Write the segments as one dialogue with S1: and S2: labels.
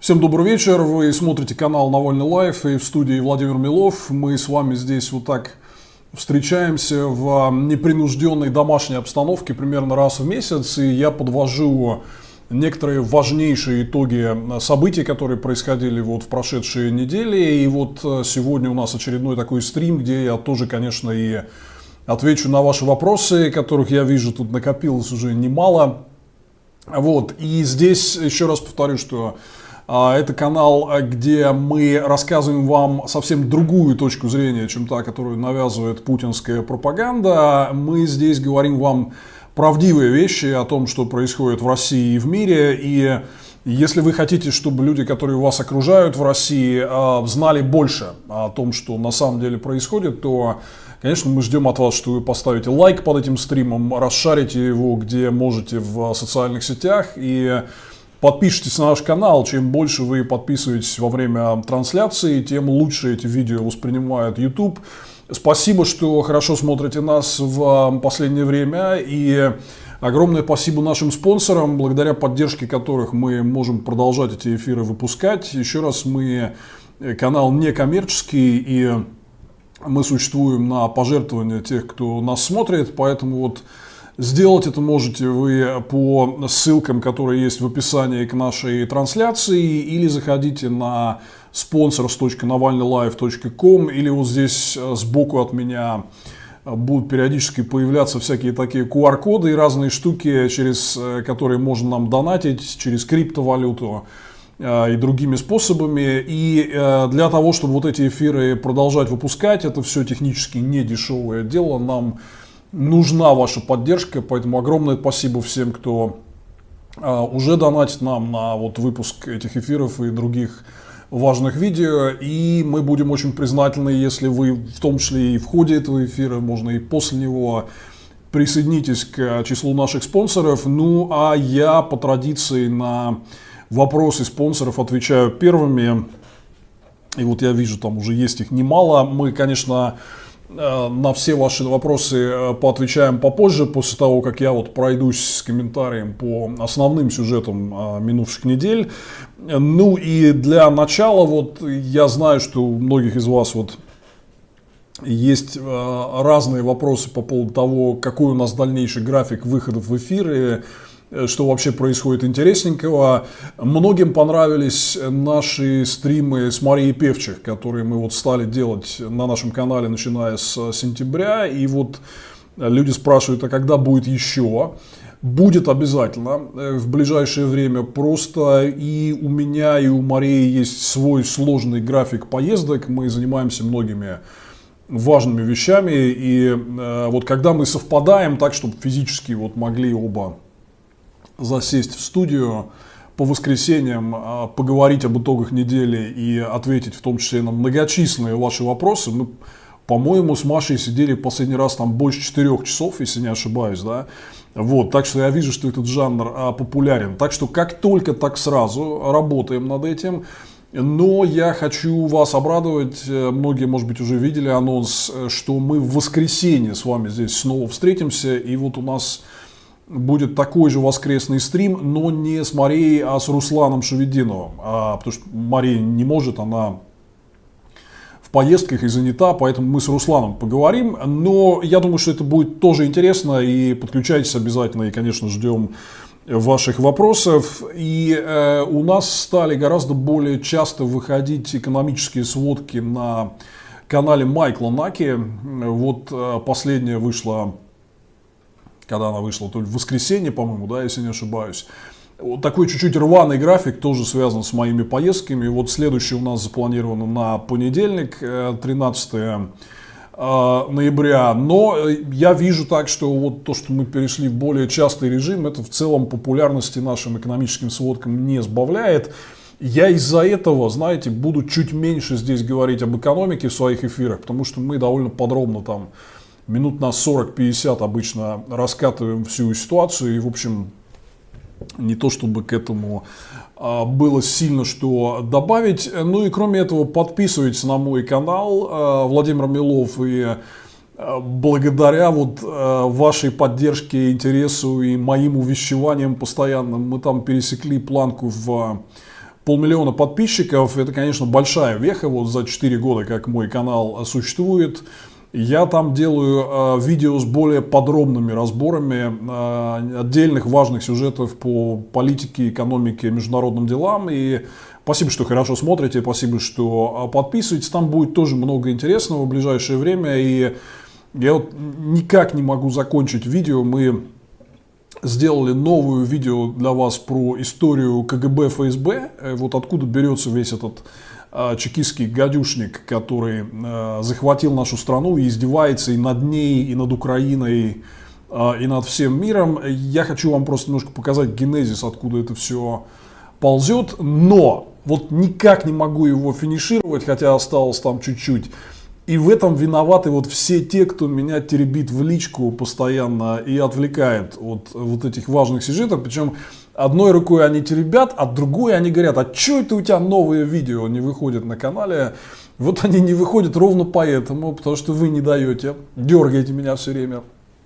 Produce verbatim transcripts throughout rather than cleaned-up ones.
S1: Всем добрый вечер, вы смотрите канал Навальный Лайф и в студии Владимир Милов. Мы с вами здесь вот так встречаемся в непринужденной домашней обстановке примерно раз в месяц. И я подвожу некоторые важнейшие итоги событий, которые происходили вот в прошедшие недели. И вот сегодня у нас очередной такой стрим, где я тоже, конечно, и отвечу на ваши вопросы, которых я вижу тут накопилось уже немало. Вот. И здесь еще раз повторю, что это канал, где мы рассказываем вам совсем другую точку зрения, чем та, которую навязывает путинская пропаганда. Мы здесь говорим вам правдивые вещи о том, что происходит в России и в мире. И если вы хотите, чтобы люди, которые вас окружают в России, знали больше о том, что на самом деле происходит, то, конечно, мы ждем от вас, что вы поставите лайк под этим стримом, расшарите его где можете в социальных сетях и подпишитесь на наш канал. Чем больше вы подписываетесь во время трансляции, тем лучше эти видео воспринимает YouTube. Спасибо, что хорошо смотрите нас в последнее время. И огромное спасибо нашим спонсорам, благодаря поддержке которых мы можем продолжать эти эфиры выпускать. Еще раз, мы канал некоммерческий, и мы существуем на пожертвования тех, кто нас смотрит. Поэтому вот сделать это можете вы по ссылкам, которые есть в описании к нашей трансляции, или заходите на спонсорс точка навальный лайф точка ком, или вот здесь сбоку от меня будут периодически появляться всякие такие ку ар коды и разные штуки, через которые можно нам донатить, через криптовалюту и другими способами. И для того, чтобы вот эти эфиры продолжать выпускать, это все технически не дешевое дело, нам нужна ваша поддержка, поэтому огромное спасибо всем, кто а, уже донатит нам на вот выпуск этих эфиров и других важных видео. И мы будем очень признательны, если вы в том числе и в ходе этого эфира, можно и после него, присоединитесь к числу наших спонсоров. Ну а я по традиции на вопросы спонсоров отвечаю первыми. И вот я вижу, там уже есть их немало. Мы, конечно, на все ваши вопросы поотвечаем попозже, после того, как я вот пройдусь с комментарием по основным сюжетам минувших недель. Ну и для начала, вот я знаю, что у многих из вас вот есть разные вопросы по поводу того, какой у нас дальнейший график выходов в эфир, что вообще происходит интересненького. Многим понравились наши стримы с Марией Певчих, которые мы вот стали делать на нашем канале, начиная с сентября. И вот люди спрашивают, а когда будет еще? Будет обязательно в ближайшее время. Просто и у меня, и у Марии есть свой сложный график поездок. Мы занимаемся многими важными вещами. И вот когда мы совпадаем так, чтобы физически вот могли оба засесть в студию по воскресеньям, поговорить об итогах недели и ответить в том числе на многочисленные ваши вопросы. Мы, по-моему, с Машей сидели в последний раз там больше четырех часов, если не ошибаюсь, да. Вот, так что я вижу, что этот жанр а, популярен. Так что как только, так сразу работаем над этим. Но я хочу вас обрадовать. Многие, может быть, уже видели анонс, что мы в воскресенье с вами здесь снова встретимся. И вот у нас будет такой же воскресный стрим, но не с Марией, а с Русланом Шевединовым. А, потому что Мария не может, она в поездках и занята, поэтому мы с Русланом поговорим. Но я думаю, что это будет тоже интересно, и подключайтесь обязательно, и, конечно, ждем ваших вопросов. И э, у нас стали гораздо более часто выходить экономические сводки на канале Майкла Наки. Вот э, последняя вышла, когда она вышла, то ли в воскресенье, по-моему, да, если не ошибаюсь. Вот такой чуть-чуть рваный график, тоже связан с моими поездками. Вот следующий у нас запланировано на понедельник, тринадцатое ноября. Но я вижу так, что вот то, что мы перешли в более частый режим, это в целом популярности нашим экономическим сводкам не сбавляет. Я из-за этого, знаете, буду чуть меньше здесь говорить об экономике в своих эфирах, потому что мы довольно подробно там минут на сорок-пятьдесят обычно раскатываем всю ситуацию. И, в общем, не то чтобы к этому а, было сильно что добавить. Ну и кроме этого, подписывайтесь на мой канал а, Владимир Милов. И а, благодаря вот а, вашей поддержке, интересу и моим увещеваниям постоянным, мы там пересекли планку в полмиллиона подписчиков, это, конечно, большая веха, вот за четыре года, как мой канал существует. Я там делаю э, видео с более подробными разборами э, отдельных важных сюжетов по политике, экономике, международным делам. И спасибо, что хорошо смотрите, спасибо, что подписываетесь. Там будет тоже много интересного в ближайшее время. И я вот никак не могу закончить видео. Мы сделали новую видео для вас про историю ка гэ бэ, эф эс бэ. Вот откуда берется весь этот чекистский гадюшник, который э, захватил нашу страну и издевается и над ней, и над Украиной, э, и над всем миром. Я хочу вам просто немножко показать генезис, откуда это все ползет, но вот никак не могу его финишировать, хотя осталось там чуть-чуть. И в этом виноваты вот все те, кто меня теребит в личку постоянно и отвлекает от вот этих важных сюжетов. Причем одной рукой они теребят, а другой они говорят: а что это у тебя новые видео не выходят на канале? Вот они не выходят ровно поэтому, потому что вы не даете, дергаете меня все время.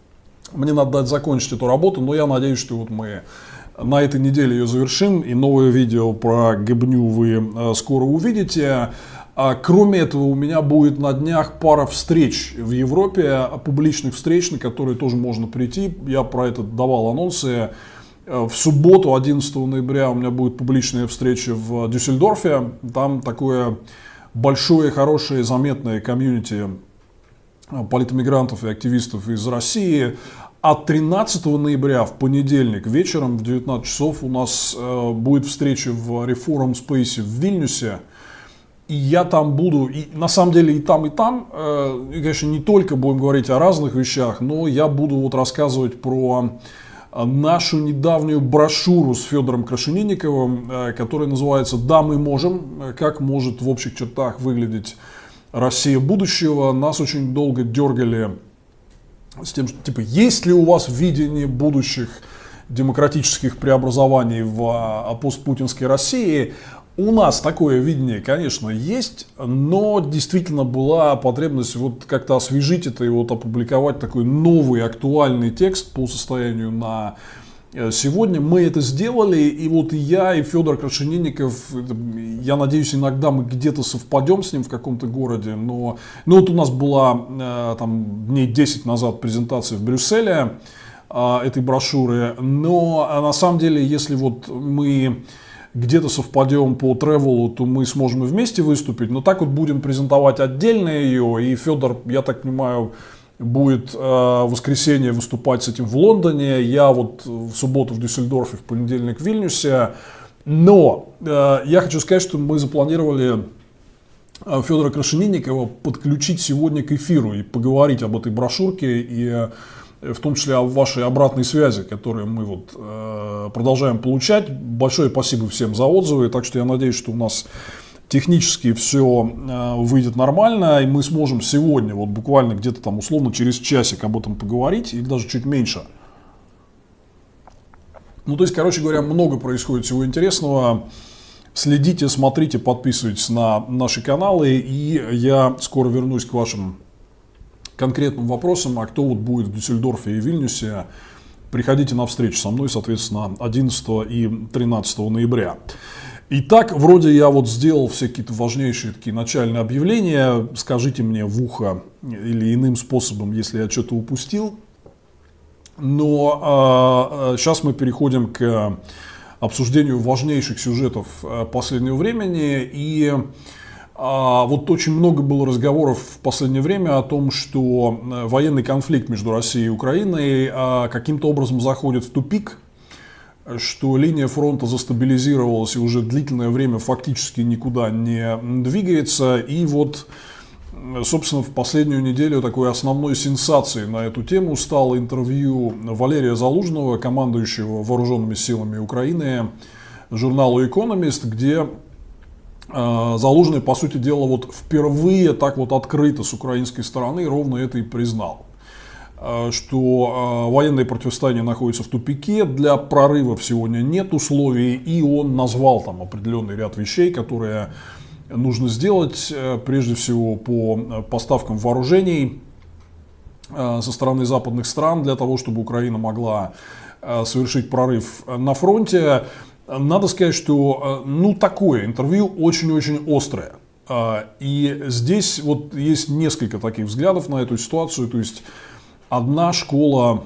S1: Мне надо дать закончить эту работу, но я надеюсь, что вот мы на этой неделе ее завершим, и новое видео про Гебню вы скоро увидите. А кроме этого, у меня будет на днях пара встреч в Европе, публичных встреч, на которые тоже можно прийти. Я про это давал анонсы. В субботу, одиннадцатого ноября, у меня будет публичная встреча в Дюссельдорфе. Там такое большое, хорошее, заметное комьюнити политэмигрантов и активистов из России. А тринадцатого ноября, в понедельник, вечером в девятнадцать часов у нас будет встреча в Reform Space в Вильнюсе. И я там буду, и на самом деле и там, и там, э, и, конечно, не только будем говорить о разных вещах, но я буду вот рассказывать про нашу недавнюю брошюру с Федором Крашенинниковым, э, которая называется «Да, мы можем. Как может в общих чертах выглядеть Россия будущего». Нас очень долго дергали с тем, что, типа, есть ли у вас видение будущих демократических преобразований в постпутинской России? У нас такое видение, конечно, есть, но действительно была потребность вот как-то освежить это и вот опубликовать такой новый актуальный текст по состоянию на сегодня. Мы это сделали, и вот я, и Федор Крашенинников, я надеюсь, иногда мы где-то совпадем с ним в каком-то городе, но ну вот у нас была там дней десять назад презентация в Брюсселе этой брошюры, но на самом деле, если вот мы где-то совпадем по тревелу, то мы сможем и вместе выступить. Но так вот будем презентовать отдельно ее. И Федор, я так понимаю, будет э, в воскресенье выступать с этим в Лондоне. Я вот в субботу в Дюссельдорфе, в понедельник в Вильнюсе. Но э, я хочу сказать, что мы запланировали Федора Крашенинникова подключить сегодня к эфиру и поговорить об этой брошюрке и в том числе о вашей обратной связи, которую мы вот, э, продолжаем получать. Большое спасибо всем за отзывы. Так что я надеюсь, что у нас технически все э, выйдет нормально, и мы сможем сегодня, вот буквально где-то там условно через часик об этом поговорить, или даже чуть меньше. Ну, то есть, короче говоря, много происходит всего интересного. Следите, смотрите, подписывайтесь на наши каналы, и я скоро вернусь к вашим конкретным вопросам, а кто вот будет в Дюссельдорфе и Вильнюсе, приходите на встречу со мной, соответственно, одиннадцатого и тринадцатого ноября. Итак, вроде я вот сделал все какие-то важнейшие такие начальные объявления. Скажите мне в ухо или иным способом, если я что-то упустил. Но э, сейчас мы переходим к обсуждению важнейших сюжетов последнего времени. И А вот очень много было разговоров в последнее время о том, что военный конфликт между Россией и Украиной каким-то образом заходит в тупик, что линия фронта застабилизировалась и уже длительное время фактически никуда не двигается. И вот, собственно, в последнюю неделю такой основной сенсацией на эту тему стало интервью Валерия Залужного, командующего вооруженными силами Украины, журналу «Экономист», где Залужный, по сути дела, вот впервые так вот открыто с украинской стороны ровно это и признал, что военное противостояние находится в тупике, для прорывов сегодня нет условий, и он назвал там определенный ряд вещей, которые нужно сделать, прежде всего по поставкам вооружений со стороны западных стран, для того, чтобы Украина могла совершить прорыв на фронте. Надо сказать, что ну, такое интервью очень-очень острое. И здесь вот есть несколько таких взглядов на эту ситуацию. То есть одна школа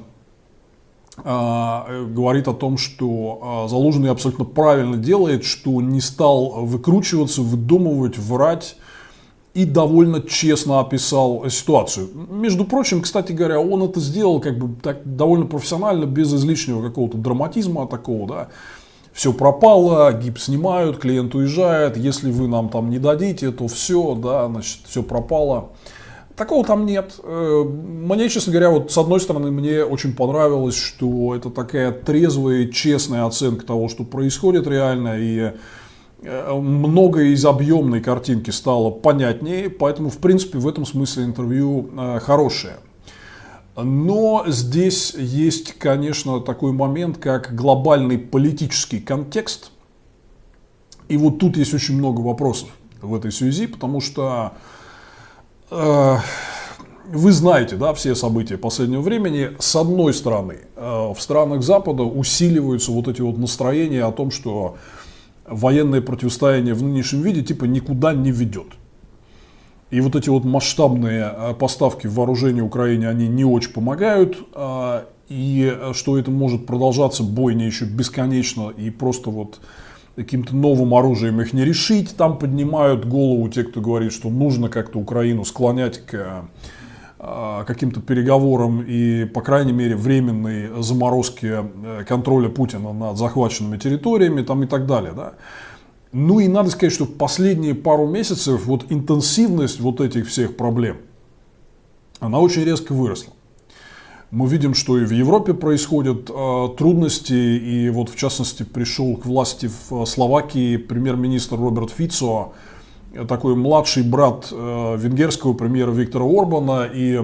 S1: говорит о том, что Залужный абсолютно правильно делает, что не стал выкручиваться, выдумывать, врать и довольно честно описал ситуацию. Между прочим, кстати говоря, он это сделал как бы так довольно профессионально, без излишнего какого-то драматизма такого, да. Все пропало, гипс снимают, клиент уезжает, если вы нам там не дадите, то все, да, значит, все пропало. Такого там нет. Мне, честно говоря, вот с одной стороны, мне очень понравилось, что это такая трезвая и честная оценка того, что происходит реально, и многое из объемной картинки стало понятнее, поэтому, в принципе, в этом смысле интервью хорошее. Но здесь есть, конечно, такой момент, как глобальный политический контекст. И вот тут есть очень много вопросов в этой связи, потому что э, вы знаете, да, все события последнего времени. С одной стороны, э, в странах Запада усиливаются вот эти вот настроения о том, что военное противостояние в нынешнем виде типа никуда не ведет. И вот эти вот масштабные поставки вооружения Украине, они не очень помогают. И что это может продолжаться, бойня еще бесконечно, и просто вот каким-то новым оружием их не решить. Там поднимают голову те, кто говорит, что нужно как-то Украину склонять к каким-то переговорам и, по крайней мере, временной заморозке контроля Путина над захваченными территориями там, и так далее. Да? Ну и надо сказать, что в последние пару месяцев вот интенсивность вот этих всех проблем, она очень резко выросла. Мы видим, что и в Европе происходят э, трудности, и вот в частности пришел к власти в Словакии премьер-министр Роберт Фицо, такой младший брат э, венгерского премьера Виктора Орбана и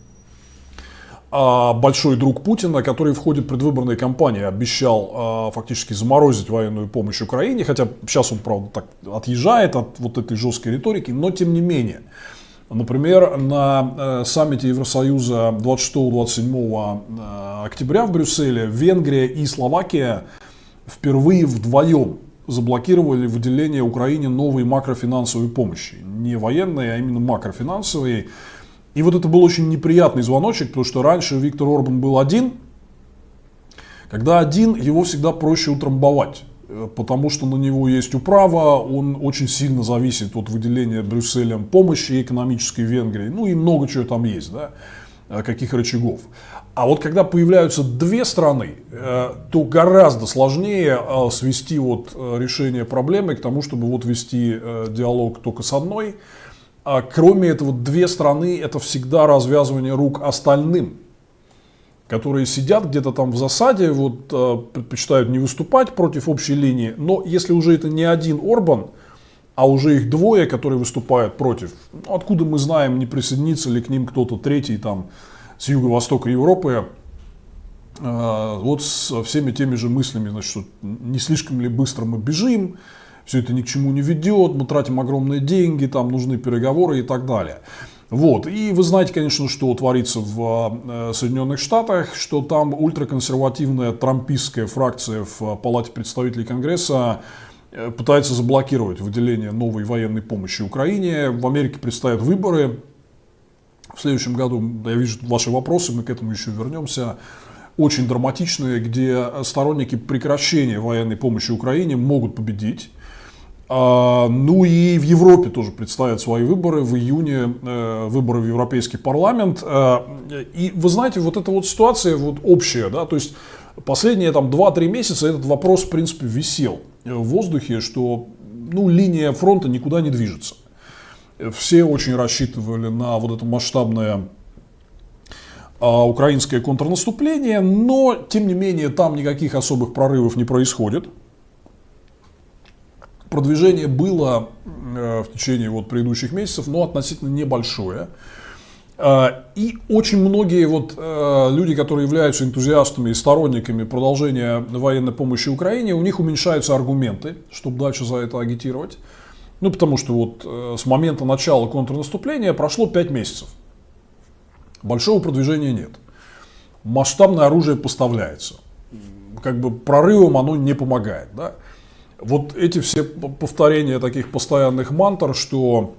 S1: большой друг Путина, который в ходе предвыборной кампании обещал э, фактически заморозить военную помощь Украине, хотя сейчас он, правда, так отъезжает от вот этой жесткой риторики, но тем не менее. Например, на э, саммите Евросоюза двадцать шестого — двадцать седьмого октября в Брюсселе Венгрия и Словакия впервые вдвоем заблокировали выделение Украине новой макрофинансовой помощи. Не военной, а именно макрофинансовой. И вот это был очень неприятный звоночек, потому что раньше Виктор Орбан был один. Когда один, его всегда проще утрамбовать, потому что на него есть управа, он очень сильно зависит от выделения Брюсселем помощи экономической Венгрии, ну и много чего там есть, да, каких рычагов. А вот когда появляются две страны, то гораздо сложнее свести вот решение проблемы к тому, чтобы вот вести диалог только с одной. А кроме этого, две страны — это всегда развязывание рук остальным, которые сидят где-то там в засаде, вот, предпочитают не выступать против общей линии. Но если уже это не один Орбан, а уже их двое, которые выступают против, ну, откуда мы знаем, не присоединится ли к ним кто-то третий там, с юго-востока Европы, э, вот с всеми теми же мыслями, значит, что не слишком ли быстро мы бежим, все это ни к чему не ведет, мы тратим огромные деньги, там нужны переговоры и так далее. Вот. И вы знаете, конечно, что творится в Соединенных Штатах, что там ультраконсервативная трампистская фракция в Палате представителей Конгресса пытается заблокировать выделение новой военной помощи Украине. В Америке предстоят выборы в следующем году. Я вижу ваши вопросы, мы к этому еще вернемся. Очень драматичные, где сторонники прекращения военной помощи Украине могут победить. Ну и в Европе тоже предстоят свои выборы. В июне выборы в Европейский парламент. И вы знаете, вот эта вот ситуация вот общая, да, то есть последние там два-три месяца этот вопрос, в принципе, висел в воздухе, что ну, линия фронта никуда не движется. Все очень рассчитывали на вот это масштабное украинское контрнаступление, но тем не менее там никаких особых прорывов не происходит. Продвижение было в течение вот предыдущих месяцев, но относительно небольшое. И очень многие вот люди, которые являются энтузиастами и сторонниками продолжения военной помощи Украине, у них уменьшаются аргументы, чтобы дальше за это агитировать. Ну, потому что вот с момента начала контрнаступления прошло пять месяцев. Большого продвижения нет. Масштабное оружие поставляется. Как бы прорывом оно не помогает, да? Вот эти все повторения таких постоянных мантр, что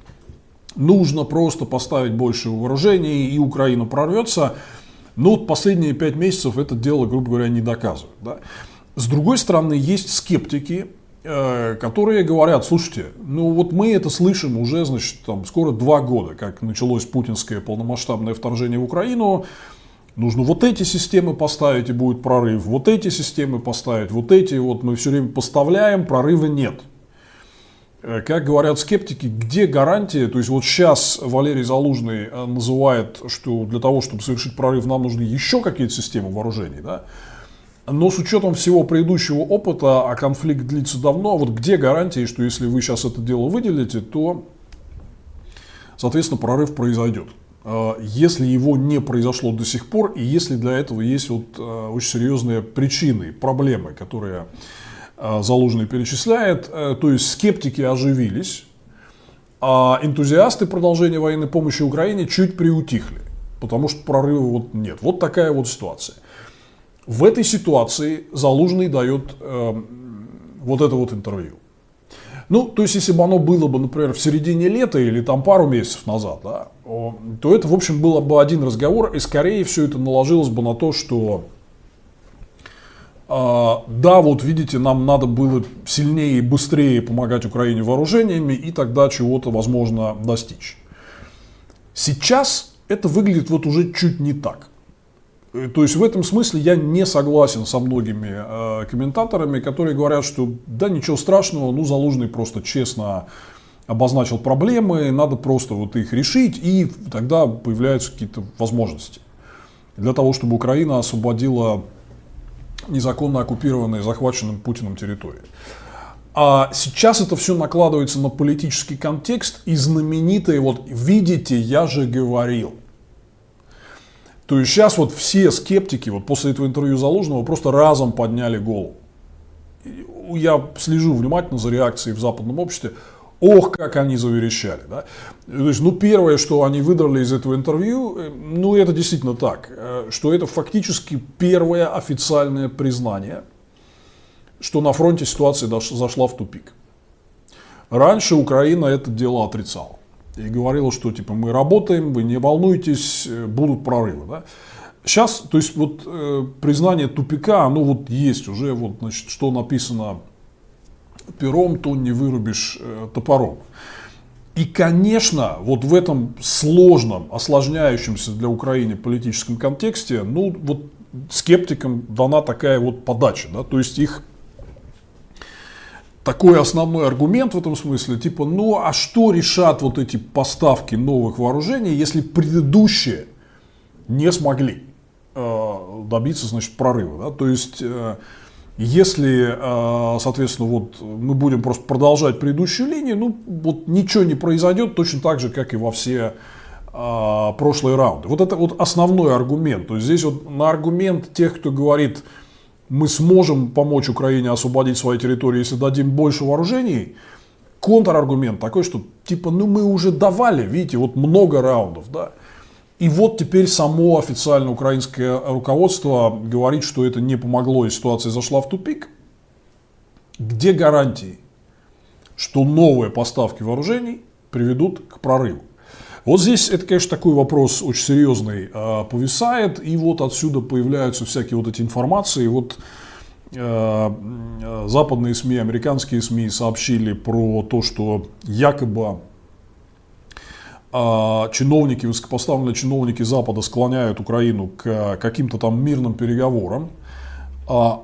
S1: нужно просто поставить больше вооружений и Украина прорвется, ну вот последние пять месяцев это дело, грубо говоря, не доказывает. Да? С другой стороны, есть скептики, э, которые говорят, слушайте, ну вот мы это слышим уже, значит, там, скоро два года, как началось путинское полномасштабное вторжение в Украину. Нужно вот эти системы поставить, и будет прорыв, вот эти системы поставить, вот эти, вот мы все время поставляем, прорыва нет. Как говорят скептики, где гарантия, то есть вот сейчас Валерий Залужный называет, что для того, чтобы совершить прорыв, нам нужны еще какие-то системы вооружений, да? Но с учетом всего предыдущего опыта, а конфликт длится давно, вот где гарантии, что если вы сейчас это дело выделите, то, соответственно, прорыв произойдет. Если его не произошло до сих пор, и если для этого есть вот очень серьезные причины, проблемы, которые Залужный перечисляет, то есть скептики оживились, а энтузиасты продолжения военной помощи Украине чуть приутихли, потому что прорыва вот нет. Вот такая вот ситуация. В этой ситуации Залужный дает э, вот это вот интервью. Ну, то есть, если бы оно было бы, например, в середине лета или там пару месяцев назад, да, то это, в общем, был бы один разговор, и скорее все это наложилось бы на то, что э, да, вот видите, нам надо было сильнее и быстрее помогать Украине вооружениями, и тогда чего-то возможно достичь. Сейчас это выглядит вот уже чуть не так. То есть в этом смысле я не согласен со многими э, комментаторами, которые говорят, что да ничего страшного, ну Залужный просто честно обозначил проблемы, надо просто вот их решить, и тогда появляются какие-то возможности для того, чтобы Украина освободила незаконно оккупированные, захваченным Путиным территории. А сейчас это все накладывается на политический контекст, и знаменитые вот «видите, я же говорил». То есть сейчас вот все скептики вот после этого интервью Залужного просто разом подняли голову. Я слежу внимательно за реакцией в западном обществе. Ох, как они заверещали. Да? То есть, ну, первое, что они выдрали из этого интервью, ну, это действительно так, что это фактически первое официальное признание, что на фронте ситуация зашла в тупик. Раньше Украина это дело отрицала. И говорила, что типа мы работаем, вы не волнуйтесь, будут прорывы. Да? Сейчас, то есть вот э, признание тупика, оно вот есть уже, вот, значит, что написано пером, то не вырубишь э, топором. И, конечно, вот в этом сложном, осложняющемся для Украины политическом контексте, ну вот скептикам дана такая вот подача, да? То есть их такой основной аргумент в этом смысле, типа, ну а что решат вот эти поставки новых вооружений, если предыдущие не смогли э, добиться, значит, прорыва, да? То есть, э, если, э, соответственно, вот мы будем просто продолжать предыдущую линию, ну вот ничего не произойдет, точно так же, как и во все э, прошлые раунды. Вот это вот основной аргумент. То есть здесь вот на аргумент тех, кто говорит, мы сможем помочь Украине освободить свои территории, если дадим больше вооружений. Контраргумент такой, что типа, ну мы уже давали, видите, вот много раундов, да. И вот теперь само официальное украинское руководство говорит, что это не помогло и ситуация зашла в тупик. Где гарантии, что новые поставки вооружений приведут к прорыву? Вот здесь это, конечно, такой вопрос очень серьезный э, повисает, и вот отсюда появляются всякие вот эти информации. Вот э, западные СМИ, американские СМИ сообщили про то, что якобы э, чиновники, высокопоставленные чиновники Запада склоняют Украину к каким-то там мирным переговорам. А,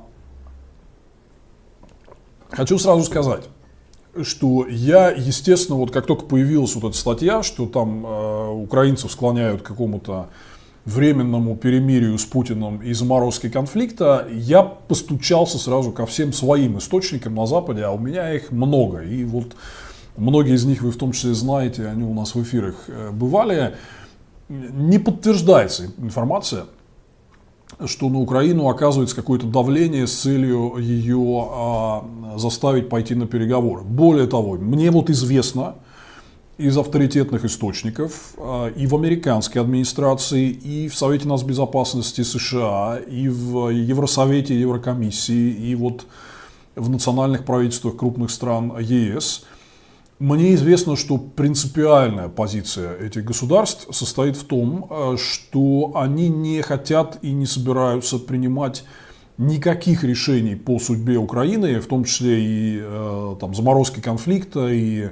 S1: хочу сразу сказать, что я, естественно, вот как только появилась вот эта статья, что там э, украинцев склоняют к какому-то временному перемирию с Путиным и заморозке конфликта, я постучался сразу ко всем своим источникам на Западе, а у меня их много. И вот многие из них вы в том числе знаете, они у нас в эфирах бывали. Не подтверждается информация, что на Украину оказывается какое-то давление с целью ее а, заставить пойти на переговоры. Более того, мне вот известно из авторитетных источников а, и в американской администрации, и в Совете нацбезопасности США, и в Евросовете, Еврокомиссии, и вот в национальных правительствах крупных стран ЕС. Мне известно, что принципиальная позиция этих государств состоит в том, что они не хотят и не собираются принимать никаких решений по судьбе Украины, в том числе и э, там, заморозки конфликта, и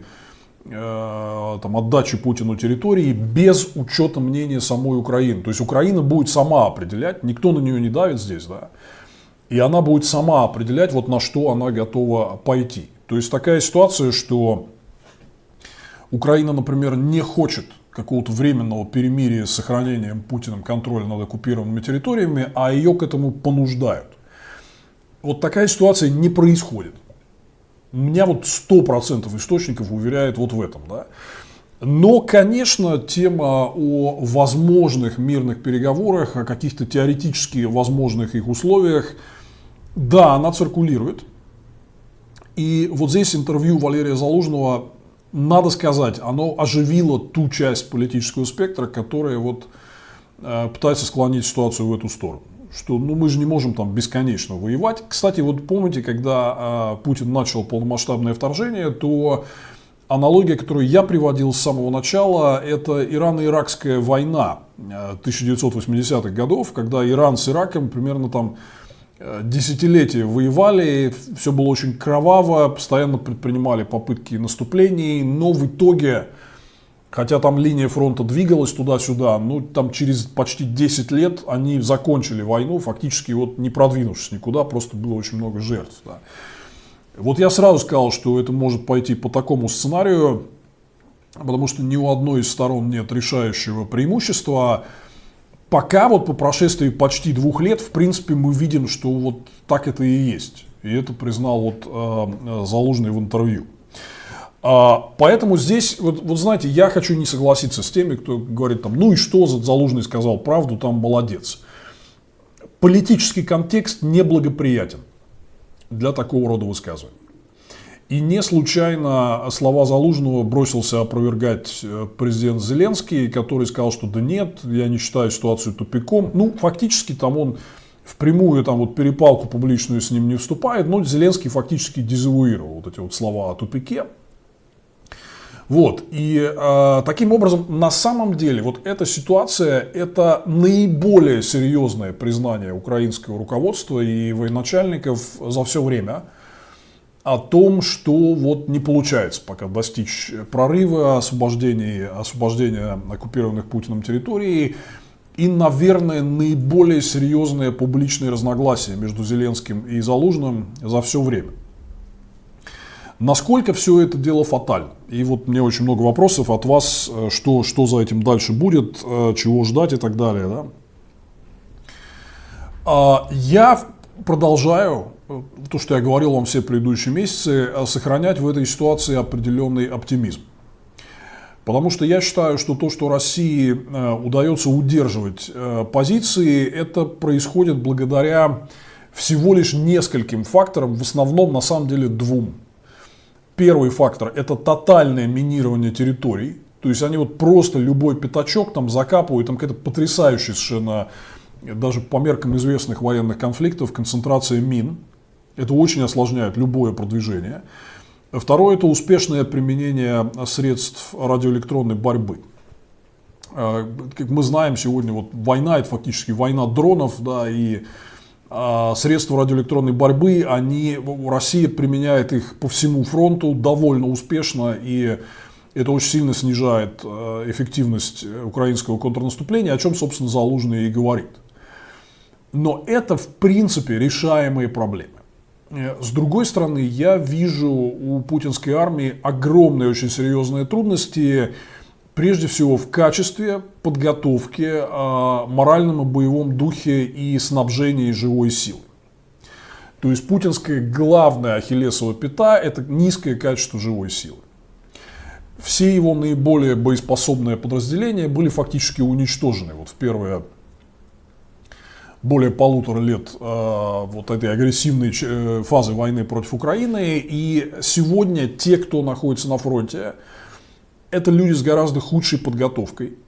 S1: э, там, отдачи Путину территории, без учета мнения самой Украины. То есть Украина будет сама определять, никто на нее не давит здесь, да, и она будет сама определять, вот на что она готова пойти. То есть такая ситуация, что Украина, например, не хочет какого-то временного перемирия с сохранением Путиным контроля над оккупированными территориями, а ее к этому понуждают. Вот такая ситуация не происходит. Меня вот сто процентов источников уверяет вот в этом. Да? Но, конечно, тема о возможных мирных переговорах, о каких-то теоретически возможных их условиях, да, она циркулирует. И вот здесь интервью Валерия Залужного, надо сказать, оно оживило ту часть политического спектра, которая вот, э, пытается склонить ситуацию в эту сторону. Что ну, мы же не можем там бесконечно воевать. Кстати, вот помните, когда э, Путин начал полномасштабное вторжение, то аналогия, которую я приводил с самого начала, это Ирано-Иракская война тысяча девятьсот восьмидесятых годов, когда Иран с Ираком примерно там десятилетия воевали, все было очень кроваво, постоянно предпринимали попытки наступлений, но в итоге, хотя там линия фронта двигалась туда-сюда, ну там через почти десять лет они закончили войну, фактически вот не продвинувшись никуда, просто было очень много жертв. Да. Вот я сразу сказал, что это может пойти по такому сценарию, потому что ни у одной из сторон нет решающего преимущества. Пока вот по прошествии почти двух лет, в принципе, мы видим, что вот так это и есть. И это признал вот э, Залужный в интервью. А, поэтому здесь, вот, вот знаете, я хочу не согласиться с теми, кто говорит там, ну и что, Залужный сказал правду, там молодец. Политический контекст неблагоприятен для такого рода высказываний. И не случайно слова Залужного бросился опровергать президент Зеленский, который сказал, что да нет, я не считаю ситуацию тупиком. Ну, фактически там он впрямую там, вот, перепалку публичную с ним не вступает, но Зеленский фактически дезавуировал вот эти вот слова о тупике. Вот. И э, таким образом, на самом деле, вот эта ситуация, это наиболее серьезное признание украинского руководства и военачальников за все время о том, что вот не получается пока достичь прорыва, освобождения, освобождения оккупированных Путиным территорий. И, наверное, наиболее серьезные публичные разногласия между Зеленским и Залужным за все время. Насколько все это дело фатально? И вот мне очень много вопросов от вас, что, что за этим дальше будет, чего ждать и так далее. Да? Я продолжаю, то, что я говорил вам все предыдущие месяцы, сохранять в этой ситуации определенный оптимизм. Потому что я считаю, что то, что России удается удерживать позиции, это происходит благодаря всего лишь нескольким факторам, в основном на самом деле двум. Первый фактор – это тотальное минирование территорий. То есть они вот просто любой пятачок там закапывают, там какая-то потрясающая совершенно, даже по меркам известных военных конфликтов, концентрация мин. Это очень осложняет любое продвижение. Второе – это успешное применение средств радиоэлектронной борьбы. Как мы знаем сегодня, вот война – это фактически война дронов, да, и а, средства радиоэлектронной борьбы, они, Россия применяет их по всему фронту довольно успешно, и это очень сильно снижает эффективность украинского контрнаступления, о чем, собственно, Залужный и говорит. Но это, в принципе, решаемые проблемы. С другой стороны, я вижу у путинской армии огромные, очень серьезные трудности, прежде всего в качестве подготовки, моральном и боевом духе и снабжении живой силой. То есть путинская главная ахиллесова пята – это низкое качество живой силы. Все его наиболее боеспособные подразделения были фактически уничтожены вот в первые более полутора лет э, вот этой агрессивной э, фазы войны против Украины. И сегодня те, кто находится на фронте, это люди с гораздо худшей подготовкой,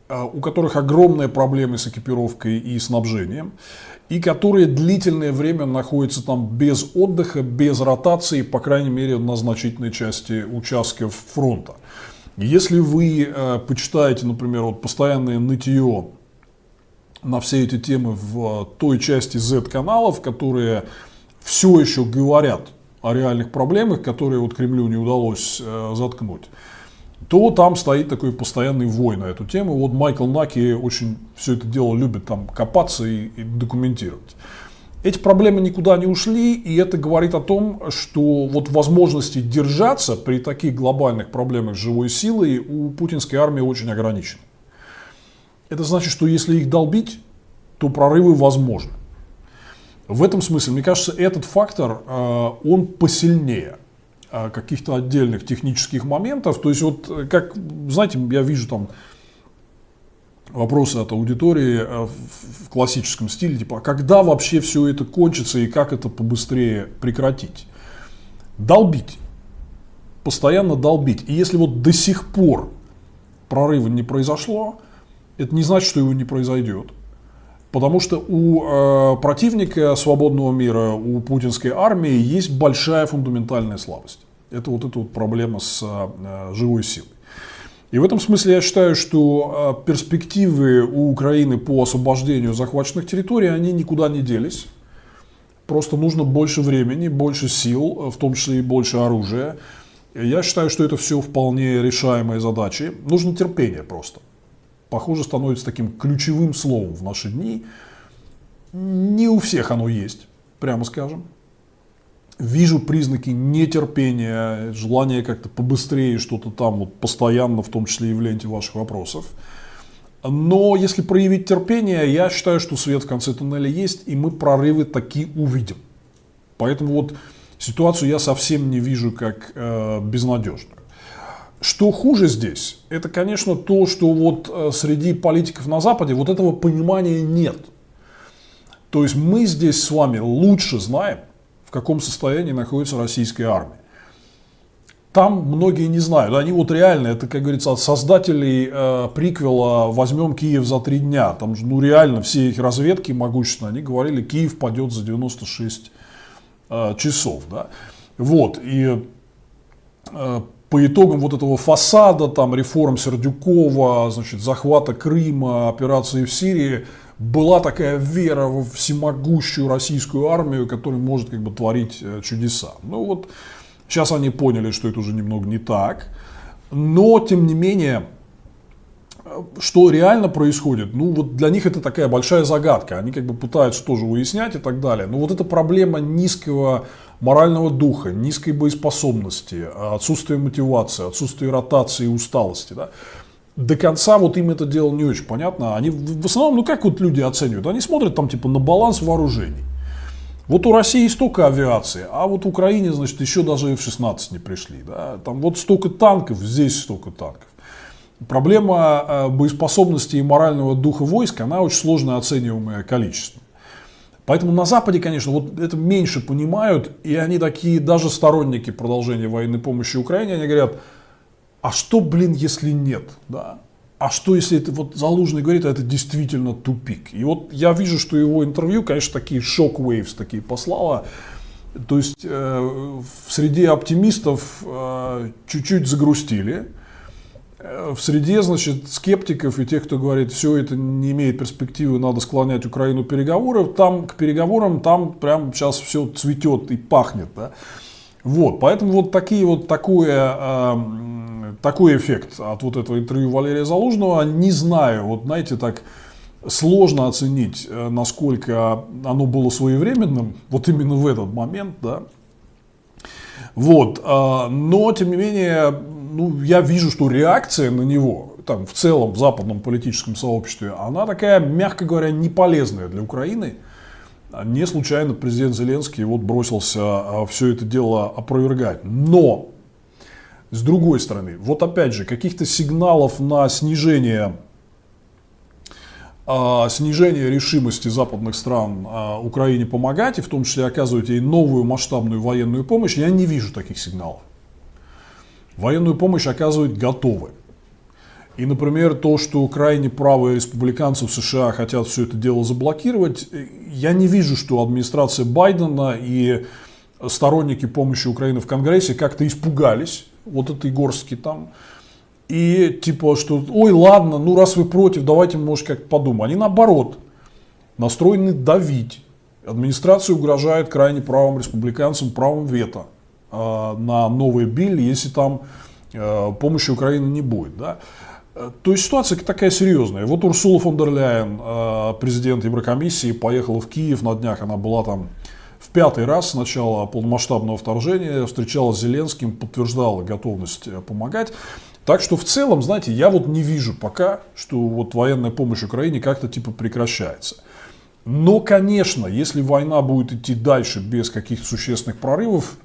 S1: у которых огромные проблемы с экипировкой и снабжением, и которые длительное время находятся там без отдыха, без ротации, по крайней мере, на значительной части участков фронта. Если вы э, почитаете, например, вот постоянное нытье на все эти темы в той части зет-каналов, которые все еще говорят о реальных проблемах, которые вот Кремлю не удалось э, заткнуть, то там стоит такой постоянный вой на эту тему. Вот Майкл Наки очень все это дело любит там копаться и, и документировать. Эти проблемы никуда не ушли, и это говорит о том, что вот возможности держаться при таких глобальных проблемах с живой силой у путинской армии очень ограничены. Это значит, что если их долбить, то прорывы возможны. В этом смысле, мне кажется, этот фактор, он посильнее каких-то отдельных технических моментов. То есть, вот, как, знаете, я вижу там вопросы от аудитории в классическом стиле, типа, а когда вообще все это кончится и как это побыстрее прекратить? Долбить. Постоянно долбить. И если вот до сих пор прорыва не произошло, это не значит, что его не произойдет. Потому что у э, противника свободного мира, у путинской армии есть большая фундаментальная слабость. Это вот эта вот проблема с э, живой силой. И в этом смысле я считаю, что э, перспективы у Украины по освобождению захваченных территорий, они никуда не делись. Просто нужно больше времени, больше сил, в том числе и больше оружия. Я считаю, что это все вполне решаемые задачи. Нужно терпение просто. Похоже, становится таким ключевым словом в наши дни. Не у всех оно есть, прямо скажем. Вижу признаки нетерпения, желания как-то побыстрее что-то там вот постоянно, в том числе и в ленте ваших вопросов. Но если проявить терпение, я считаю, что свет в конце туннеля есть, и мы прорывы таки увидим. Поэтому вот ситуацию я совсем не вижу как э, безнадежную. Что хуже здесь, это, конечно, то, что вот среди политиков на Западе вот этого понимания нет. То есть мы здесь с вами лучше знаем, в каком состоянии находится российская армия. Там многие не знают. Они вот реально, это, как говорится, от создателей э, приквела «Возьмем Киев за три дня». Там же, ну, реально все их разведки могущественные, они говорили, Киев падет за девяносто шесть э, часов. Да? Вот, и э, по итогам вот этого фасада, там, реформ Сердюкова, значит, захвата Крыма, операции в Сирии, была такая вера в всемогущую российскую армию, которая может как бы творить чудеса. Ну вот, сейчас они поняли, что это уже немного не так. Но, тем не менее, что реально происходит, ну вот для них это такая большая загадка. Они как бы пытаются тоже выяснять и так далее. Но вот эта проблема низкого морального духа, низкой боеспособности, отсутствия мотивации, отсутствия ротации и усталости, да, до конца вот им это дело не очень понятно. Они в основном, ну как вот люди оценивают? Они смотрят там типа на баланс вооружений. Вот у России столько авиации, а вот в Украине, значит, еще даже эф шестнадцать не пришли. Да? Там вот столько танков, здесь столько танков. Проблема боеспособности и морального духа войск, она очень сложно оцениваемая количеством. Поэтому на Западе, конечно, вот это меньше понимают, и они такие, даже сторонники продолжения военной помощи Украине, они говорят, а что, блин, если нет, да? А что, если это, вот Залужный говорит, а это действительно тупик? И вот я вижу, что его интервью, конечно, такие шок-вейвс такие послало. То есть э, в среде оптимистов э, чуть-чуть загрустили. В среде, значит, скептиков и тех, кто говорит, все это не имеет перспективы, надо склонять Украину к переговорам, там к переговорам, там прям сейчас все цветет и пахнет. Да? Вот, поэтому вот, такие, вот такое, э, такой эффект от вот этого интервью Валерия Залужного, не знаю, вот знаете, так сложно оценить, насколько оно было своевременным, вот именно в этот момент, да. Вот, э, но тем не менее, ну, я вижу, что реакция на него, там, в целом в западном политическом сообществе, она такая, мягко говоря, не полезная для Украины. Не случайно президент Зеленский вот бросился все это дело опровергать. Но, с другой стороны, вот опять же, каких-то сигналов на снижение, снижение решимости западных стран Украине помогать, и в том числе оказывать ей новую масштабную военную помощь, я не вижу таких сигналов. Военную помощь оказывать готовы. И, например, то, что крайне правые республиканцы в США хотят все это дело заблокировать, я не вижу, что администрация Байдена и сторонники помощи Украине в Конгрессе как-то испугались вот этой горстки там. И типа, что ой, ладно, ну раз вы против, давайте, может, как-то подумаем. Они наоборот настроены давить. Администрация угрожает крайне правым республиканцам правом вето э, на новые билли, если там э, помощи Украины не будет. Да? То есть ситуация такая серьезная. Вот Урсула фон дер Ляйен, президент Еврокомиссии, поехала в Киев на днях. Она была там в пятый раз с начала полномасштабного вторжения, встречалась с Зеленским, подтверждала готовность помогать. Так что в целом, знаете, я вот не вижу пока, что вот военная помощь Украине как-то типа прекращается. Но, конечно, если война будет идти дальше без каких-то существенных прорывов,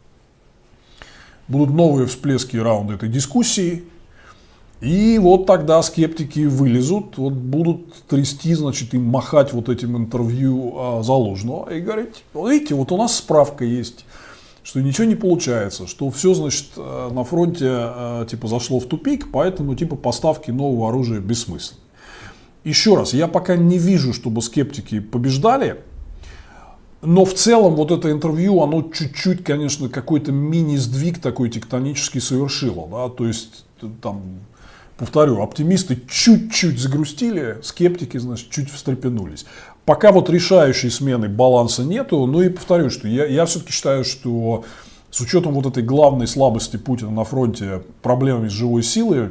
S1: будут новые всплески и раунды этой дискуссии. И вот тогда скептики вылезут, вот будут трясти, значит, и махать вот этим интервью а, Залужного и говорить, видите, вот у нас справка есть, что ничего не получается, что все, значит, на фронте а, типа зашло в тупик, поэтому типа поставки нового оружия бессмысленны. Еще раз, я пока не вижу, чтобы скептики побеждали, но в целом вот это интервью, оно чуть-чуть, конечно, какой-то мини-сдвиг такой тектонический совершило, да, то есть там... Повторю, оптимисты чуть-чуть загрустили, скептики, значит, чуть встрепенулись. Пока вот решающей смены баланса нету, ну и повторю, что я, я все-таки считаю, что с учетом вот этой главной слабости Путина на фронте, проблемами с живой силой,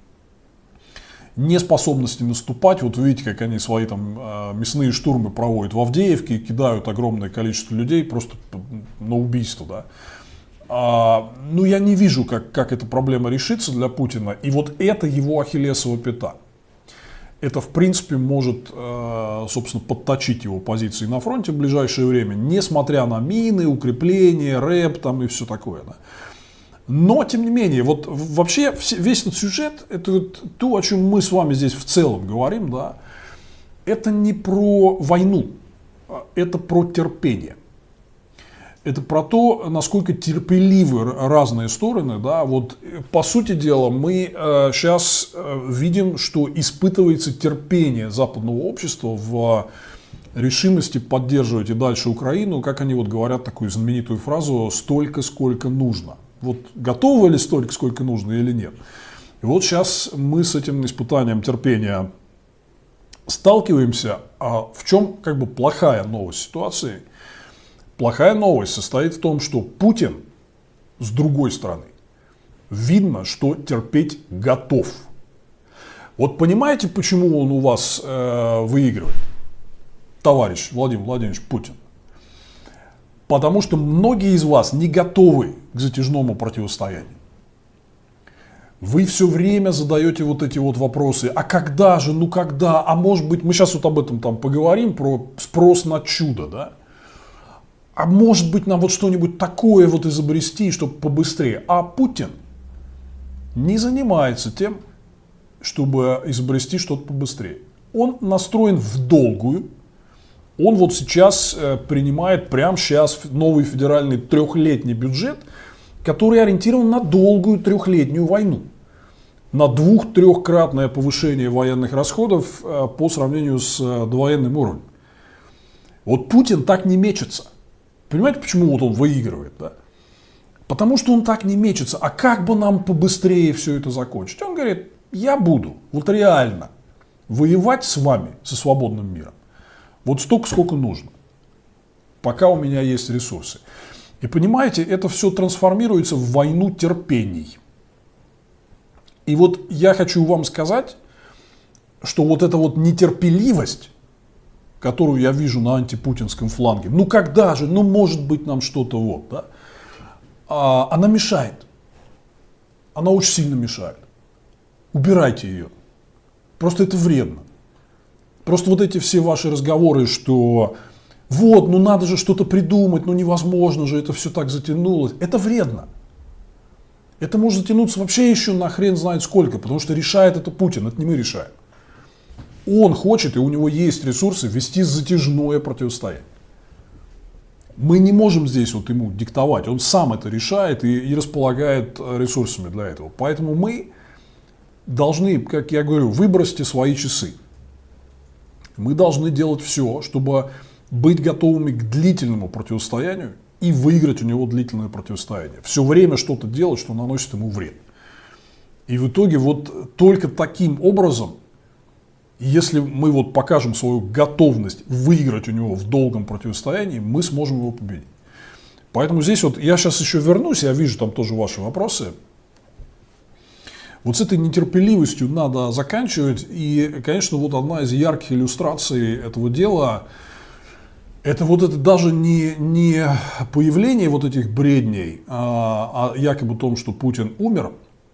S1: неспособности наступать, вот видите, как они свои там мясные штурмы проводят в Авдеевке, кидают огромное количество людей просто на убийство, да. А, ну, я не вижу, как, как эта проблема решится для Путина. И вот это его ахиллесова пята. Это, в принципе, может, э, собственно, подточить его позиции на фронте в ближайшее время, несмотря на мины, укрепления, рэп там и все такое. Да. Но, тем не менее, вот вообще весь этот сюжет, это вот то, о чем мы с вами здесь в целом говорим, да, это не про войну, это про терпение. Это про то, насколько терпеливы разные стороны. Да? Вот, по сути дела, мы э, сейчас э, видим, что испытывается терпение западного общества в решимости поддерживать и дальше Украину, как они вот говорят такую знаменитую фразу «столько, сколько нужно». Вот готовы ли столько, сколько нужно или нет? И вот сейчас мы с этим испытанием терпения сталкиваемся. А в чем как бы плохая новость ситуации? Плохая новость состоит в том, что Путин, с другой стороны, видно, что терпеть готов. Вот понимаете, почему он у вас э, выигрывает, товарищ Владимир Владимирович Путин? Потому что многие из вас не готовы к затяжному противостоянию. Вы все время задаете вот эти вот вопросы. А когда же, ну когда, а может быть, мы сейчас вот об этом там поговорим, про спрос на чудо, да? А может быть, нам вот что-нибудь такое вот изобрести, чтобы побыстрее. А Путин не занимается тем, чтобы изобрести что-то побыстрее. Он настроен в долгую. Он вот сейчас принимает прямо сейчас новый федеральный трехлетний бюджет, который ориентирован на долгую трехлетнюю войну. На двух-трехкратное повышение военных расходов по сравнению с довоенным уровнем. Вот Путин так не мечется. Понимаете, почему вот он выигрывает? Да? Потому что он так не мечется. А как бы нам побыстрее все это закончить? Он говорит, я буду вот реально воевать с вами, со свободным миром, вот столько, сколько нужно, пока у меня есть ресурсы. И понимаете, это все трансформируется в войну терпений. И вот я хочу вам сказать, что вот эта вот нетерпеливость, которую я вижу на антипутинском фланге, ну когда же, ну может быть нам что-то вот, да, а, она мешает. Она очень сильно мешает. Убирайте ее. Просто это вредно. Просто вот эти все ваши разговоры, что вот, ну надо же что-то придумать, ну невозможно же, это все так затянулось. Это вредно. Это может затянуться вообще еще на хрен знает сколько, потому что решает это Путин, это не мы решаем. Он хочет, и у него есть ресурсы, вести затяжное противостояние. Мы не можем здесь вот ему диктовать, он сам это решает и, и располагает ресурсами для этого. Поэтому мы должны, как я говорю, выбросьте свои часы. Мы должны делать все, чтобы быть готовыми к длительному противостоянию и выиграть у него длительное противостояние. Все время что-то делать, что наносит ему вред. И в итоге вот только таким образом, если мы вот покажем свою готовность выиграть у него в долгом противостоянии, мы сможем его победить. Поэтому здесь вот я сейчас еще вернусь, я вижу там тоже ваши вопросы. Вот с этой нетерпеливостью надо заканчивать. И, конечно, вот одна из ярких иллюстраций этого дела, это вот это даже не, не появление вот этих бредней, а, а якобы о том, что Путин умер,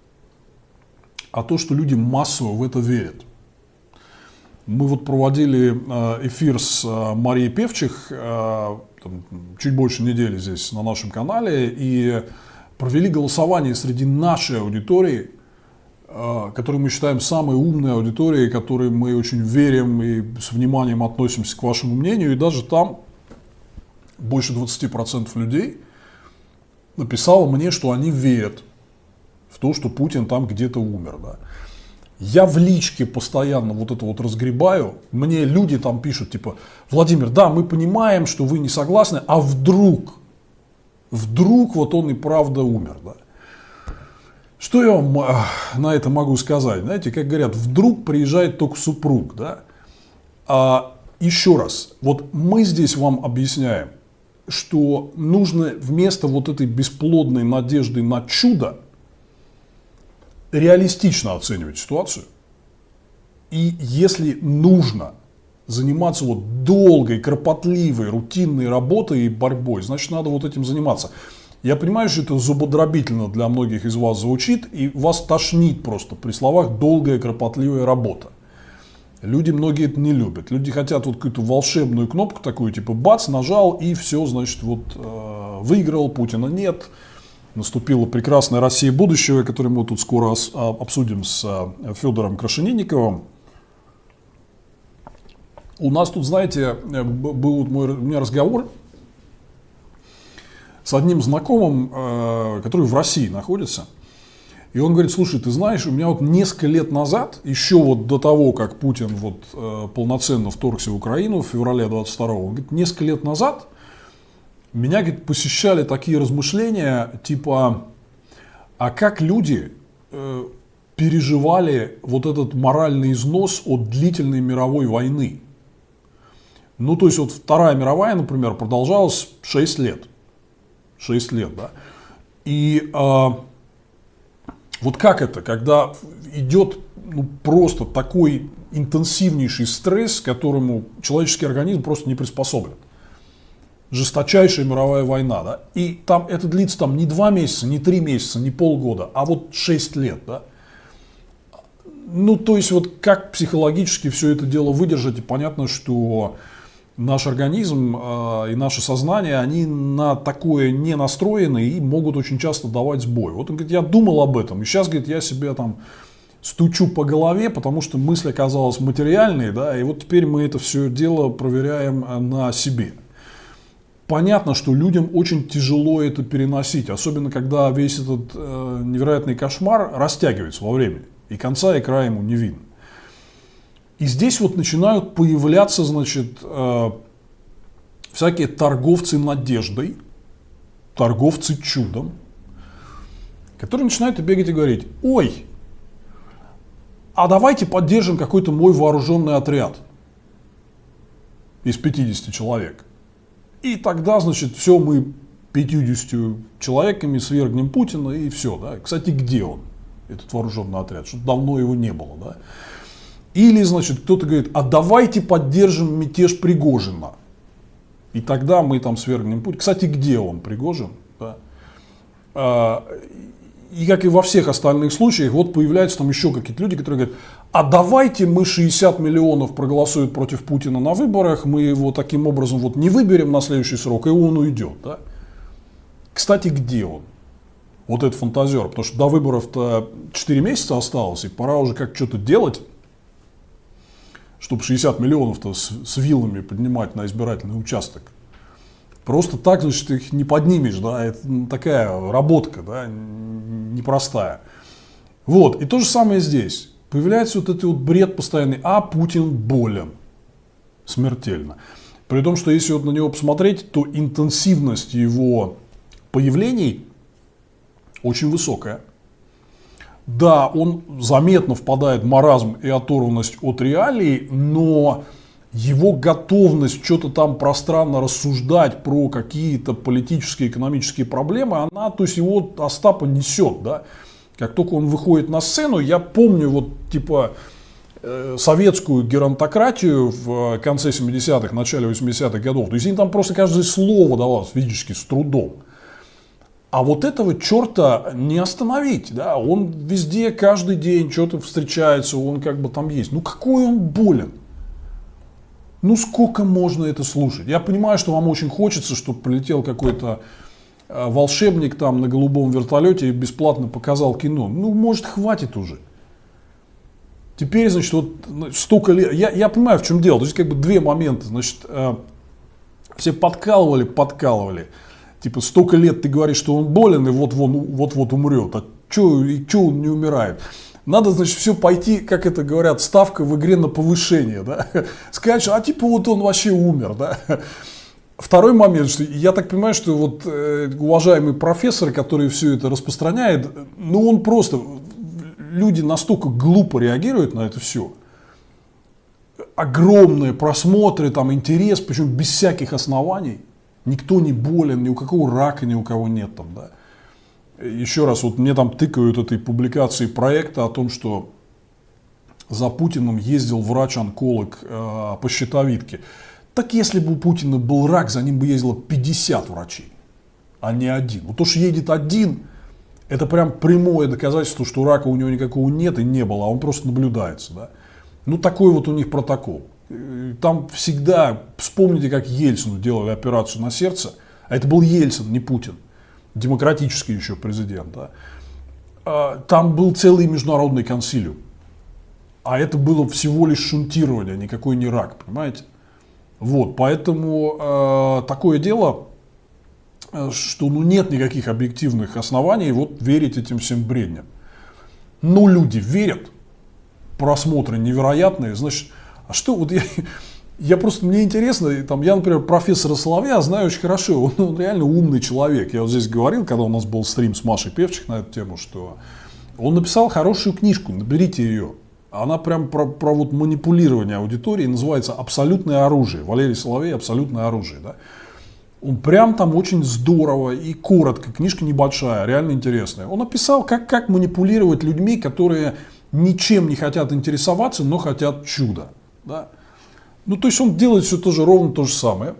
S1: а то, что люди массово в это верят. Мы вот проводили эфир с Марией Певчих, там, чуть больше недели здесь на нашем канале, и провели голосование среди нашей аудитории, которую мы считаем самой умной аудиторией, которой мы очень верим и с вниманием относимся к вашему мнению. И даже там больше двадцати процентов людей написало мне, что они верят в то, что Путин там где-то умер. Да. Я в личке постоянно вот это вот разгребаю. Мне люди там пишут, типа, Владимир, да, мы понимаем, что вы не согласны, а вдруг, вдруг вот он и правда умер. Да. Что я вам на это могу сказать? Знаете, как говорят, вдруг приезжает только супруг. Да? А еще раз, вот мы здесь вам объясняем, что нужно вместо вот этой бесплодной надежды на чудо реалистично оценивать ситуацию. И если нужно заниматься вот долгой, кропотливой, рутинной работой и борьбой, значит, надо вот этим заниматься. Я понимаю, что это зубодробительно для многих из вас звучит, и вас тошнит просто при словах «долгая, кропотливая работа». Люди многие это не любят. Люди хотят вот какую-то волшебную кнопку такую, типа бац, нажал, и все, значит, вот э, выиграл, Путина нет. Наступила прекрасная Россия будущего, которую мы тут скоро обсудим с Федором Крашенинниковым. У нас тут, знаете, был мой, у меня разговор с одним знакомым, который в России находится. И он говорит, слушай, ты знаешь, у меня вот несколько лет назад, еще вот до того, как Путин вот полноценно вторгся в Украину в феврале двадцать второго, он говорит, несколько лет назад меня, говорит, посещали такие размышления, типа, а как люди э, переживали вот этот моральный износ от длительной мировой войны? Ну, то есть, вот Вторая мировая, например, продолжалась шесть лет. шесть лет, да. И э, вот как это, когда идет ну, просто такой интенсивнейший стресс, к которому человеческий организм просто не приспособлен. Жесточайшая мировая война, да, и там это длится там не два месяца, не три месяца, не полгода, а вот шесть лет, да. Ну, то есть, вот как психологически все это дело выдержать, и понятно, что наш организм э, и наше сознание, они на такое не настроены и могут очень часто давать сбой. Вот он говорит, я думал об этом, и сейчас, говорит, я себе там стучу по голове, потому что мысль оказалась материальной, да, и вот теперь мы это все дело проверяем на себе. Понятно, что людям очень тяжело это переносить, особенно когда весь этот э, невероятный кошмар растягивается во времени, и конца и края ему не видно. И здесь вот начинают появляться, значит, э, всякие торговцы надеждой, торговцы чудом, которые начинают бегать и говорить, ой, а давайте поддержим какой-то мой вооруженный отряд из пятидесяти человек. И тогда, значит, все, мы пятьюдесятью человеками свергнем Путина, и все. Да? Кстати, где он, этот вооруженный отряд? Что-то давно его не было. Да? Или, значит, кто-то говорит, а давайте поддержим мятеж Пригожина. И тогда мы там свергнем Путина. Кстати, где он, Пригожин? Да? И как и во всех остальных случаях, вот появляются там еще какие-то люди, которые говорят, а давайте мы шестьдесят миллионов проголосуют против Путина на выборах, мы его таким образом вот не выберем на следующий срок, и он уйдет. Да? Кстати, где он? Вот этот фантазер, потому что до выборов-то четыре месяца осталось, и пора уже как что-то делать, чтобы шестьдесят миллионов-то с, с вилами поднимать на избирательный участок. Просто так, значит, их не поднимешь, да, это такая работка, да, непростая. Вот, и то же самое здесь. Появляется вот этот вот бред постоянный, а Путин болен смертельно. При том, что если вот на него посмотреть, то интенсивность его появлений очень высокая. Да, он заметно впадает в маразм и оторванность от реалий, но его готовность что-то там пространно рассуждать про какие-то политические, экономические проблемы, она, то есть его Остапа несет, да. Как только он выходит на сцену, я помню вот типа э, советскую геронтократию в конце семидесятых, начале восьмидесятых годов. То есть им там просто каждое слово давалось физически с трудом. А вот этого черта не остановить, да, он везде, каждый день что-то встречается, он как бы там есть. Ну какой он болен? Ну сколько можно это слушать? Я понимаю, что вам очень хочется, чтобы полетел какой-то волшебник там на голубом вертолете и бесплатно показал кино. Ну может хватит уже. Теперь, значит, вот столько лет, я, я понимаю, в чем дело, то есть как бы две момента, значит, все подкалывали, подкалывали. Типа, столько лет ты говоришь, что он болен, и вот-вот умрет. А что он не умирает? Надо, значит, все пойти, как это говорят, ставка в игре на повышение. Да? Сказать, что, а типа, вот он вообще умер. Да? Второй момент, что я так понимаю, что вот э, уважаемый профессор, который все это распространяет, ну он просто, люди настолько глупо реагируют на это все. Огромные просмотры, там, интерес, причем без всяких оснований. Никто не болен, ни у какого рака, ни у кого нет там, да. Еще раз, вот мне там тыкают этой публикации проекта о том, что за Путиным ездил врач-онколог э, по щитовидке. Так если бы у Путина был рак, за ним бы ездило пятьдесят врачей, а не один. Вот то, что едет один, это прям прямое доказательство, что рака у него никакого нет и не было, а он просто наблюдается, да. Ну такой вот у них протокол. Там всегда, вспомните, как Ельцину делали операцию на сердце, а это был Ельцин, не Путин, демократический еще президент. Да? Там был целый международный консилиум, а это было всего лишь шунтирование, никакой не рак, понимаете? Вот, поэтому э, такое дело, что ну, нет никаких объективных оснований вот, верить этим всем бредням. Но люди верят, просмотры невероятные, значит... А что, вот я, я просто, мне интересно, там, я, например, профессора Соловья знаю очень хорошо, он, он реально умный человек. Я вот здесь говорил, когда у нас был стрим с Машей Певчих на эту тему, что он написал хорошую книжку, наберите ее. Она прям про, про вот манипулирование аудитории, называется «Абсолютное оружие». Валерий Соловей «Абсолютное оружие». Да? Он прям там очень здорово и коротко, книжка небольшая, реально интересная. Он описал, как, как манипулировать людьми, которые ничем не хотят интересоваться, но хотят чуда. Да? Ну, то есть он делает все тоже ровно то же самое.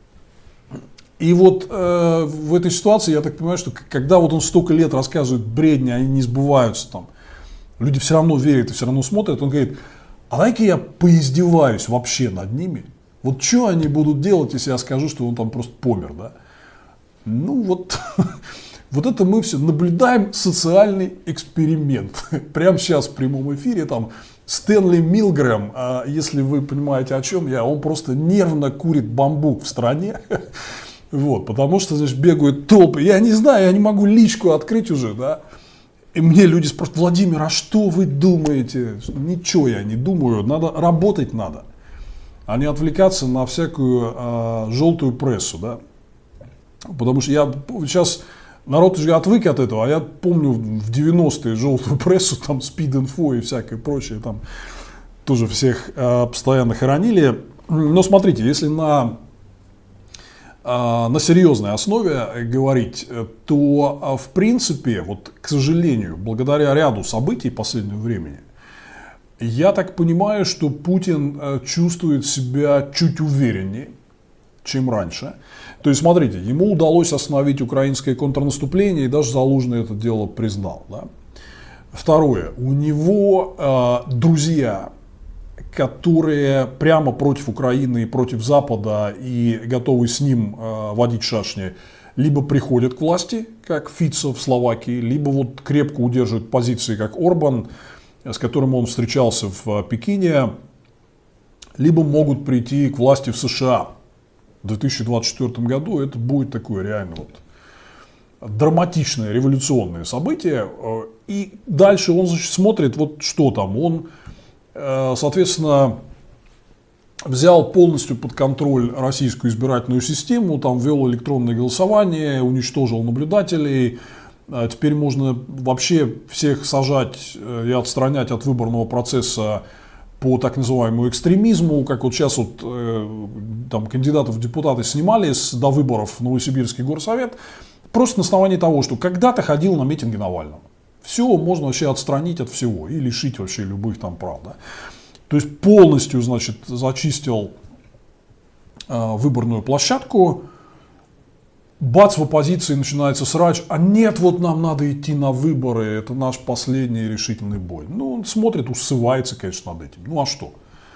S1: И вот э, в этой ситуации, я так понимаю, что когда вот он столько лет рассказывает бредни, они не сбываются, там, люди все равно верят и все равно смотрят, он говорит, а дай-ка я поиздеваюсь вообще над ними. Вот что они будут делать, если я скажу, что он там просто помер, да? Ну вот, вот это мы все наблюдаем социальный эксперимент. Прямо сейчас в прямом эфире там Стэнли Милгрэм, если вы понимаете, о чем я, он просто нервно курит бамбук в стране, вот, потому что, значит, бегают толпы. Я не знаю, я не могу личку открыть уже, да. И мне люди спрашивают, Владимир, а что вы думаете? Ничего я не думаю, надо работать надо, а не отвлекаться на всякую а, желтую прессу, да. Потому что я сейчас... Народ уже отвык от этого, а я помню в девяностые желтую прессу, там спид-инфо и всякое прочее, там тоже всех э, постоянно хоронили. Но смотрите, если на, э, на серьезной основе говорить, то э, в принципе, вот, к сожалению, благодаря ряду событий последнего времени, я так понимаю, что Путин э, чувствует себя чуть увереннее, чем раньше. То есть, смотрите, ему удалось остановить украинское контрнаступление, и даже Залужный это дело признал. Да? Второе. У него э, друзья, которые прямо против Украины и против Запада и готовы с ним э, водить шашни, либо приходят к власти, как Фицо в Словакии, либо вот крепко удерживают позиции, как Орбан, с которым он встречался в Пекине, либо могут прийти к власти в США. В две тысячи двадцать четвёртом году это будет такое реально вот драматичное революционное событие. И дальше он, значит, смотрит, вот что там. Он, соответственно, взял полностью под контроль российскую избирательную систему, там ввел электронное голосование, уничтожил наблюдателей. Теперь можно вообще всех сажать и отстранять от выборного процесса по так называемому экстремизму, как вот сейчас вот э, там кандидатов в депутаты снимали с, до выборов в Новосибирский горсовет, просто на основании того, что когда-то ходил на митинги Навального. Все можно вообще отстранить от всего и лишить вообще любых там прав. Да? То есть полностью, значит, зачистил э, выборную площадку. Бац, в оппозиции начинается срач, а нет, вот нам надо идти на выборы, это наш последний решительный бой. Ну, он смотрит, усывается, конечно, над этим. Ну, а что?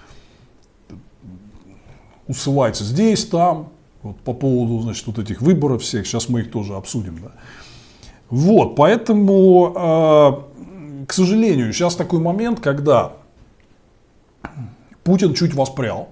S1: Усывается здесь, там, вот по поводу, значит, вот этих выборов всех, сейчас мы их тоже обсудим, да. Вот, поэтому, э, к сожалению, сейчас такой момент, когда Путин чуть воспрял,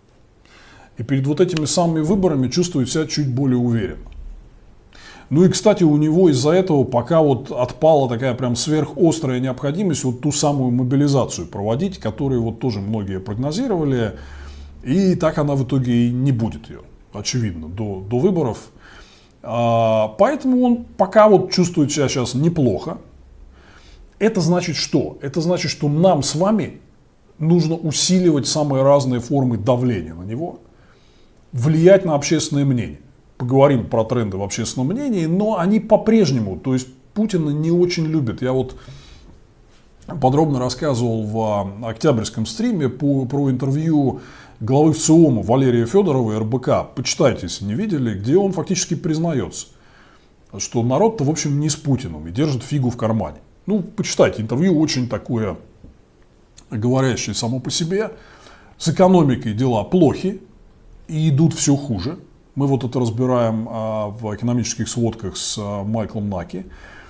S1: и перед вот этими самыми выборами чувствует себя чуть более уверенно. Ну и, кстати, у него из-за этого пока вот отпала такая прям сверхострая необходимость вот ту самую мобилизацию проводить, которую вот тоже многие прогнозировали. И так она в итоге и не будет ее, очевидно, до, до выборов. А, поэтому он пока вот чувствует себя сейчас неплохо. Это значит что? Это значит, что нам с вами нужно усиливать самые разные формы давления на него, влиять на общественное мнение. Поговорим про тренды в общественном мнении, но они по-прежнему, то есть Путина не очень любят. Я вот подробно рассказывал в октябрьском стриме по, про интервью главы ВЦИОМа Валерия Федорова и эр бэ ка. Почитайте, если не видели, где он фактически признается, что народ-то, в общем, не с Путиным и держит фигу в кармане. Ну, почитайте, интервью очень такое говорящее само по себе. С экономикой дела плохи и идут все хуже. Мы вот это разбираем а, в экономических сводках с а, Майклом Наки.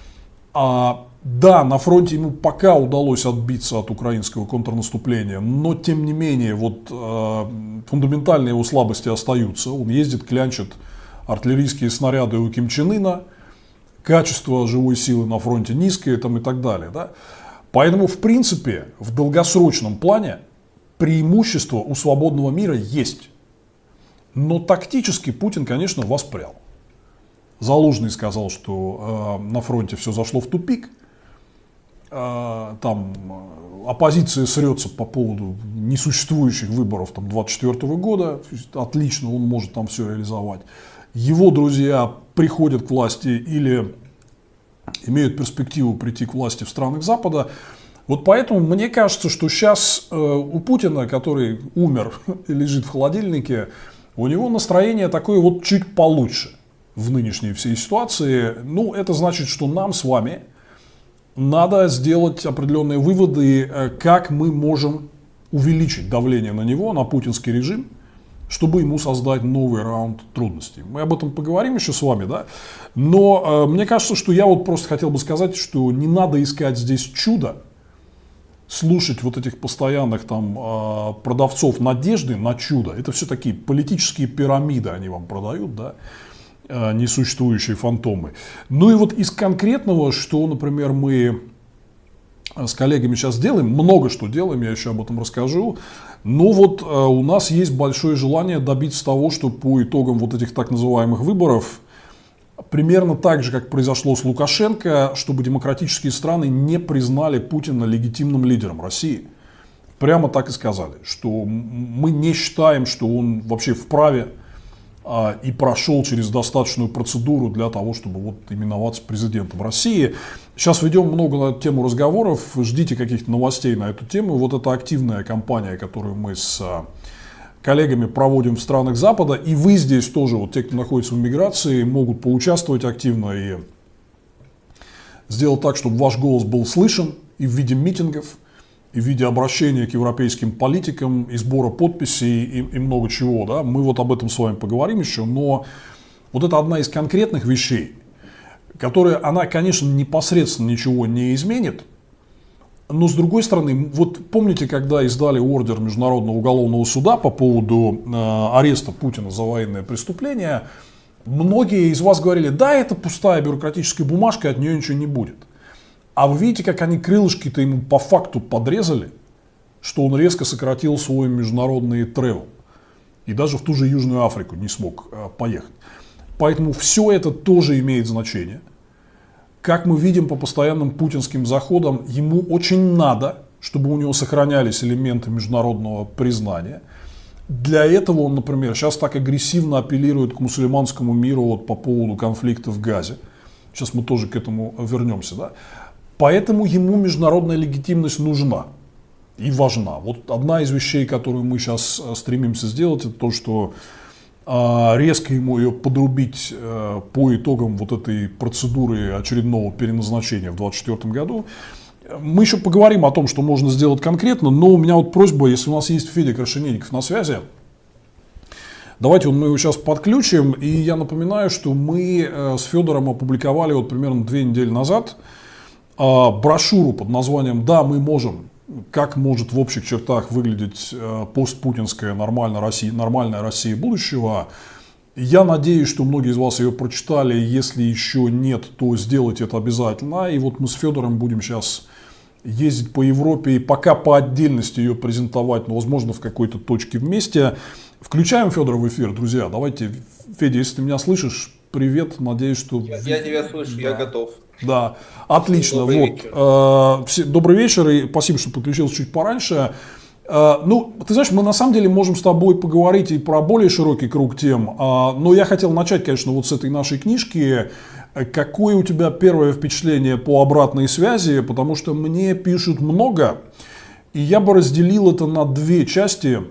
S1: А, да, на фронте ему пока удалось отбиться от украинского контрнаступления, но тем не менее вот, а, фундаментальные его слабости остаются. Он ездит, клянчит артиллерийские снаряды у Ким Чен Ына, качество живой силы на фронте низкое там, и так далее. Да? Поэтому, в принципе, в долгосрочном плане преимущество у свободного мира есть. Но тактически Путин, конечно, воспрял. Залужный сказал, что э, на фронте все зашло в тупик. Э, там оппозиция срется по поводу несуществующих выборов там, двадцать четвёртого года. Отлично, он может там все реализовать. Его друзья приходят к власти или имеют перспективу прийти к власти в странах Запада. Вот поэтому мне кажется, что сейчас э, у Путина, который умер и лежит в холодильнике, у него настроение такое вот чуть получше в нынешней всей ситуации. Ну, это значит, что нам с вами надо сделать определенные выводы, как мы можем увеличить давление на него, на путинский режим, чтобы ему создать новый раунд трудностей. Мы об этом поговорим еще с вами, да? Но э, мне кажется, что я вот просто хотел бы сказать, что не надо искать здесь чудо, слушать вот этих постоянных там продавцов надежды на чудо. Это все такие политические пирамиды они вам продают, да, несуществующие фантомы. Ну и вот из конкретного, что, например, мы с коллегами сейчас делаем, много что делаем, я еще об этом расскажу. Но вот у нас есть большое желание добиться того, что по итогам вот этих так называемых выборов, примерно так же, как произошло с Лукашенко, чтобы демократические страны не признали Путина легитимным лидером России. Прямо так и сказали, что мы не считаем, что он вообще вправе а, и прошел через достаточную процедуру для того, чтобы вот именоваться президентом России. Сейчас ведем много на эту тему разговоров, ждите каких-то новостей на эту тему. Вот эта активная кампания, которую мы с коллегами проводим в странах Запада, и вы здесь тоже, вот те, кто находится в миграции, могут поучаствовать активно и сделать так, чтобы ваш голос был слышен и в виде митингов, и в виде обращения к европейским политикам, и сбора подписей, и, и много чего. Да? Мы вот об этом с вами поговорим еще, но вот это одна из конкретных вещей, которая, она, конечно, непосредственно ничего не изменит. Но с другой стороны, вот помните, когда издали ордер Международного уголовного суда по поводу э, ареста Путина за военное преступление, многие из вас говорили, да, это пустая бюрократическая бумажка, от нее ничего не будет. А вы видите, как они крылышки-то ему по факту подрезали, что он резко сократил свой международный тревел. И даже в ту же Южную Африку не смог э, поехать. Поэтому все это тоже имеет значение. Как мы видим по постоянным путинским заходам, ему очень надо, чтобы у него сохранялись элементы международного признания. Для этого он, например, сейчас так агрессивно апеллирует к мусульманскому миру вот, по поводу конфликта в Газе. Сейчас мы тоже к этому вернемся. Да? Поэтому ему международная легитимность нужна и важна. Вот одна из вещей, которую мы сейчас стремимся сделать, это то, что э, резко ему ее подрубить э, по итогам вот этой процедуры очередного переназначения в двадцать четвёртом году. Мы еще поговорим о том, что можно сделать конкретно, но у меня вот просьба, если у нас есть Федя Крашенинников на связи, давайте вот мы его сейчас подключим. И я напоминаю, что мы э, с Федором опубликовали вот примерно две недели назад брошюру под названием «Да, мы можем. Как может в общих чертах выглядеть постпутинская нормальная Россия, нормальная Россия будущего». Я надеюсь, что многие из вас ее прочитали. Если еще нет, то сделайте это обязательно. И вот мы с Федором будем сейчас ездить по Европе и пока по отдельности ее презентовать, но возможно в какой-то точке вместе. Включаем Федора в эфир, друзья. Давайте, Федя, если ты меня слышишь, привет. Надеюсь, что...
S2: Я, я тебя слышу, да. Я готов.
S1: Да, отлично.
S2: Добрый
S1: вот.
S2: вечер.
S1: Э, все, добрый вечер и спасибо, что подключился чуть пораньше. Э, ну, ты знаешь, мы на самом деле можем с тобой поговорить и про более широкий круг тем. Э, но я хотел начать, конечно, вот с этой нашей книжки. Какое у тебя первое впечатление по обратной связи? Потому что мне пишут много, и я бы разделил это на две части.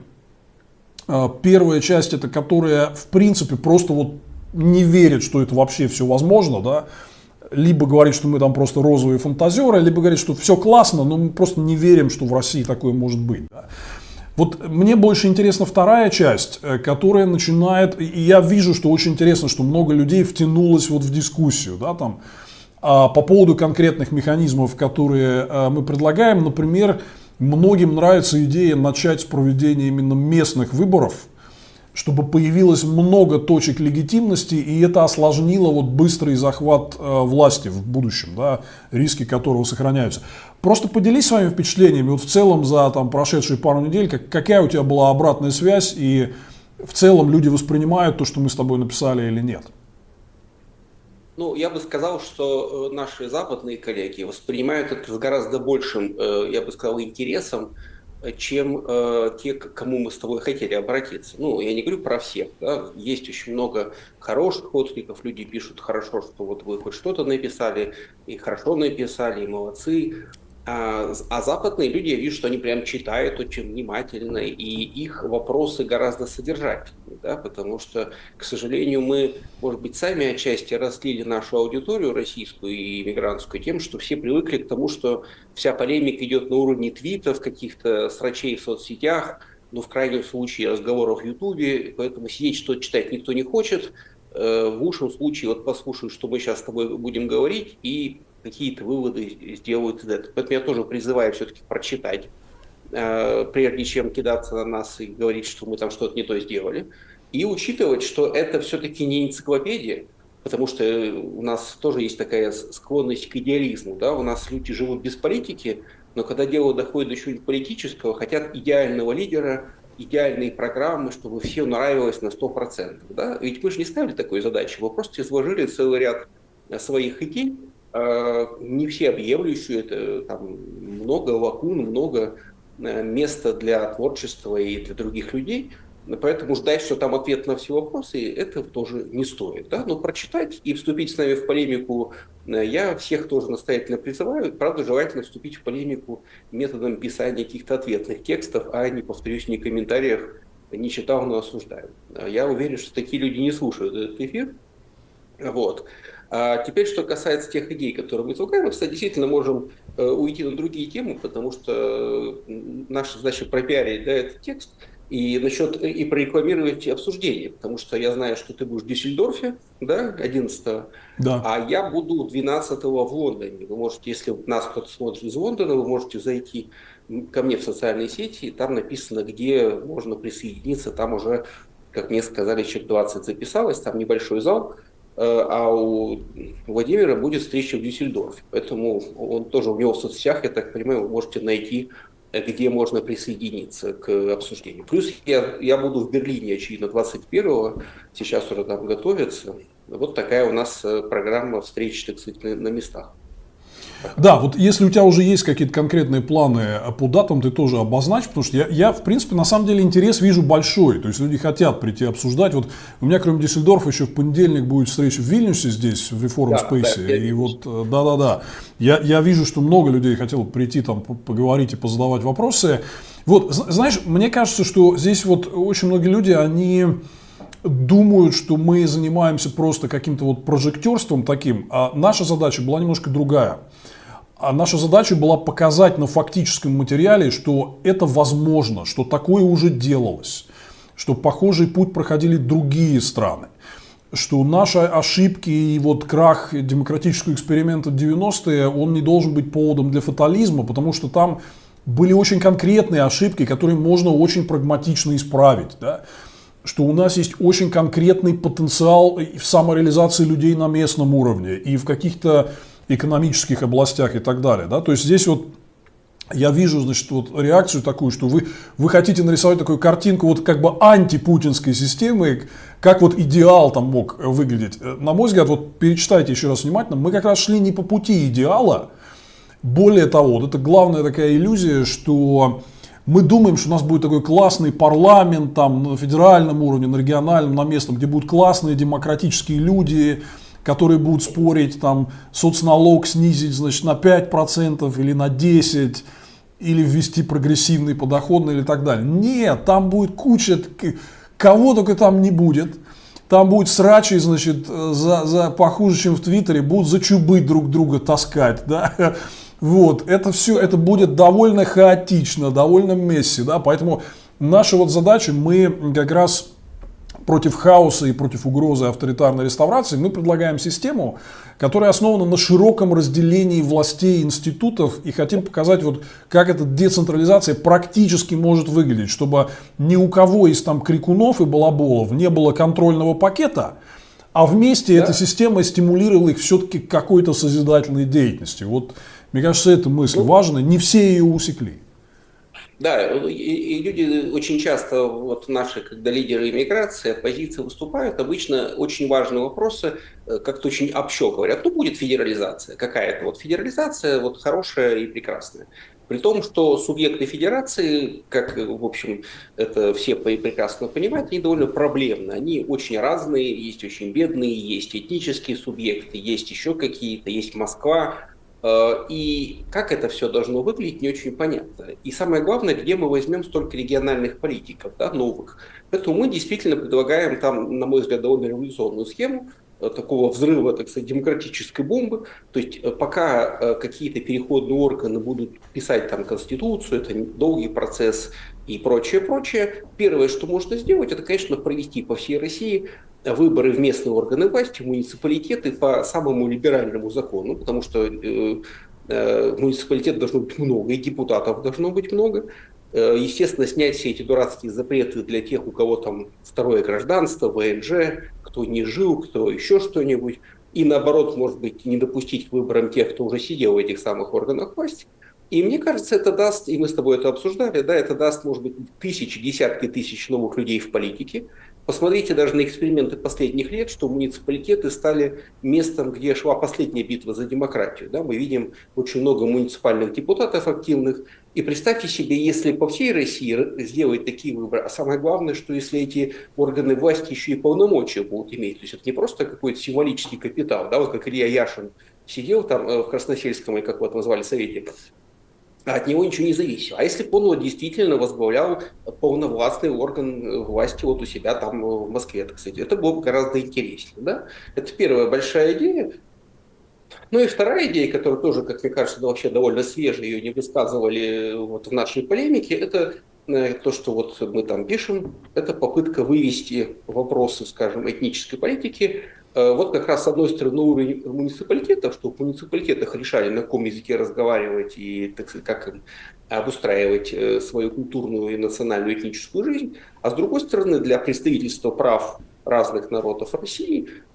S1: Э, первая часть, это которая, в принципе, просто вот не верит, что это вообще все возможно, да. Либо говорит, что мы там просто розовые фантазеры, либо говорит, что все классно, но мы просто не верим, что в России такое может быть. Да. Вот мне больше интересна вторая часть, которая начинает, и я вижу, что очень интересно, что много людей втянулось вот в дискуссию, да, там, по поводу конкретных механизмов, которые мы предлагаем. Например, многим нравится идея начать с проведения именно местных выборов, чтобы появилось много точек легитимности, и это осложнило вот быстрый захват э, власти в будущем, да, риски которого сохраняются. Просто поделись своими впечатлениями вот в целом за там, прошедшие пару недель, как, какая у тебя была обратная связь, и в целом люди воспринимают то, что мы с тобой написали, или нет?
S2: Ну, я бы сказал, что наши западные коллеги воспринимают это с гораздо большим, я бы сказал, интересом, чем э, те, к кому мы с тобой хотели обратиться. Ну, я не говорю про всех, да, есть очень много хороших откликов, люди пишут хорошо, что вот вы хоть что-то написали, и хорошо написали, и молодцы. А, а западные люди, я вижу, что они прям читают очень внимательно, и их вопросы гораздо содержательнее, да, потому что, к сожалению, мы, может быть, сами отчасти разлили нашу аудиторию российскую и иммигрантскую тем, что все привыкли к тому, что вся полемика идет на уровне твитов, каких-то срачей в соцсетях, ну, в крайнем случае, разговоров в Ютубе, поэтому сидеть что-то читать никто не хочет. В лучшем случае, вот послушают, что мы сейчас с тобой будем говорить, и какие-то выводы сделают из этого. Поэтому я тоже призываю все-таки прочитать, прежде чем кидаться на нас и говорить, что мы там что-то не то сделали. И учитывать, что это все-таки не энциклопедия, потому что у нас тоже есть такая склонность к идеализму. Да? У нас люди живут без политики, но когда дело доходит до чего-нибудь политического, хотят идеального лидера, идеальные программы, чтобы всем нравилось на сто процентов. Да? Ведь мы же не ставили такой задачи, мы просто изложили целый ряд своих идей, не все объемлющие, это там много лакун, много места для творчества и для других людей. Поэтому ждать, что там ответ на все вопросы, это тоже не стоит. Да? Но прочитать и вступить с нами в полемику я всех тоже настоятельно призываю. Правда, желательно вступить в полемику методом писания каких-то ответных текстов, а не, повторюсь, не комментариев, не читал, но осуждаю. Я уверен, что такие люди не слушают этот эфир. Вот. А теперь, что касается тех идей, которые мы излагаем, мы, кстати, действительно можем э, уйти на другие темы, потому что наша задача пропиарить, да, этот текст и насчет и прорекламировать обсуждение, потому что я знаю, что ты будешь в Дюссельдорфе, да, одиннадцатого,
S1: да.
S2: А я буду двенадцатого в Лондоне. Вы можете, если нас кто-то смотрит из Лондона, вы можете зайти ко мне в социальные сети, и там написано, где можно присоединиться, там уже, как мне сказали, человек двадцать записалось, там небольшой зал. а у Владимира будет встреча в Дюссельдорфе. Поэтому он тоже, у него в соцсетях, я так понимаю, вы можете найти, где можно присоединиться к обсуждению. Плюс я, я буду в Берлине, очевидно, двадцать первого, сейчас уже там готовится. Вот такая у нас программа встреч, так сказать, на, на местах.
S1: Да, вот если у тебя уже есть какие-то конкретные планы по датам, ты тоже обозначь, потому что я, я, в принципе, на самом деле интерес вижу большой. То есть люди хотят прийти обсуждать. Вот у меня, кроме Дюссельдорфа, еще в понедельник будет встреча в Вильнюсе здесь, в Reform
S2: Да,
S1: Space.
S2: да,
S1: и вот, да-да-да, я, я вижу, что много людей хотело прийти там поговорить и позадавать вопросы. Вот, знаешь, мне кажется, что здесь вот очень многие люди, они думают, что мы занимаемся просто каким-то вот прожектерством таким, а наша задача была немножко другая. А наша задача была показать на фактическом материале, что это возможно, что такое уже делалось, что похожий путь проходили другие страны, что наши ошибки и вот крах демократического эксперимента в девяностые, он не должен быть поводом для фатализма, потому что там были очень конкретные ошибки, которые можно очень прагматично исправить, да? Что у нас есть очень конкретный потенциал в самореализации людей на местном уровне и в каких-то экономических областях и так далее. Да? То есть здесь вот я вижу, значит, вот реакцию такую, что вы, вы хотите нарисовать такую картинку вот как бы антипутинской системы, как вот идеал там мог выглядеть. На мой взгляд, вот перечитайте еще раз внимательно, мы как раз шли не по пути идеала. Более того, вот это главная такая иллюзия, что мы думаем, что у нас будет такой классный парламент там, на федеральном уровне, на региональном, на местном, где будут классные демократические люди, которые будут спорить, там, соцналог снизить, значит, на пять процентов или на десять процентов, или ввести прогрессивный подоходный или так далее. Нет, там будет куча, кого только там не будет. Там будет срачи, значит, за, за, похуже, чем в Твиттере, будут за чубы друг друга таскать, да. Вот, это все, это будет довольно хаотично, довольно месси, да, поэтому наша вот задача, мы как раз против хаоса и против угрозы авторитарной реставрации, мы предлагаем систему, которая основана на широком разделении властей и институтов, и хотим показать, вот, как эта децентрализация практически может выглядеть, чтобы ни у кого из там крикунов и балаболов не было контрольного пакета, а вместе да. эта система стимулировала их все-таки к какой-то созидательной деятельности. Вот, мне кажется, эта мысль важна, не все ее усекли.
S2: Да, и, и люди очень часто, вот наши, когда лидеры иммиграции, оппозиции выступают, обычно очень важные вопросы, как-то очень общо говорят, ну будет федерализация какая-то, вот федерализация вот хорошая и прекрасная. При том, что субъекты федерации, как, в общем, это все прекрасно понимают, они довольно проблемны, они очень разные, есть очень бедные, есть этнические субъекты, есть еще какие-то, есть Москва. И как это все должно выглядеть, не очень понятно. И самое главное, где мы возьмем столько региональных политиков, да, новых. Поэтому мы действительно предлагаем там, на мой взгляд, довольно революционную схему такого взрыва, так сказать, демократической бомбы. То есть пока какие-то переходные органы будут писать там Конституцию, это долгий процесс и прочее, прочее. Первое, что можно сделать, это, конечно, провести по всей России выборы в местные органы власти, муниципалитеты по самому либеральному закону, потому что э, э, муниципалитетов должно быть много, и депутатов должно быть много. Э, естественно, снять все эти дурацкие запреты для тех, у кого там второе гражданство, вэ эн жэ, кто не жил, кто еще что-нибудь. И наоборот, может быть, не допустить к выборам тех, кто уже сидел в этих самых органах власти. И мне кажется, это даст, и мы с тобой это обсуждали, да, это даст, может быть, тысячи, десятки тысяч новых людей в политике. Посмотрите даже на эксперименты последних лет, что муниципалитеты стали местом, где шла последняя битва за демократию. Да? Мы видим очень много муниципальных депутатов активных. И представьте себе, если по всей России сделать такие выборы, а самое главное, что если эти органы власти еще и полномочия будут иметь, то есть это не просто какой-то символический капитал, да, вот как Илья Яшин сидел там в Красносельском, или как его там назвали, совете, а от него ничего не зависело. А если бы он вот действительно возглавлял полновластный орган власти вот у себя там в Москве, так сказать, это было бы гораздо интереснее. Да? Это первая большая идея. Ну и вторая идея, которая тоже, как мне кажется, вообще довольно свежая, ее не высказывали вот в нашей полемике, это то, что вот мы там пишем, это попытка вывести вопросы, скажем, этнической политики. Вот как раз с одной стороны уровень муниципалитетов, что в муниципалитетах решали, на каком языке разговаривать и, так сказать, как им обустраивать свою культурную и национальную этническую жизнь. А с другой стороны, для представительства прав разных народов России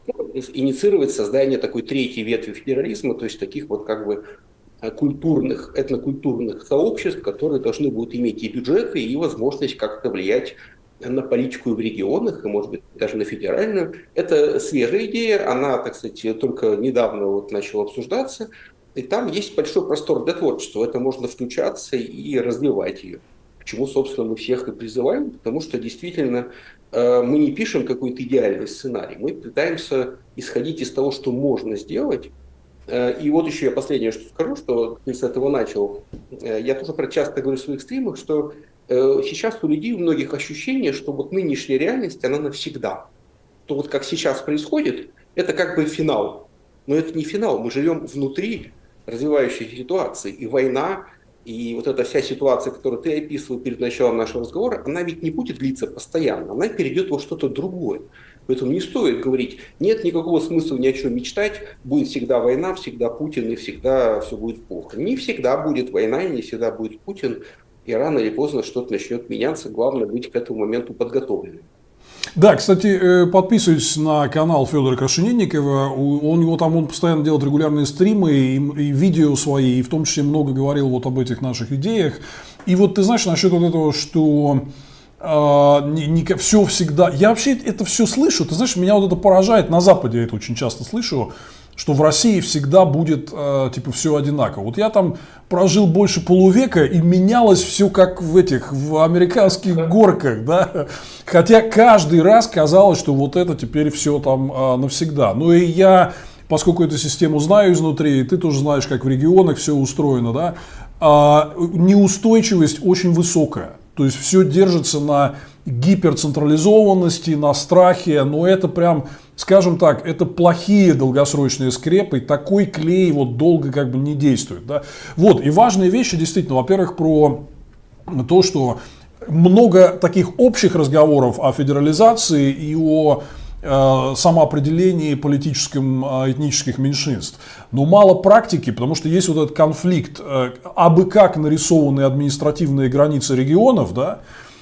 S2: инициировать создание такой третьей ветви федерализма, то есть таких вот как бы культурных, этнокультурных сообществ, которые должны будут иметь и бюджеты, и возможность как-то влиять на политику в регионах, и, может быть, даже на федеральную. Это свежая идея, она, так сказать, только недавно вот начала обсуждаться, и там есть большой простор для творчества, в это можно включаться и развивать ее. К чему, собственно, мы всех и призываем, потому что действительно мы не пишем какой-то идеальный сценарий, мы пытаемся исходить из того, что можно сделать. И вот еще я последнее, что скажу, что ты с этого начал. Я тоже часто говорю в своих стримах, что сейчас у людей, у многих ощущение, что вот нынешняя реальность, она навсегда. То вот как сейчас происходит, это как бы финал. Но это не финал, мы живем внутри развивающейся ситуации. И война, и вот эта вся ситуация, которую ты описывал перед началом нашего разговора, она ведь не будет длиться постоянно, она перейдет во что-то другое. Поэтому не стоит говорить, нет никакого смысла ни о чем мечтать, будет всегда война, всегда Путин и всегда все будет плохо. Не всегда будет война и не всегда будет Путин, и рано или поздно что-то начнет меняться, главное быть к этому моменту подготовленным.
S1: Да, кстати, подписывайтесь на канал Федора Крашенинникова, у него там он постоянно делает регулярные стримы и, и видео свои, и в том числе много говорил вот об этих наших идеях. И вот ты знаешь насчет вот этого, что э, не, не, все всегда, я вообще это все слышу, ты знаешь, меня вот это поражает, на Западе я это очень часто слышу, что в России всегда будет э, типа все одинаково. Вот я там прожил больше полувека, и менялось все как в этих, в американских горках, да. Хотя каждый раз казалось, что вот это теперь все там э, навсегда. Ну и я, поскольку эту систему знаю изнутри, и ты тоже знаешь, как в регионах все устроено, да, э, неустойчивость очень высокая. То есть все держится на гиперцентрализованности, на страхе, но это прям, скажем так, это плохие долгосрочные скрепы, такой клей вот долго как бы не действует. Да? Вот, и важные вещи действительно, во-первых, про то, что много таких общих разговоров о федерализации и о э, самоопределении политическом э, этнических меньшинств. Но мало практики, потому что есть вот этот конфликт, э, абы как нарисованные административные границы регионов, да,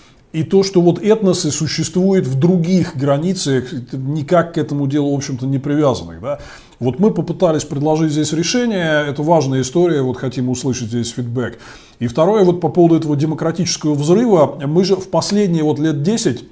S1: и то, что вот этносы существуют в других границах, никак к этому делу, в общем-то, не привязанных. Да? Вот мы попытались предложить здесь решение, это важная история, вот хотим услышать здесь фидбэк. И второе, вот по поводу этого демократического взрыва, мы же в последние вот лет десять,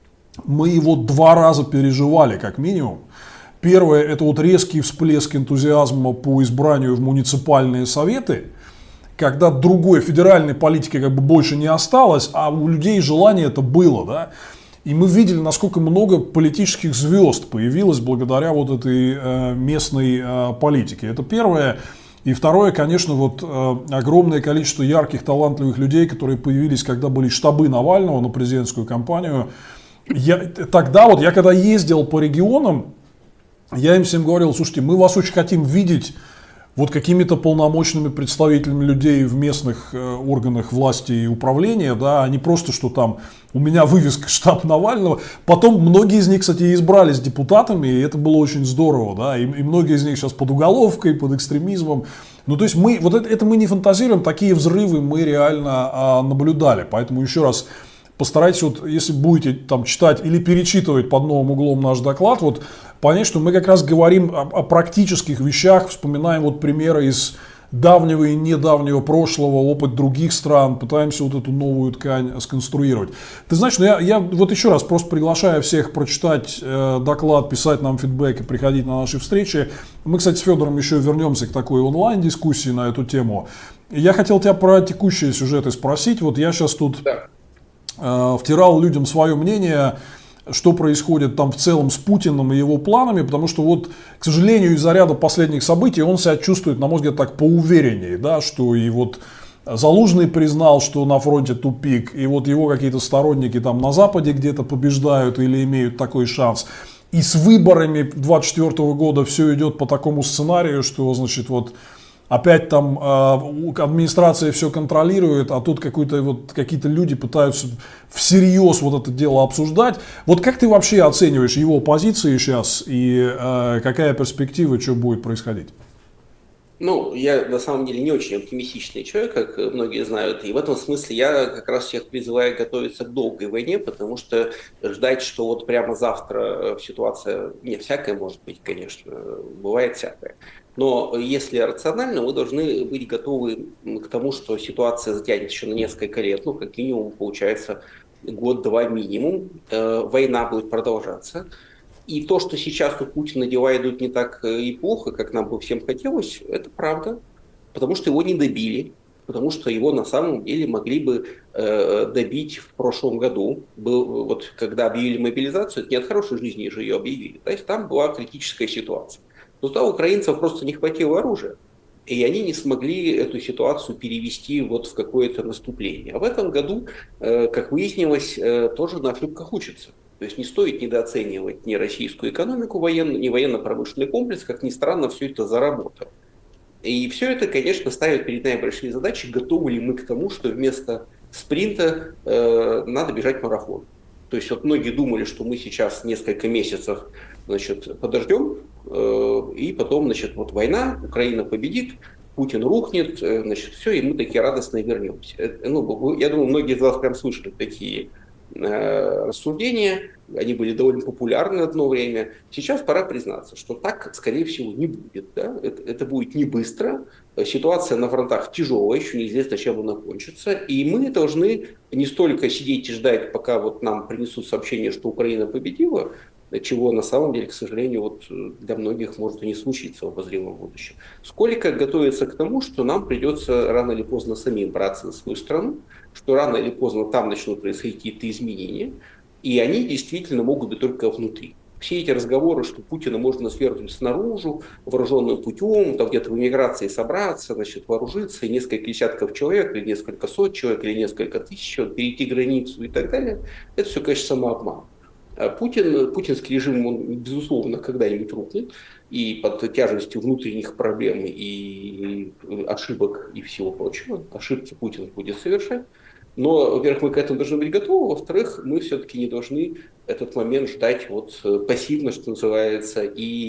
S1: мы его два раза переживали, как минимум. Первое, это вот резкий всплеск энтузиазма по избранию в муниципальные советы, когда другой федеральной политики как бы больше не осталось, а у людей желание это было, да. И мы видели, насколько много политических звезд появилось благодаря вот этой э, местной э, политике. Это первое. И второе, конечно, вот э, огромное количество ярких, талантливых людей, которые появились, когда были штабы Навального на президентскую кампанию. Я, тогда вот я когда ездил по регионам, я им всем говорил, слушайте, мы вас очень хотим видеть вот какими-то полномочными представителями людей в местных э, органах власти и управления, да, а не просто, что там у меня вывеска штаб Навального. Потом многие из них, кстати, избрались депутатами, и это было очень здорово, да, и, и многие из них сейчас под уголовкой, под экстремизмом. Ну, то есть мы, вот это, это мы не фантазируем, такие взрывы мы реально а, наблюдали, поэтому еще раз постарайтесь, вот, если будете там читать или перечитывать под новым углом наш доклад, вот, понять, что мы как раз говорим о, о практических вещах, вспоминаем вот примеры из давнего и недавнего прошлого, опыт других стран, пытаемся вот эту новую ткань сконструировать. Ты знаешь, ну я, я вот еще раз просто приглашаю всех прочитать э, доклад, писать нам фидбэк и приходить на наши встречи. Мы, кстати, с Федором еще вернемся к такой онлайн-дискуссии на эту тему. Я хотел тебя про текущие сюжеты спросить. Вот я сейчас тут э, втирал людям свое мнение, что происходит там в целом с Путиным и его планами, потому что вот, к сожалению, из-за ряда последних событий он себя чувствует, на мой взгляд, так поувереннее, да, что и вот Залужный признал, что на фронте тупик, и вот его какие-то сторонники там на Западе где-то побеждают или имеют такой шанс. И с выборами двадцать четвёртого года все идет по такому сценарию, что, значит, вот опять там э, администрация все контролирует, а тут какой-то, вот, какие-то люди пытаются всерьез вот это дело обсуждать. Вот как ты вообще оцениваешь его позиции сейчас и э, какая перспектива, что будет происходить?
S2: Ну, я на самом деле не очень оптимистичный человек, как многие знают, и в этом смысле я как раз всех призываю готовиться к долгой войне, потому что ждать, что вот прямо завтра ситуация, не всякая может быть, конечно, бывает всякое, но если рационально, мы должны быть готовы к тому, что ситуация затянет еще на несколько лет, ну, как минимум, получается, год-два минимум, э, война будет продолжаться. И то, что сейчас у Путина дела идут не так э, и плохо, как нам бы всем хотелось, это правда. Потому что его не добили, потому что его на самом деле могли бы э, добить в прошлом году. Был, вот когда объявили мобилизацию, это не от хорошей жизни же ее объявили. То есть там была критическая ситуация. Но туда украинцев просто не хватило оружия. И они не смогли эту ситуацию перевести вот в какое-то наступление. А в этом году, э, как выяснилось, э, тоже на ошибках учатся. То есть не стоит недооценивать ни российскую экономику военную, ни военно-промышленный комплекс, как ни странно, все это заработало. И все это, конечно, ставит перед нами большие задачи, готовы ли мы к тому, что вместо спринта э, надо бежать марафон. То есть вот многие думали, что мы сейчас несколько месяцев, значит, подождем, э, и потом, значит, вот война, Украина победит, Путин рухнет, э, значит, все, и мы такие радостно вернемся. Это, ну, я думаю, многие из вас прям слышали такие э, рассуждения, они были довольно популярны одно время. Сейчас пора признаться, что так, скорее всего, не будет. Да? Это, это будет не быстро. Ситуация на фронтах тяжелая, еще неизвестно, чем она кончится. И мы должны не столько сидеть и ждать, пока вот нам принесут сообщение, что Украина победила, чего на самом деле, к сожалению, вот для многих может и не случиться в обозримом будущем. Сколько готовиться к тому, что нам придется рано или поздно самим браться за свою страну, что рано или поздно там начнут происходить какие-то изменения, и они действительно могут быть только внутри. Все эти разговоры, что Путина можно свергнуть снаружи, вооруженным путем, там где-то в эмиграции собраться, значит, вооружиться, и несколько десятков человек, или несколько сот человек, или несколько тысяч человек, перейти границу и так далее, это все, конечно, самообман. Путин, путинский режим, он, безусловно, когда-нибудь рухнет, и под тяжестью внутренних проблем и ошибок и всего прочего, ошибки Путин будет совершать. Но, во-первых, мы к этому должны быть готовы, во-вторых, мы все-таки не должны этот момент ждать вот пассивно, что называется,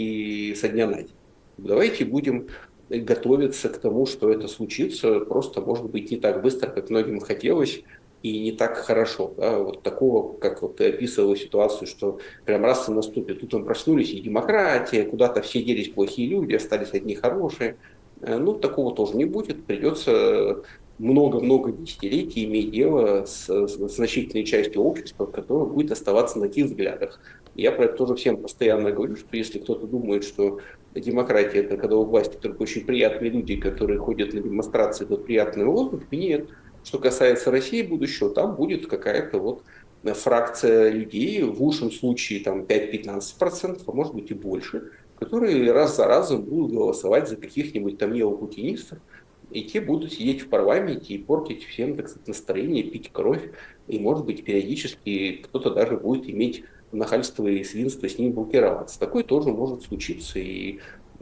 S2: и со дня на день. Давайте будем готовиться к тому, что это случится, просто, может быть, не так быстро, как многим хотелось, и не так хорошо. Да? Вот такого, как вот ты описывал ситуацию, что прям раз и наступит. Тут мы проснулись, и демократия, куда-то все делись плохие люди, остались одни хорошие. Ну, такого тоже не будет. Придется много-много десятилетий иметь дело с, с значительной частью общества, которое будет оставаться на таких взглядах. Я про это тоже всем постоянно говорю, что если кто-то думает, что демократия — это когда у власти только очень приятные люди, которые ходят на демонстрации под приятными лозунгами, нет. Что касается России будущего, там будет какая-то вот фракция людей, в лучшем случае там пять-пятнадцать процентов, а может быть и больше, которые раз за разом будут голосовать за каких-нибудь там неопутинистов, и те будут сидеть в парламенте и портить всем, так сказать, настроение, пить кровь, и, может быть, периодически кто-то даже будет иметь нахальство и свинство с ним блокироваться. Такое тоже может случиться, и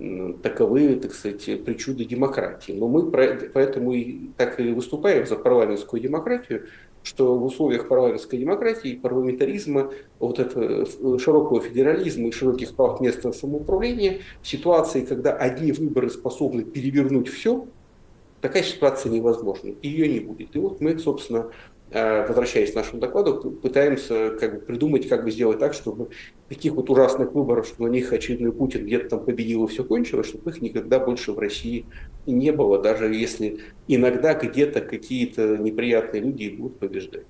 S2: таковы, так сказать, причуды демократии. Но мы поэтому и так и выступаем за парламентскую демократию, что в условиях парламентской демократии, парламентаризма, вот этого широкого федерализма и широких прав местного самоуправления, в ситуации, когда одни выборы способны перевернуть все, такая ситуация невозможна, ее не будет. И вот мы, собственно, возвращаясь к нашему докладу, пытаемся как бы придумать, как бы сделать так, чтобы таких вот ужасных выборов, что на них очередной Путин где-то там победил и все кончилось, чтобы их никогда больше в России не было, даже если иногда где-то какие-то неприятные люди будут побеждать.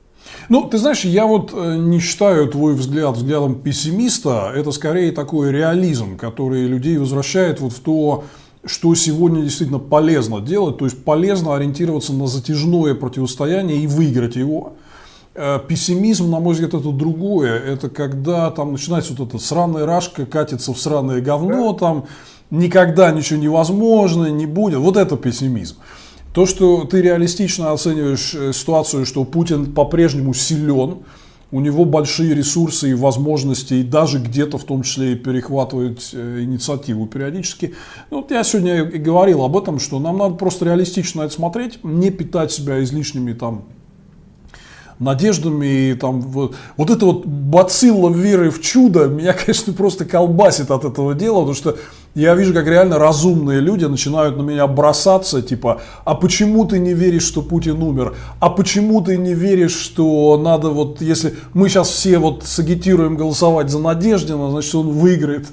S1: Ну, ты знаешь, я вот не считаю твой взгляд взглядом пессимиста, это скорее такой реализм, который людей возвращает вот в то, что сегодня действительно полезно делать, то есть полезно ориентироваться на затяжное противостояние и выиграть его. Пессимизм, на мой взгляд, это другое. Это когда там начинается вот эта сраная рашка, катится в сраное говно, там никогда ничего невозможно, не будет. Вот это пессимизм. То, что ты реалистично оцениваешь ситуацию, что Путин по-прежнему силен, у него большие ресурсы и возможности, и даже где-то в том числе и перехватывать инициативу периодически. Ну, вот я сегодня и говорил об этом, что нам надо просто реалистично это смотреть, не питать себя излишними там надеждами. И там, вот, вот это вот бацилла веры в чудо меня, конечно, просто колбасит от этого дела, потому что я вижу, как реально разумные люди начинают на меня бросаться, типа, а почему ты не веришь, что Путин умер? А почему ты не веришь, что надо вот, если мы сейчас все вот сагитируем голосовать за Надеждина, значит, он выиграет.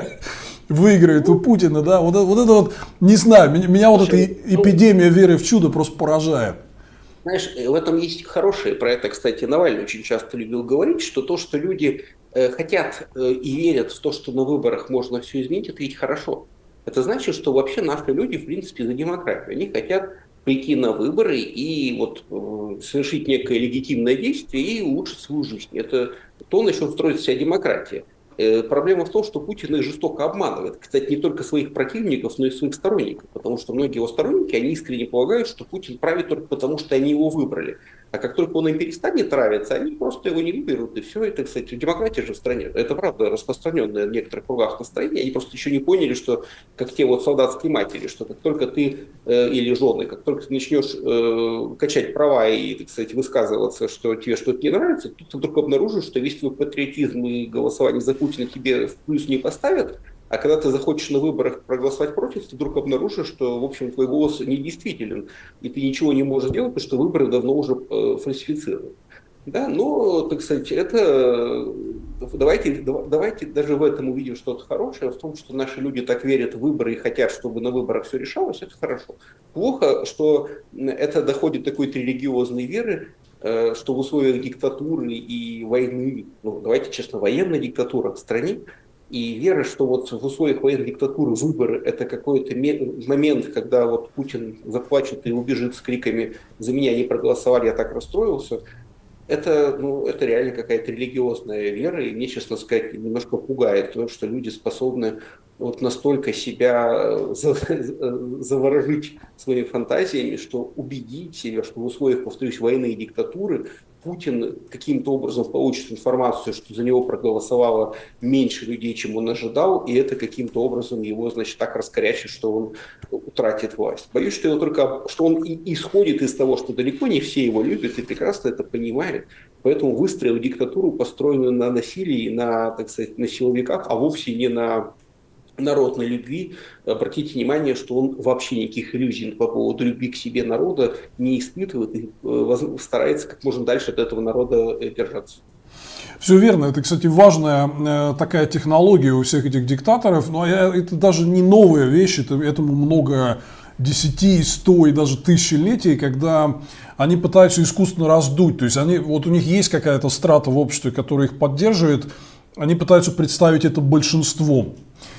S1: Выиграет у Путина, да, вот, вот это вот, не знаю, меня, меня вот эта эпидемия веры в чудо просто поражает.
S2: Знаешь, в этом есть хорошее, про это, кстати, Навальный очень часто любил говорить, что то, что люди э, хотят э, и верят в то, что на выборах можно все изменить, это ведь хорошо. Это значит, что вообще наши люди, в принципе, за демократию. Они хотят прийти на выборы и вот э, совершить некое легитимное действие и улучшить свою жизнь. Это то, на чем строится вся демократия. Проблема в том, что Путин их жестоко обманывает. Кстати, не только своих противников, но и своих сторонников. Потому что многие его сторонники, они искренне полагают, что Путин правит только потому, что они его выбрали. А как только он им перестанет нравиться, они просто его не выберут. И все это, кстати, демократия же в стране. Это правда распространенное в некоторых кругах настроение. Они просто еще не поняли, что как те вот солдатские матери, что как только ты э, или жены, как только ты начнешь э, качать права и, так сказать, высказываться, что тебе что-то не нравится, тут ты вдруг обнаружишь, что весь твой патриотизм и голосование за Путина тебе в плюс не поставят. А когда ты захочешь на выборах проголосовать против, ты вдруг обнаружишь, что, в общем, твой голос недействителен, и ты ничего не можешь делать, потому что выборы давно уже э, фальсифицированы. Да, но, так сказать, это давайте, давайте даже в этом увидим что-то хорошее, в том, что наши люди так верят в выборы и хотят, чтобы на выборах все решалось, это хорошо. Плохо, что это доходит до какой-то религиозной веры, что в условиях диктатуры и войны, ну, давайте честно, военная диктатура в стране, и вера, что вот в условиях военной диктатуры выборы – это какой-то момент, когда вот Путин заплачет и убежит с криками «за меня не проголосовали, я так расстроился», это, ну, это реально какая-то религиозная вера, и мне, честно сказать, немножко пугает то, что люди способны вот настолько себя заворожить своими фантазиями, что убедить себя, что в условиях, повторюсь, войны и диктатуры Путин каким-то образом получит информацию, что за него проголосовало меньше людей, чем он ожидал, и это каким-то образом его, значит, так раскорячит, что он утратит власть. Боюсь, что, его только, что он и исходит из того, что далеко не все его любят и прекрасно это понимают, поэтому выстроил диктатуру, построенную на насилии, на, так сказать, на силовиках, а вовсе не на народной любви. Обратите внимание, что он вообще никаких иллюзий по поводу любви к себе народа не испытывает и старается как можно дальше от этого народа держаться.
S1: Все верно. Это, кстати, важная э, такая технология у всех этих диктаторов. Но я, это даже не новая вещь, это, этому много десяти, сто и даже тысячелетий, когда они пытаются искусственно раздуть. То есть они, вот у них есть какая-то страта в обществе, которая их поддерживает. Они пытаются представить это большинством.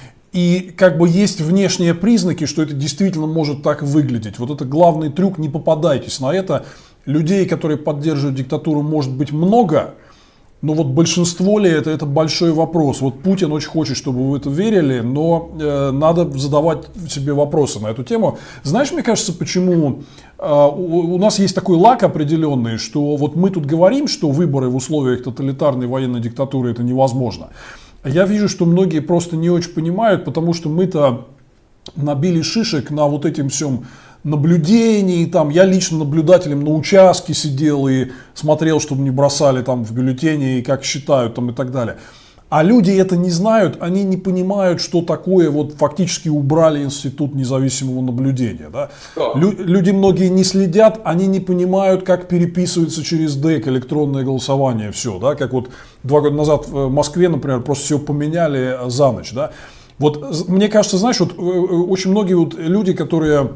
S1: И как бы есть внешние признаки, что это действительно может так выглядеть. Вот это главный трюк, не попадайтесь на это. Людей, которые поддерживают диктатуру, может быть много, но вот большинство ли это, это большой вопрос. Вот Путин очень хочет, чтобы вы в это верили, но э, надо задавать себе вопросы на эту тему. Знаешь, мне кажется, почему э, у, у нас есть такой лак определенный, что вот мы тут говорим, что выборы в условиях тоталитарной военной диктатуры это невозможно. Я вижу, что многие просто не очень понимают, потому что мы-то набили шишек на вот этим всем наблюдении. Там, я лично наблюдателем на участке сидел и смотрел, чтобы не бросали там в бюллетени, и как считают там, и так далее. А люди это не знают, они не понимают, что такое, вот фактически убрали институт независимого наблюдения. Да? Лю- люди многие не следят, они не понимают, как переписывается через ДЭК электронное голосование, все, да? Как вот два года назад в Москве, например, просто все поменяли за ночь. Да? Вот мне кажется, знаешь, вот очень многие вот люди, которые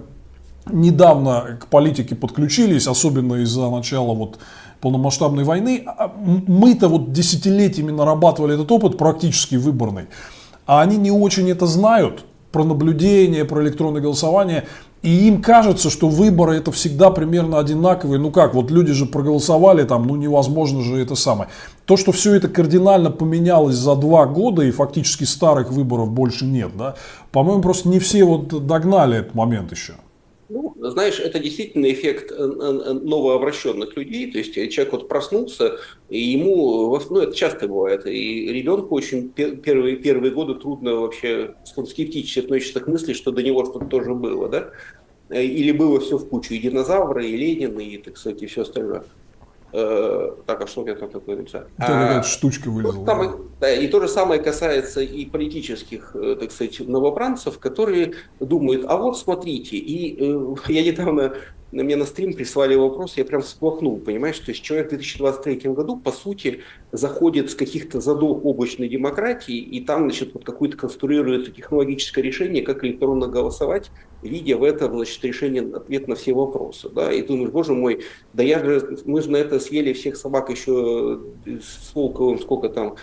S1: недавно к политике подключились, особенно из-за начала вот полномасштабной войны, мы-то вот десятилетиями нарабатывали этот опыт практически выборный, а они не очень это знают про наблюдение, про электронное голосование, и им кажется, что выборы это всегда примерно одинаковые. Ну как, вот люди же проголосовали там, ну невозможно же это самое. То, что все это кардинально поменялось за два года и фактически старых выборов больше нет, да, по-моему, просто не все вот догнали этот момент еще.
S2: Ну, знаешь, это действительно эффект новообращенных людей, то есть человек вот проснулся, и ему, ну это часто бывает, и ребенку очень первые, первые годы трудно вообще, он скептически относится к мысли, что до него что-то тоже было, да, или было все в кучу, и динозавры, и Ленин, и, так сказать, и все остальное. Э, так, а что я там такое написал?
S1: У тебя какая-то
S2: А,
S1: штучка
S2: то же
S1: вылезла.
S2: самое, да, и то же самое касается и политических, э, так сказать, новобранцев, которые думают, а вот смотрите, и э, я недавно, на мне на стрим прислали вопрос, я прям всплакнул, понимаешь, то есть человек в две тысячи двадцать третьем году, по сути, заходит с каких-то задов облачной демократии, и там, значит, вот какое-то конструирует технологическое решение, как электронно голосовать, видя в этом, значит, решение, ответ на все вопросы, да, и думаешь, боже мой, да я же, мы же на это съели всех собак еще с Волковым, сколько там,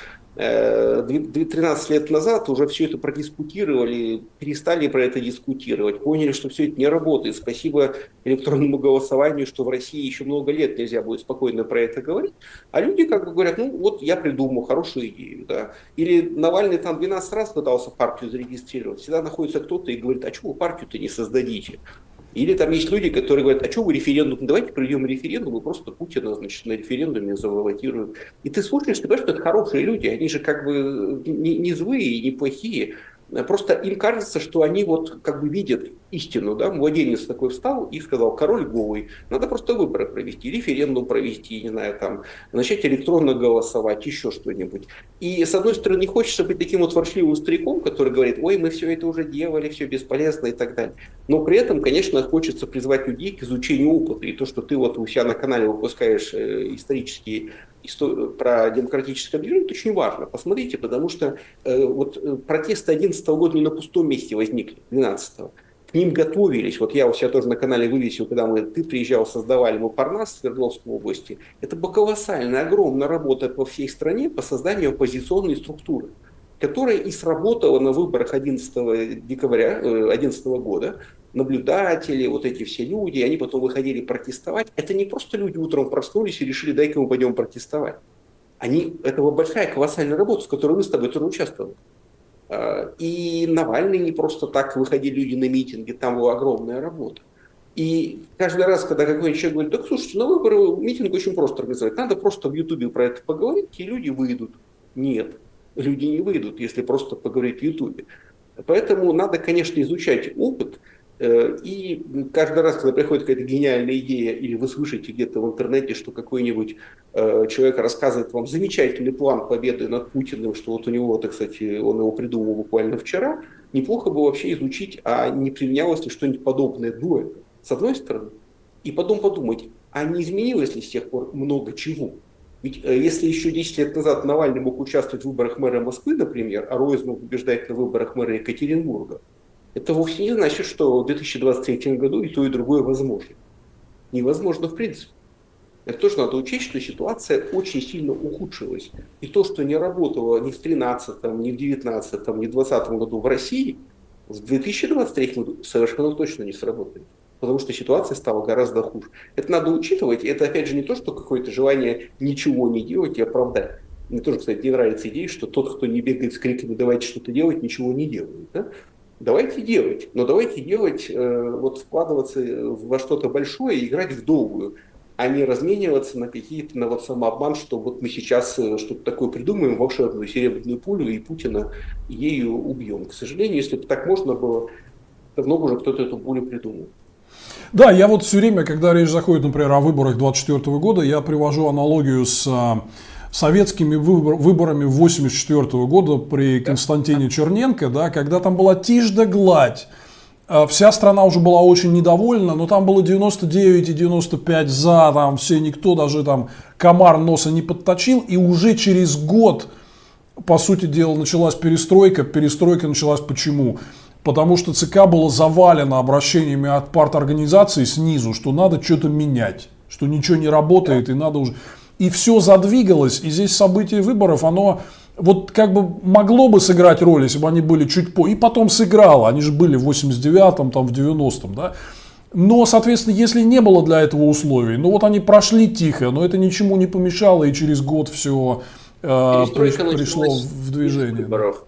S2: э, тринадцать лет назад уже все это продискутировали, перестали про это дискутировать, поняли, что все это не работает. Спасибо электронному голосованию, что в России еще много лет нельзя будет спокойно про это говорить. А люди как бы говорят, ну вот я придумал хорошую идею. Да. Или Навальный там двенадцать раз пытался партию зарегистрировать, всегда находится кто-то и говорит, а чего вы партию-то не создадите? Или там есть люди, которые говорят, а что вы референдум, давайте проведем референдум, и просто Путина, значит, на референдуме забаллотируют. И ты слушаешь, ты понимаешь, что это хорошие люди, они же как бы не, не злые и не плохие. Просто им кажется, что они вот как бы видят истину, да, младенец такой встал и сказал, король голый, надо просто выборы провести, референдум провести, не знаю, там, начать электронно голосовать, еще что-нибудь. И с одной стороны, не хочется быть таким вот ворчливым стариком, который говорит, ой, мы все это уже делали, все бесполезно и так далее. Но при этом, конечно, хочется призвать людей к изучению опыта. И то, что ты вот у себя на канале выпускаешь э, исторические истории про демократическое движение, это очень важно. Посмотрите, потому что э, вот э, протесты одиннадцатого года не на пустом месте возникли, двенадцатого. К ним готовились. Вот я у себя тоже на канале вывесил, когда мы, ты приезжал, создавали мы Парнас в Свердловской области. Это была колоссальная, огромная работа по всей стране по созданию оппозиционной структуры, которая и сработала на выборах одиннадцатого декабря две тысячи одиннадцатого года. Наблюдатели, вот эти все люди, они потом выходили протестовать. Это не просто люди утром проснулись и решили, дай-ка мы пойдем протестовать. Они, это была большая колоссальная работа, в которой мы с тобой тоже участвовали. И Навальный не просто так выходили люди на митинги, там была огромная работа. И каждый раз, когда какой-нибудь человек говорит, так слушайте, на выборы митинг очень просто организовать, надо просто в Ютубе про это поговорить, и люди выйдут. Нет, люди не выйдут, если просто поговорить в Ютубе. Поэтому надо, конечно, изучать опыт, и каждый раз, когда приходит какая-то гениальная идея, или вы слышите где-то в интернете, что какой-нибудь человек рассказывает вам замечательный план победы над Путиным, что вот у него, так сказать, он его придумал буквально вчера, неплохо бы вообще изучить, а не применялось ли что-нибудь подобное до этого, с одной стороны. И потом подумать, а не изменилось ли с тех пор много чего? Ведь э, если еще десять лет назад Навальный мог участвовать в выборах мэра Москвы, например, а Ройз мог побеждать на выборах мэра Екатеринбурга, это вовсе не значит, что в две тысячи двадцать третьем году и то, и другое возможно. Невозможно в принципе. Это тоже надо учесть, что ситуация очень сильно ухудшилась. И то, что не работало ни в тринадцатом, ни в девятнадцатом, ни в двадцатом году в России, в две тысячи двадцать третьем году совершенно точно не сработает. Потому что ситуация стала гораздо хуже. Это надо учитывать. Это, опять же, не то, что какое-то желание ничего не делать и оправдать. Мне тоже, кстати, не нравится идея, что тот, кто не бегает с криками «давайте что-то делать», ничего не делает. Да? Давайте делать. Но давайте делать, э, вот вкладываться во что-то большое и играть в долгую, а не размениваться на какие-то, на вот самообман, что вот мы сейчас что-то такое придумаем, волшебную серебряную пулю, и Путина ею убьем. К сожалению, если бы так можно было, давно бы уже кто-то эту пулю придумал.
S1: Да, я вот все время, когда речь заходит, например, о выборах двадцать четвёртого года, я привожу аналогию с а, советскими выбор, выборами восемьдесят четвёртого года при Константине Черненко, да, когда там была тишь да гладь. А, вся страна уже была очень недовольна, но там было девяносто девять и девяносто пять за, там все, никто даже там комар носа не подточил, и уже через год, по сути дела, началась перестройка. Перестройка началась почему? Потому что ЦК было завалено обращениями от парторганизаций снизу, что надо что-то менять, что ничего не работает и надо уже... И все задвигалось, и здесь событие выборов, оно вот как бы могло бы сыграть роль, если бы они были чуть по... И потом сыграло, они же были в восемьдесят девятом, там в девяностом, да. Но, соответственно, если не было для этого условий, ну вот они прошли тихо, но это ничему не помешало, и через год все э, пришло в движение.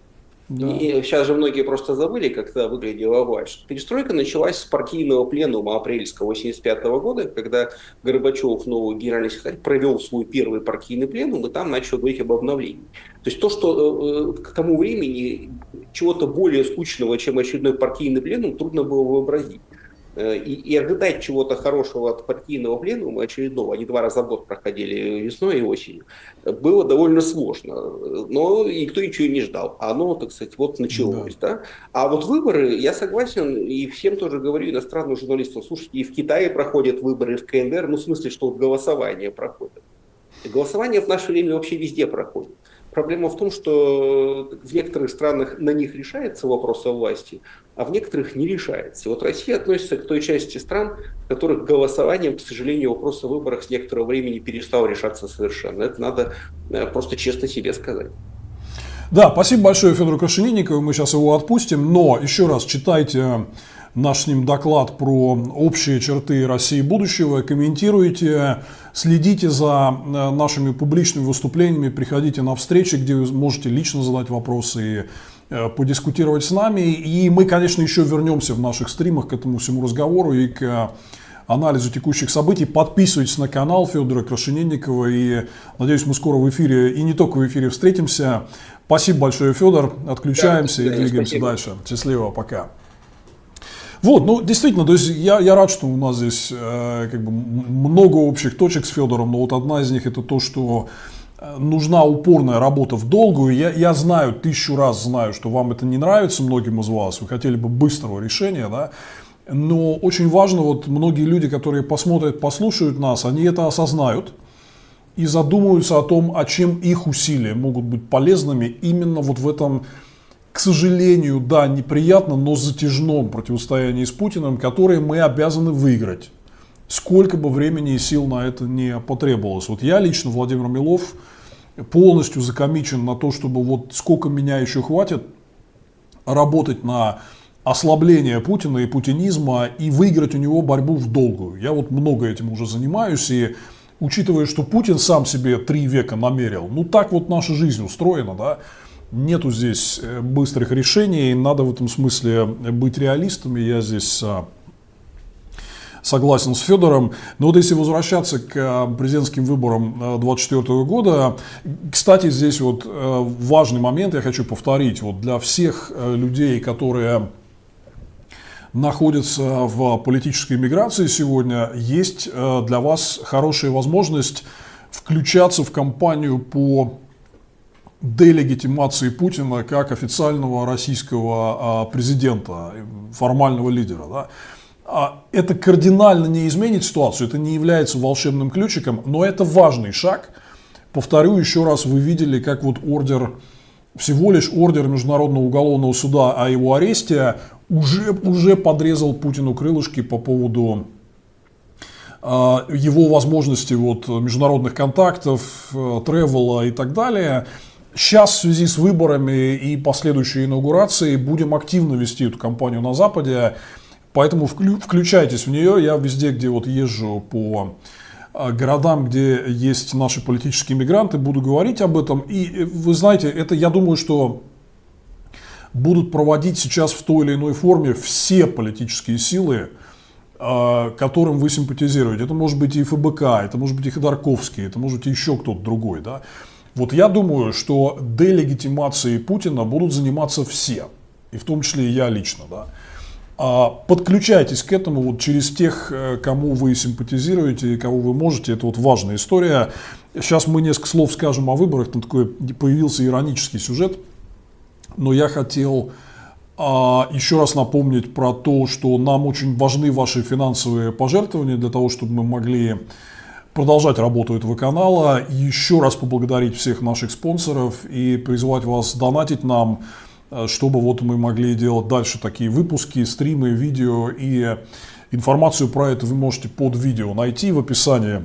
S2: Да. И сейчас же многие просто забыли, как это выглядела власть. Перестройка началась с партийного пленума апрельского восемьдесят пятого года, когда Горбачев, новый генеральный секретарь, провел свой первый партийный пленум, и там начал говорить об обновлении. То есть то, что э, к тому времени чего-то более скучного, чем очередной партийный пленум, трудно было вообразить. И, и ожидать чего-то хорошего от партийного пленума очередного, они два раза в год проходили весной и осенью, было довольно сложно. Но никто ничего не ждал. А оно, так сказать, вот началось.
S1: Да.
S2: Да? А вот выборы, я согласен, и всем тоже говорю, иностранным журналистам, слушайте, и в Китае проходят выборы, и в ка эн дэ эр, ну, в смысле, что вот голосование проходит. И голосование в наше время вообще везде проходит. Проблема в том, что в некоторых странах на них решается вопрос о власти, а в некоторых не решается. И вот Россия относится к той части стран, в которых голосованием, к сожалению, вопрос о выборах с некоторого времени перестал решаться совершенно. Это надо просто честно себе сказать.
S1: Да, спасибо большое Федору Крашенинникову, мы сейчас его отпустим, но еще раз читайте наш с ним доклад про общие черты России будущего, комментируйте, следите за нашими публичными выступлениями, приходите на встречи, где вы можете лично задать вопросы и подискутировать с нами. И мы, конечно, еще вернемся в наших стримах к этому всему разговору и к анализу текущих событий. Подписывайтесь на канал Федора Крашенинникова, и надеюсь, мы скоро в эфире, и не только в эфире, встретимся. Спасибо большое, Федор. Отключаемся, да, и двигаемся спасибо. Дальше. Счастливо, пока. Вот, ну действительно, то есть я, я рад, что у нас здесь э, как бы много общих точек с Федором, но вот одна из них это то, что нужна упорная работа в долгую. Я, я знаю, тысячу раз знаю, что вам это не нравится, многим из вас, вы хотели бы быстрого решения, да, но очень важно, вот многие люди, которые посмотрят, послушают нас, они это осознают и задумаются о том, о чем их усилия могут быть полезными именно вот в этом, к сожалению, да, неприятно, но затяжном противостоянии с Путиным, которое мы обязаны выиграть. Сколько бы времени и сил на это не потребовалось. Вот я лично, Владимир Милов, полностью закомичен на то, чтобы вот сколько меня еще хватит работать на ослабление Путина и путинизма и выиграть у него борьбу в долгую. Я вот много этим уже занимаюсь, и учитывая, что Путин сам себе три века намерил, ну так вот наша жизнь устроена, да, нету здесь быстрых решений, надо в этом смысле быть реалистами, я здесь согласен с Федором. Но вот если возвращаться к президентским выборам две тысячи двадцать четвёртого года, кстати, здесь вот важный момент, я хочу повторить, вот для всех людей, которые находятся в политической миграции сегодня, есть для вас хорошая возможность включаться в кампанию по делегитимации Путина как официального российского президента, формального лидера. Да? Это кардинально не изменит ситуацию, это не является волшебным ключиком, но это важный шаг. Повторю еще раз, вы видели, как вот ордер, всего лишь ордер Международного уголовного суда о его аресте уже, уже подрезал Путину крылышки по поводу э, его возможностей вот, международных контактов, э, тревела и так далее. Сейчас в связи с выборами и последующей инаугурацией будем активно вести эту кампанию на Западе. Поэтому включайтесь в нее. Я везде, где вот езжу по городам, где есть наши политические мигранты, буду говорить об этом. И вы знаете, это, я думаю, что будут проводить сейчас в той или иной форме все политические силы, которым вы симпатизируете. Это может быть и эф бэ ка, это может быть и Ходорковский, это может быть еще кто-то другой. Да? Вот я думаю, что делегитимацией Путина будут заниматься все, и в том числе и я лично. Да? Подключайтесь к этому вот через тех, кому вы симпатизируете и кого вы можете. Это вот важная история. Сейчас мы несколько слов скажем о выборах. Там такой появился иронический сюжет. Но я хотел а, еще раз напомнить про то, что нам очень важны ваши финансовые пожертвования для того, чтобы мы могли продолжать работу этого канала. И еще раз поблагодарить всех наших спонсоров и призвать вас донатить нам, чтобы вот мы могли делать дальше такие выпуски, стримы, видео, и информацию про это вы можете под видео найти в описании.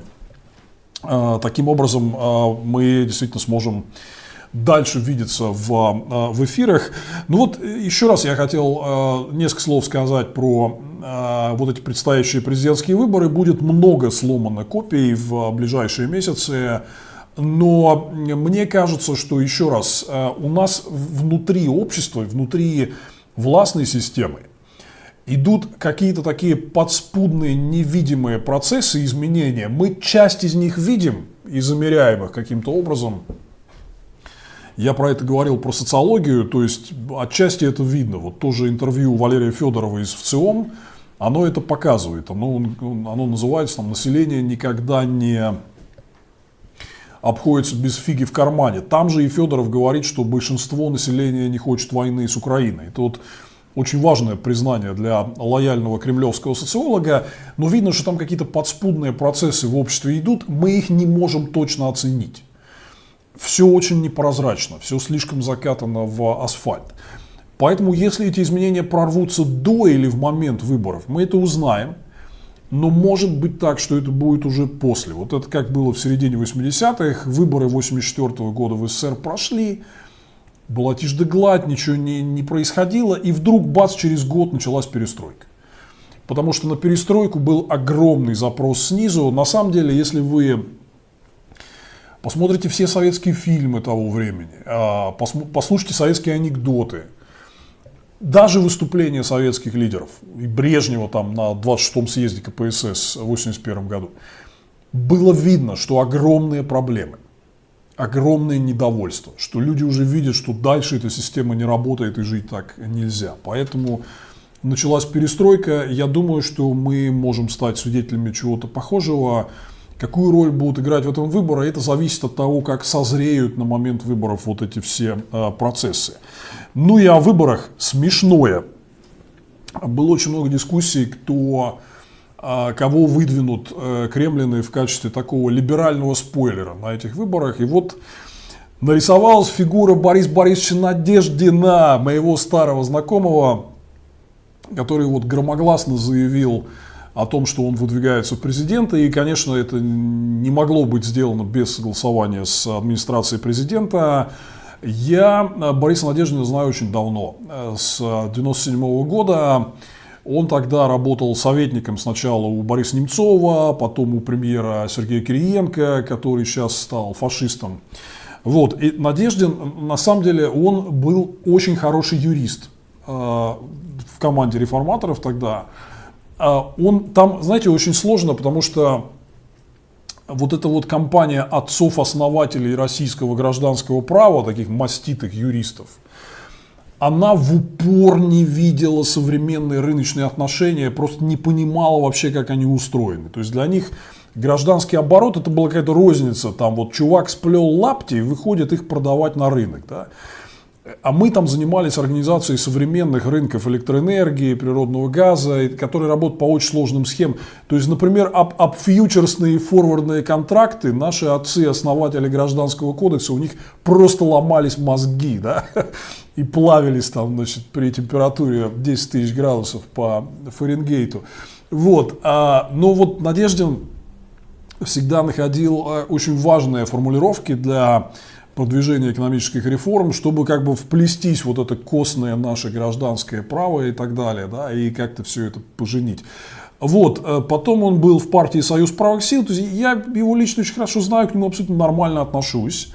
S1: Таким образом мы действительно сможем дальше видеться в, в эфирах. Ну вот еще раз я хотел несколько слов сказать про вот эти предстоящие президентские выборы. Будет много сломано копий в ближайшие месяцы. Но мне кажется, что, еще раз, у нас внутри общества, внутри властной системы идут какие-то такие подспудные, невидимые процессы изменения. Мы часть из них видим и замеряем их каким-то образом. Я про это говорил, про социологию, то есть отчасти это видно. Вот тоже интервью Валерия Федорова из ВЦИОМ, оно это показывает. Оно, оно называется, там, население никогда не обходится без фиги в кармане. Там же и Федоров говорит, что большинство населения не хочет войны с Украиной. Это вот очень важное признание для лояльного кремлевского социолога. Но видно, что там какие-то подспудные процессы в обществе идут. Мы их не можем точно оценить. Все очень непрозрачно, все слишком закатано в асфальт. Поэтому, если эти изменения прорвутся до или в момент выборов, мы это узнаем. Но может быть так, что это будет уже после. Вот это как было в середине восьмидесятых. Выборы восемьдесят четвёртого года в СССР прошли. Была тишь да гладь, ничего не, не происходило. И вдруг, бац, через год началась перестройка. Потому что на перестройку был огромный запрос снизу. На самом деле, если вы посмотрите все советские фильмы того времени, послушайте советские анекдоты, даже выступления советских лидеров, и Брежнева там на двадцать шестом съезде ка пэ эс эс в восемьдесят первом году, было видно, что огромные проблемы, огромное недовольство, что люди уже видят, что дальше эта система не работает и жить так нельзя. Поэтому началась перестройка. Я думаю, что мы можем стать свидетелями чего-то похожего. Какую роль будут играть в этом выборы, это зависит от того, как созреют на момент выборов вот эти все э, процессы. Ну и о выборах смешное. Было очень много дискуссий, кто, э, кого выдвинут э, кремлины в качестве такого либерального спойлера на этих выборах. И вот нарисовалась фигура Бориса Борисовича Надеждина, моего старого знакомого, который вот громогласно заявил о том, что он выдвигается в президенты. И, конечно, это не могло быть сделано без согласования с администрацией президента. Я Бориса Надеждина знаю очень давно, с девяносто седьмого года. Он тогда работал советником сначала у Бориса Немцова, потом у премьера Сергея Кириенко, который сейчас стал фашистом. Вот. И Надеждин, на самом деле, он был очень хороший юрист в команде реформаторов тогда. Он там, знаете, очень сложно, потому что вот эта вот компания отцов-основателей российского гражданского права, таких маститых юристов, она в упор не видела современные рыночные отношения, просто не понимала вообще, как они устроены. То есть для них гражданский оборот — это была какая-то розница, там вот чувак сплел лапти и выходит их продавать на рынок, да? А мы там занимались организацией современных рынков электроэнергии, природного газа, которые работают по очень сложным схемам. То есть, например, об, об фьючерсные форвардные контракты наши отцы-основатели Гражданского кодекса, у них просто ломались мозги, да? И плавились там, значит, при температуре десять тысяч градусов по Фаренгейту. Вот. А, но вот Надеждин всегда находил очень важные формулировки для продвижения экономических реформ, чтобы как бы вплестись вот это костное наше гражданское право и так далее, да, и как-то все это поженить. Вот, потом он был в партии Союз правых сил, то есть я его лично очень хорошо знаю, к нему абсолютно нормально отношусь.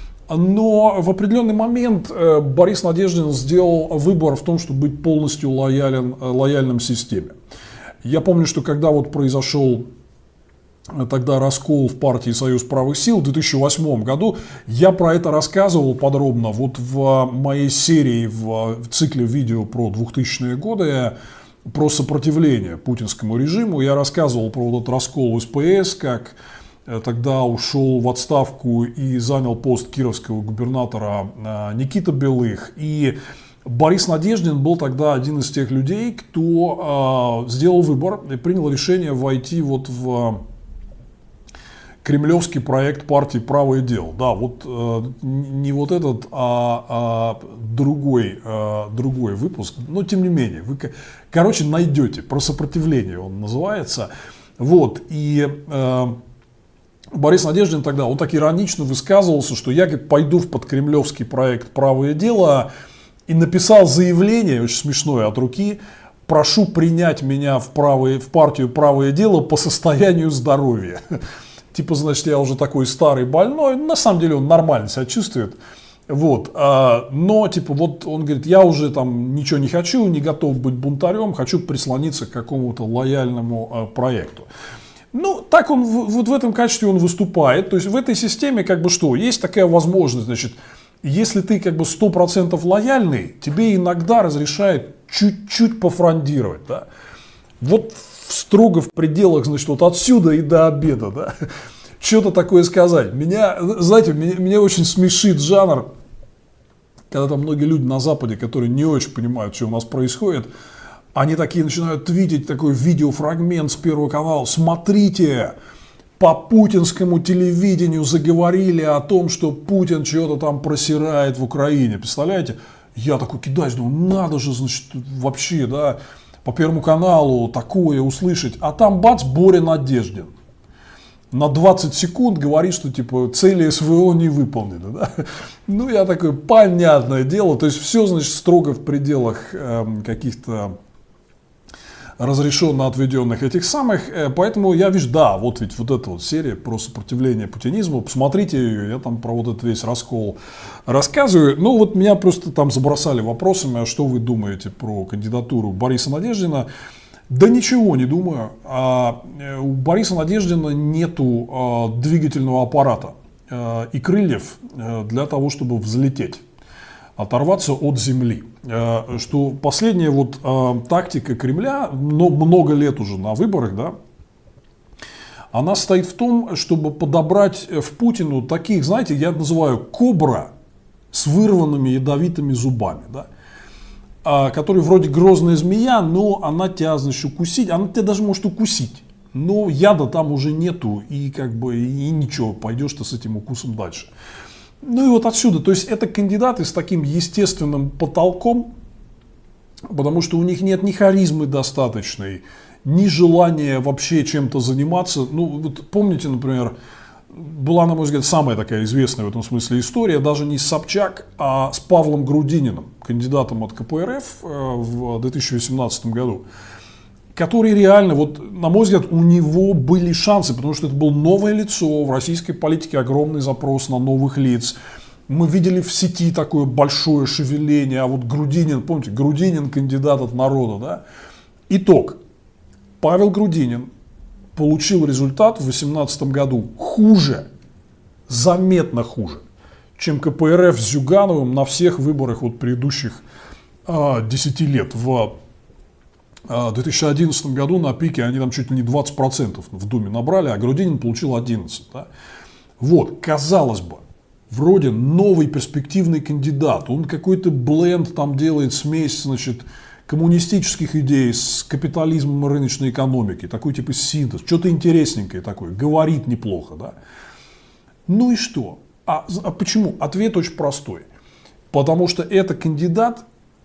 S1: Но в определенный момент Борис Надеждин сделал выбор в том, чтобы быть полностью лоялен, лояльным системе. Я помню, что когда вот произошел тогда раскол в партии Союз правых сил в две тысячи восьмом году, я про это рассказывал подробно вот в моей серии, в, в цикле видео про двухтысячные годы, про сопротивление путинскому режиму. Я рассказывал про вот этот раскол в эс пэ эс, как тогда ушел в отставку и занял пост кировского губернатора Никита Белых. И Борис Надеждин был тогда один из тех людей, кто сделал выбор и принял решение войти вот в кремлевский проект партии «Правое дело». Да, вот э, не вот этот, а, а другой, э, другой выпуск. Но тем не менее, вы, короче, найдете. Про сопротивление он называется. Вот. И э, Борис Надеждин тогда, он так иронично высказывался, что я, говорит, пойду в подкремлевский проект «Правое дело», и написал заявление, очень смешное, от руки: прошу принять меня в, правое, в партию «Правое дело» по состоянию здоровья. Типа, значит, я уже такой старый больной. На самом деле он нормально себя чувствует. Вот. Но, типа, вот он говорит, я уже там ничего не хочу, не готов быть бунтарем, хочу прислониться к какому-то лояльному проекту. Ну, так он вот в этом качестве он выступает. То есть в этой системе как бы что? Есть такая возможность, значит, если ты как бы сто процентов лояльный, тебе иногда разрешают чуть-чуть пофрондировать, да? Вот строго в пределах, значит, вот отсюда и до обеда, да, что-то такое сказать. Меня, знаете, меня, меня очень смешит жанр, когда там многие люди на Западе, которые не очень понимают, что у нас происходит, они такие начинают твитить такой видеофрагмент с Первого канала. Смотрите, по путинскому телевидению заговорили о том, что Путин что-то там просирает в Украине. Представляете? Я такой кидаюсь, думаю, надо же, значит, вообще, да, по Первому каналу такое услышать. А там бац, Боря Надеждин. На двадцать секунд говорит, что типа цели СВО не выполнены. Да? Ну, я такой, понятное дело. То есть все, значит, строго в пределах э, каких-то разрешенно отведенных этих самых. Поэтому я вижу, да, вот ведь вот эта вот серия про сопротивление путинизму. Посмотрите ее, я там про вот этот весь раскол рассказываю. Ну, вот меня просто там забросали вопросами, а что вы думаете про кандидатуру Бориса Надеждина? Да ничего не думаю. У Бориса Надеждина нету двигательного аппарата и крыльев для того, чтобы взлететь, оторваться от земли. Что последняя вот тактика Кремля, но много лет уже на выборах, да, она стоит в том, чтобы подобрать в Путину таких, знаете, я называю кобра с вырванными ядовитыми зубами, да, который вроде грозная змея, но она тебя, значит, укусить, она тебя даже может укусить, но яда там уже нету, и как бы и ничего, пойдешь ты с этим укусом дальше. Ну и вот отсюда, то есть это кандидаты с таким естественным потолком, потому что у них нет ни харизмы достаточной, ни желания вообще чем-то заниматься. Ну вот помните, например, была, на мой взгляд, самая такая известная в этом смысле история, даже не с Собчак, а с Павлом Грудининым, кандидатом от ка пэ эр эф в две тысячи восемнадцатом году, который реально, вот, на мой взгляд, у него были шансы, потому что это было новое лицо, в российской политике огромный запрос на новых лиц. Мы видели в сети такое большое шевеление, а вот Грудинин, помните, Грудинин кандидат от народа, да? Итог. Павел Грудинин получил результат в две тысячи восемнадцатом году хуже, заметно хуже, чем ка пэ эр эф с Зюгановым на всех выборах вот предыдущих а, десяти лет. В а, две тысячи одиннадцатом году на пике они там чуть ли не двадцать процентов в Думе набрали, а Грудинин получил одиннадцать процентов. Да? Вот, казалось бы, вроде новый перспективный кандидат, он какой-то бленд там делает, смесь, значит, коммунистических идей с капитализмом и рыночной экономикой, такой типа синтез, что-то интересненькое такое, говорит неплохо, да. Ну и что? А, а почему? Ответ очень простой. Потому что это кандидат,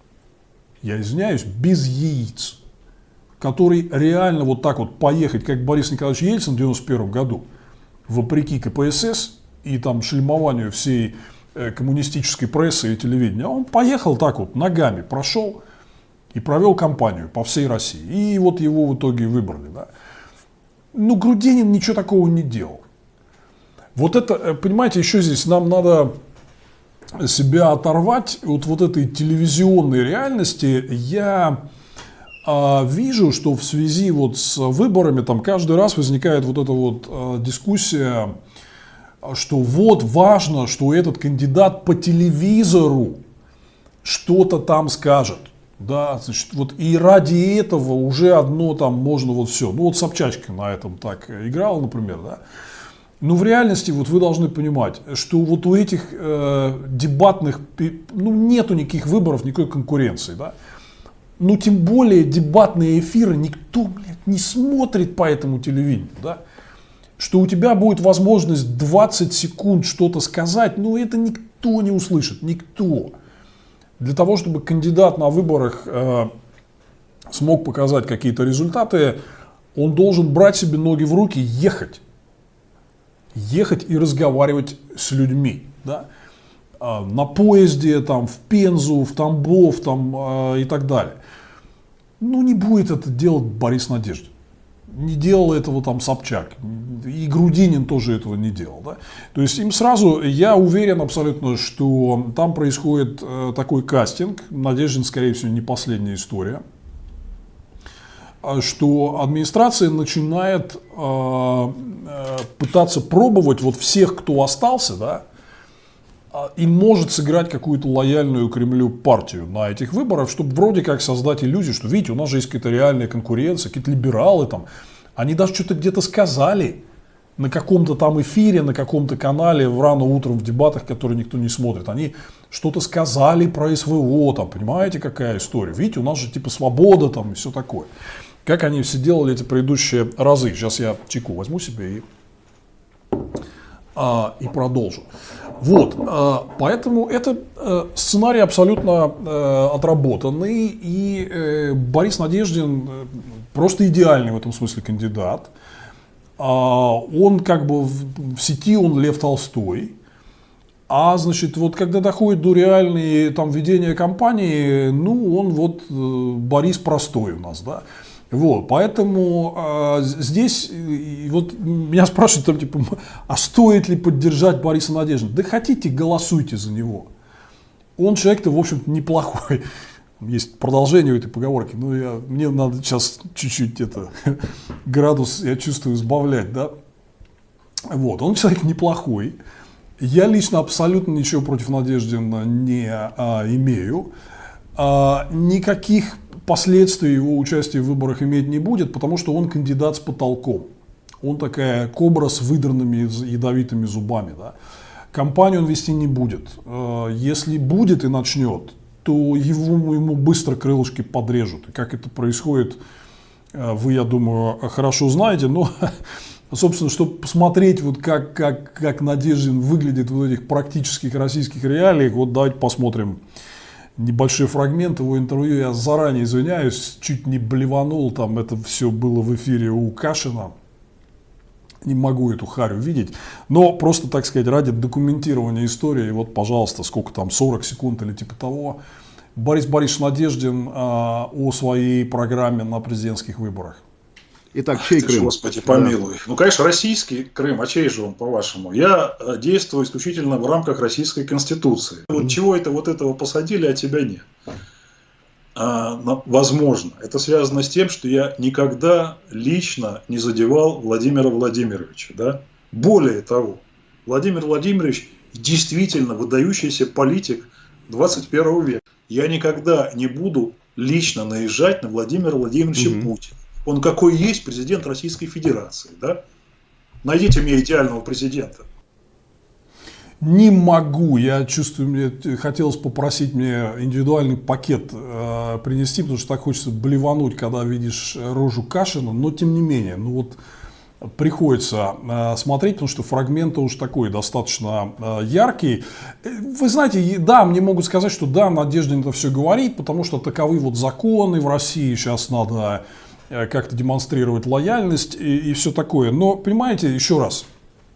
S1: я извиняюсь, без яиц, который реально вот так вот поехать, как Борис Николаевич Ельцин в девяносто первом году, вопреки ка пэ эс эс и там шельмованию всей э, коммунистической прессы и телевидения, он поехал так вот ногами, прошел и провел кампанию по всей России. И вот его в итоге выбрали. Да. Ну, Грудинин ничего такого не делал. Вот это, понимаете, еще здесь нам надо себя оторвать от вот этой телевизионной реальности. Я а, вижу, что в связи вот с выборами там каждый раз возникает вот эта вот а, дискуссия, что вот важно, что этот кандидат по телевизору что-то там скажет. Да, значит, вот и ради этого уже одно там можно вот все. Ну вот Собчачка на этом так играла, например, да. Но в реальности вот вы должны понимать, что вот у этих э, дебатных, ну нету никаких выборов, никакой конкуренции, да. Ну тем более дебатные эфиры никто, блядь, не смотрит по этому телевидению, да. Что у тебя будет возможность двадцать секунд что-то сказать, ну это никто не услышит, никто. Для того, чтобы кандидат на выборах э, смог показать какие-то результаты, он должен брать себе ноги в руки, ехать. Ехать и разговаривать с людьми. Да? Э, на поезде, там, в Пензу, в Тамбов там, э, и так далее. Ну, не будет это делать Борис Надеждин. Не делал этого там Собчак. И Грудинин тоже этого не делал. Да? То есть им сразу, я уверен абсолютно, что там происходит э, такой кастинг. Надеждин, скорее всего, не последняя история. Что администрация начинает э, э, пытаться пробовать вот всех, кто остался, да, и может сыграть какую-то лояльную Кремлю партию на этих выборах, чтобы вроде как создать иллюзию, что, видите, у нас же есть какая-то реальная конкуренция, какие-то либералы там. Они даже что-то где-то сказали на каком-то там эфире, на каком-то канале в рано утром в дебатах, которые никто не смотрит. Они что-то сказали про СВО, там, понимаете, какая история. Видите, у нас же типа свобода там и все такое. Как они все делали эти предыдущие разы. Сейчас я чайку возьму себе и, а, и продолжу. Вот, а, поэтому это а, сценарий абсолютно а, отработанный. И а, Борис Надеждин просто идеальный в этом смысле кандидат. А, он как бы в, в сети, он Лев Толстой. А значит, вот когда доходит до реальной там ведения кампании, ну, он вот Борис простой у нас, да. Вот, поэтому э, здесь э, вот меня спрашивают, там, типа, а стоит ли поддержать Бориса Надеждина? Да хотите, голосуйте за него. Он человек-то, в общем-то, неплохой. Есть продолжение у этой поговорки, но я, мне надо сейчас чуть-чуть это, градус, я чувствую, избавлять, да. Вот, он человек неплохой. Я лично абсолютно ничего против Надеждина не а, имею. А, никаких последствий его участия в выборах иметь не будет, потому что он кандидат с потолком. Он такая кобра с выдранными ядовитыми зубами. Да. Кампанию он вести не будет. Если будет и начнет, то его, ему быстро крылышки подрежут. И как это происходит, вы, я думаю, хорошо знаете. Но, собственно, чтобы посмотреть, вот как, как, как Надеждин выглядит в этих практических российских реалиях, вот давайте посмотрим небольшой фрагмент его интервью. Я заранее извиняюсь, чуть не блеванул, там это все было в эфире у Кашина. Не могу эту харю видеть, но просто, так сказать, ради документирования истории, вот, пожалуйста, сколько там, сорок секунд или типа того, Борис Борисович Надеждин а, о своей программе на президентских выборах.
S3: Итак, чей
S4: Ах,
S3: Крым?
S4: Господи, помилуй. Да. Ну, конечно, российский Крым, а чей же он, по-вашему? Я действую исключительно в рамках Российской Конституции. Вот чего это вот этого посадили, а тебя нет? А, возможно, это связано с тем, что я никогда лично не задевал Владимира Владимировича. Да? Более того, Владимир Владимирович действительно выдающийся политик двадцать первого века. Я никогда не буду лично наезжать на Владимира Владимировича угу. Путина. Он какой есть президент Российской Федерации, да? Найдите мне идеального президента.
S1: Не могу, я чувствую, мне хотелось попросить мне индивидуальный пакет э, принести, потому что так хочется блевануть, когда видишь рожу Кашина, но тем не менее, ну вот приходится э, смотреть, потому что фрагмент уж такой достаточно э, яркий. Вы знаете, да, мне могут сказать, что да, Надеждин это все говорит, потому что таковы вот законы в России, сейчас надо как-то демонстрировать лояльность и, и все такое. Но, понимаете, еще раз,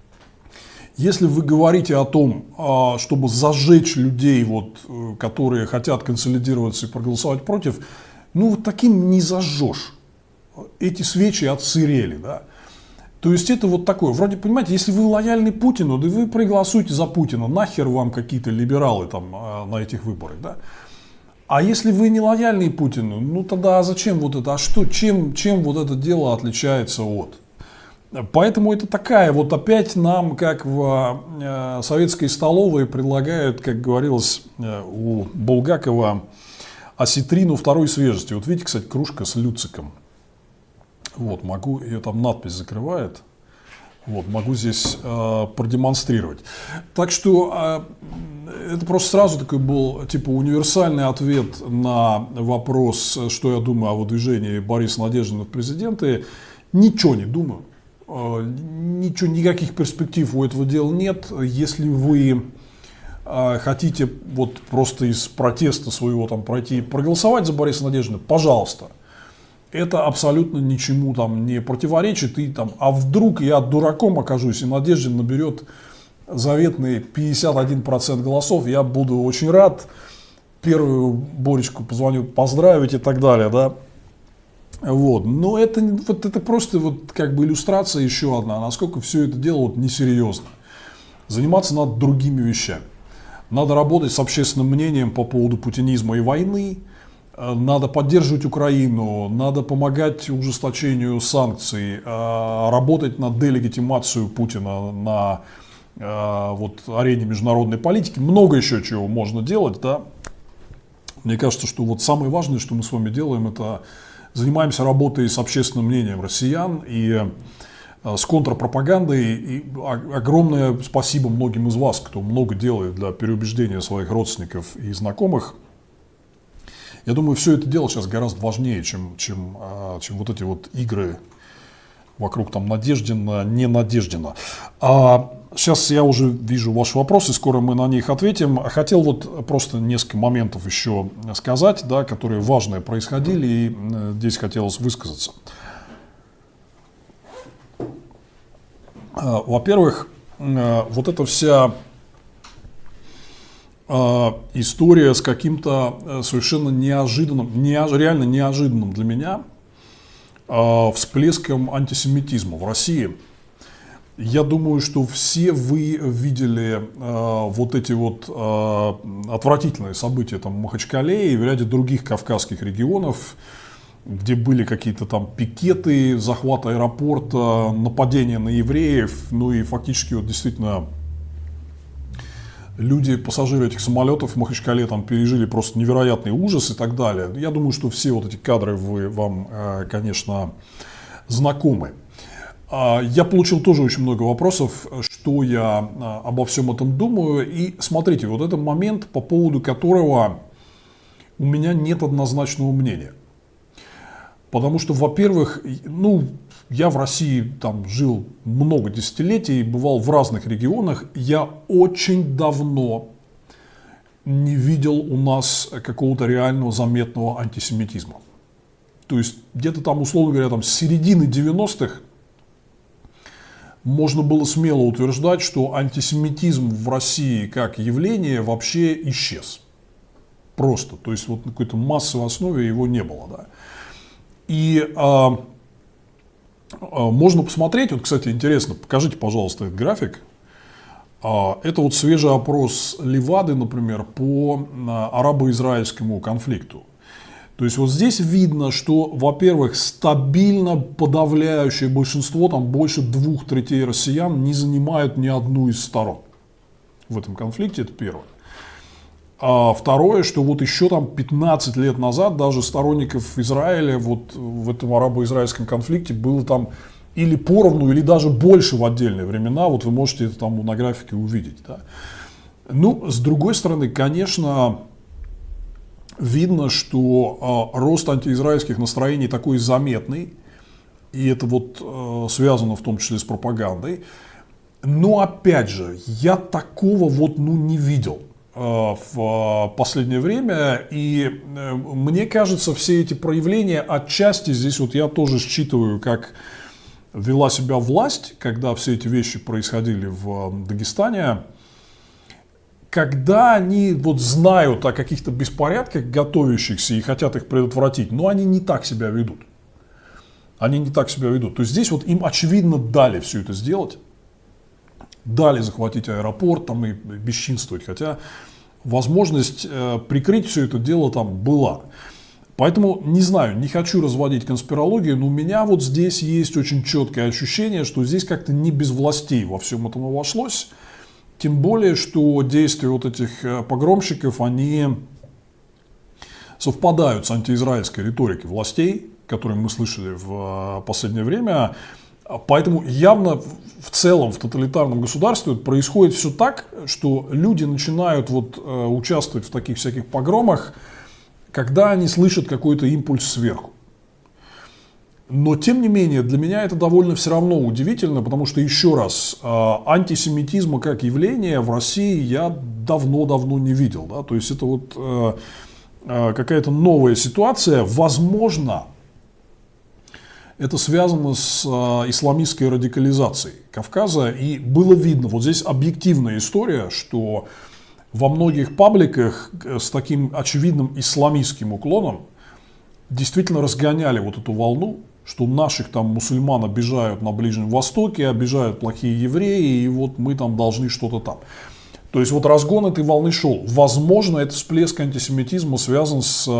S1: если вы говорите о том, чтобы зажечь людей, вот, которые хотят консолидироваться и проголосовать против, ну, вот таким не зажжешь. Эти свечи отсырели, да. То есть это вот такое. Вроде, понимаете, если вы лояльны Путину, да вы проголосуйте за Путина. Нахер вам какие-то либералы там на этих выборах, да. А если вы не лояльны Путину, ну тогда зачем вот это? А что, чем, чем вот это дело отличается от? Поэтому это такая, вот опять нам, как в э, советской столовой, предлагают, как говорилось э, у Булгакова, осетрину второй свежести. Вот видите, кстати, кружка с люциком. Вот, могу, ее там надпись закрывает. Вот, могу здесь э, продемонстрировать. Так что э, это просто сразу такой был типа универсальный ответ на вопрос, что я думаю о выдвижении Бориса Надеждина в президенты. Ничего не думаю. Э, ничего, никаких перспектив у этого дела нет. Если вы э, хотите вот просто из протеста своего там пройти проголосовать за Бориса Надеждина, пожалуйста. Это абсолютно ничему там не противоречит. И, там, а вдруг я дураком окажусь, и Надеждин наберет заветные пятьдесят один процент голосов, я буду очень рад. Первую Боречку позвоню поздравить и так далее. Да? Вот. Но это, вот это просто вот как бы иллюстрация еще одна, насколько все это дело вот несерьезно. Заниматься надо другими вещами. Надо работать с общественным мнением по поводу путинизма и войны. Надо поддерживать Украину, надо помогать ужесточению санкций, работать на делегитимацию Путина на э, вот, арене международной политики. Много еще чего можно делать, да. Мне кажется, что вот самое важное, что мы с вами делаем, это занимаемся работой с общественным мнением россиян и э, с контрпропагандой. И огромное спасибо многим из вас, кто много делает для переубеждения своих родственников и знакомых. Я думаю, все это дело сейчас гораздо важнее, чем, чем, чем вот эти вот игры вокруг там Надеждина, не Надеждина. А сейчас я уже вижу ваши вопросы, скоро мы на них ответим. Хотел вот просто несколько моментов еще сказать, да, которые важные происходили, и здесь хотелось высказаться. Во-первых, вот эта вся история с каким-то совершенно неожиданным, не, реально неожиданным для меня всплеском антисемитизма в России. Я думаю, что все вы видели вот эти вот отвратительные события там, в Махачкале и в ряде других кавказских регионов, где были какие-то там пикеты, захват аэропорта, нападения на евреев, ну и фактически вот действительно люди, пассажиры этих самолетов в Махачкале там пережили просто невероятный ужас и так далее. Я думаю, что все вот эти кадры вы, вам, конечно, знакомы. Я получил тоже очень много вопросов, что я обо всем этом думаю. И смотрите, вот это момент, по поводу которого у меня нет однозначного мнения. Потому что, во-первых, ну, я в России там жил много десятилетий, бывал в разных регионах. Я очень давно не видел у нас какого-то реального заметного антисемитизма. То есть где-то там, условно говоря, там, с середины девяностых можно было смело утверждать, что антисемитизм в России как явление вообще исчез. Просто. То есть вот на какой-то массовой основе его не было. Да. И а, а, можно посмотреть, вот, кстати, интересно, покажите, пожалуйста, этот график. А, это вот свежий опрос Левады, например, по а, арабо-израильскому конфликту. То есть вот здесь видно, что, во-первых, стабильно подавляющее большинство, там больше двух третей россиян не занимают ни одну из сторон в этом конфликте, это первое. А второе, что вот еще там пятнадцать лет назад даже сторонников Израиля вот в этом арабо-израильском конфликте было там или поровну, или даже больше в отдельные времена, вот вы можете это там на графике увидеть. Да. Ну, с другой стороны, конечно, видно, что э, рост антиизраильских настроений такой заметный, и это вот э, связано в том числе с пропагандой. Но опять же, я такого вот ну, не видел э, в э, последнее время, и э, мне кажется, все эти проявления отчасти здесь вот я тоже считываю, как вела себя власть, когда все эти вещи происходили в э, Дагестане. Когда они вот знают о каких-то беспорядках, готовящихся, и хотят их предотвратить, но они не так себя ведут. Они не так себя ведут. То есть здесь вот им очевидно дали все это сделать. Дали захватить аэропорт там, и бесчинствовать. Хотя возможность э, прикрыть все это дело там была. Поэтому, не знаю, не хочу разводить конспирологию, но у меня вот здесь есть очень четкое ощущение, что здесь как-то не без властей во всем этом обошлось. Тем более, что действия вот этих погромщиков, они совпадают с антиизраильской риторикой властей, которую мы слышали в последнее время. Поэтому явно в целом в тоталитарном государстве происходит все так, что люди начинают вот участвовать в таких всяких погромах, когда они слышат какой-то импульс сверху. Но, тем не менее, для меня это довольно все равно удивительно, потому что, еще раз, антисемитизма как явление в России я давно-давно не видел. Да? То есть это вот какая-то новая ситуация. Возможно, это связано с исламистской радикализацией Кавказа. И было видно, вот здесь объективная история, что во многих пабликах с таким очевидным исламистским уклоном действительно разгоняли вот эту волну, что наших там мусульман обижают на Ближнем Востоке, обижают плохие евреи, и вот мы там должны что-то там. То есть вот разгон этой волны шел. Возможно, этот всплеск антисемитизма связан с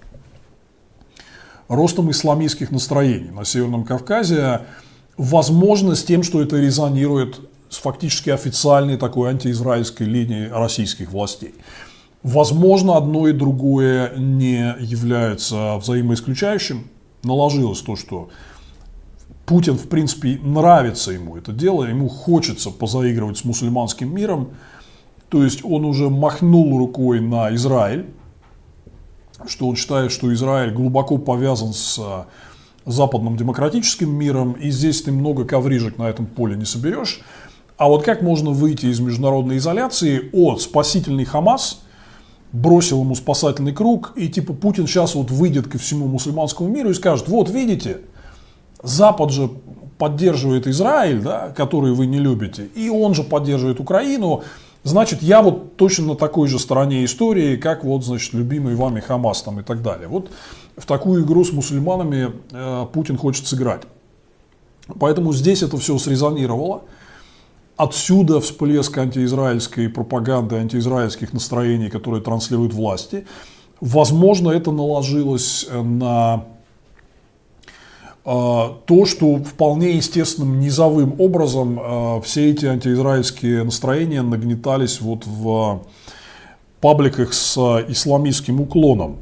S1: ростом исламистских настроений на Северном Кавказе. Возможно, с тем, что это резонирует с фактически официальной такой антиизраильской линией российских властей. Возможно, одно и другое не является взаимоисключающим. Наложилось то, что Путин, в принципе, нравится ему это дело, ему хочется позаигрывать с мусульманским миром. То есть он уже махнул рукой на Израиль, что он считает, что Израиль глубоко повязан с западным демократическим миром, и здесь ты много коврижек на этом поле не соберешь. А вот как можно выйти из международной изоляции? О, спасительный Хамас бросил ему спасательный круг, и типа Путин сейчас вот выйдет ко всему мусульманскому миру и скажет: вот видите, Запад же поддерживает Израиль, да, который вы не любите, и он же поддерживает Украину, значит, я вот точно на такой же стороне истории, как вот, значит, любимый вами Хамас там и так далее. Вот в такую игру с мусульманами э, Путин хочет сыграть. Поэтому здесь это все срезонировало. Отсюда всплеск антиизраильской пропаганды, антиизраильских настроений, которые транслируют власти. Возможно, это наложилось на э, то, что вполне естественным низовым образом э, все эти антиизраильские настроения нагнетались вот в пабликах с исламистским уклоном.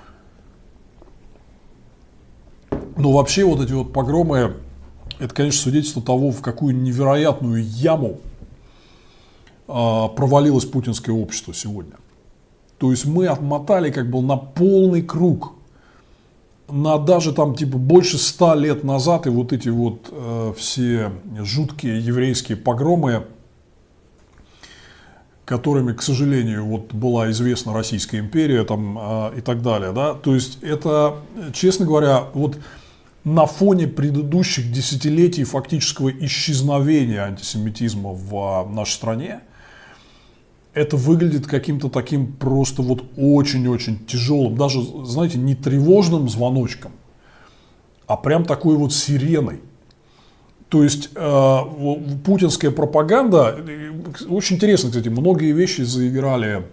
S1: Но вообще вот эти вот погромы, это, конечно, свидетельство того, в какую невероятную яму э, провалилось путинское общество сегодня. То есть мы отмотали как бы на полный круг, на даже там типа больше ста лет назад, и вот эти вот э, все жуткие еврейские погромы, которыми, к сожалению, вот была известна Российская империя там, э, и так далее. Да? То есть это, честно говоря, вот на фоне предыдущих десятилетий фактического исчезновения антисемитизма в нашей стране, это выглядит каким-то таким просто вот очень-очень тяжелым, даже, знаете, не тревожным звоночком, а прям такой вот сиреной. То есть э, путинская пропаганда, очень интересно, кстати, многие вещи заиграли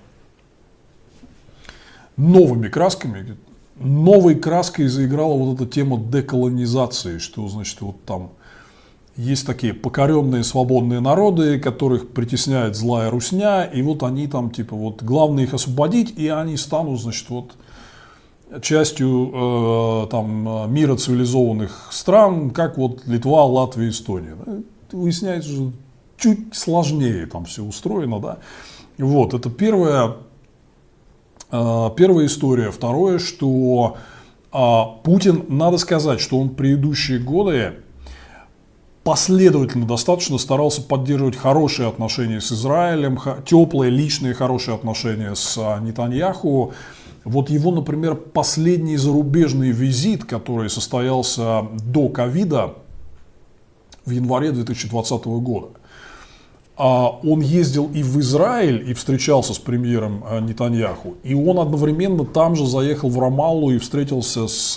S1: новыми красками. Новой краской заиграла вот эта тема деколонизации, что, значит, вот там есть такие покоренные свободные народы, которых притесняет злая русня, и вот они там, типа, вот главное их освободить, и они станут, значит, вот частью э, там, мира цивилизованных стран, как вот Литва, Латвия, Эстония. Выясняется, что чуть сложнее там все устроено, да. Вот, это первое. Первая история. Второе, что а, Путин, надо сказать, что он предыдущие годы последовательно достаточно старался поддерживать хорошие отношения с Израилем, теплые, личные, хорошие отношения с а, Нетаньяху. Вот его, например, последний зарубежный визит, который состоялся до ковида в январе две тысячи двадцатого года. Он ездил и в Израиль, и встречался с премьером Нетаньяху. И он одновременно там же заехал в Рамаллу и встретился с,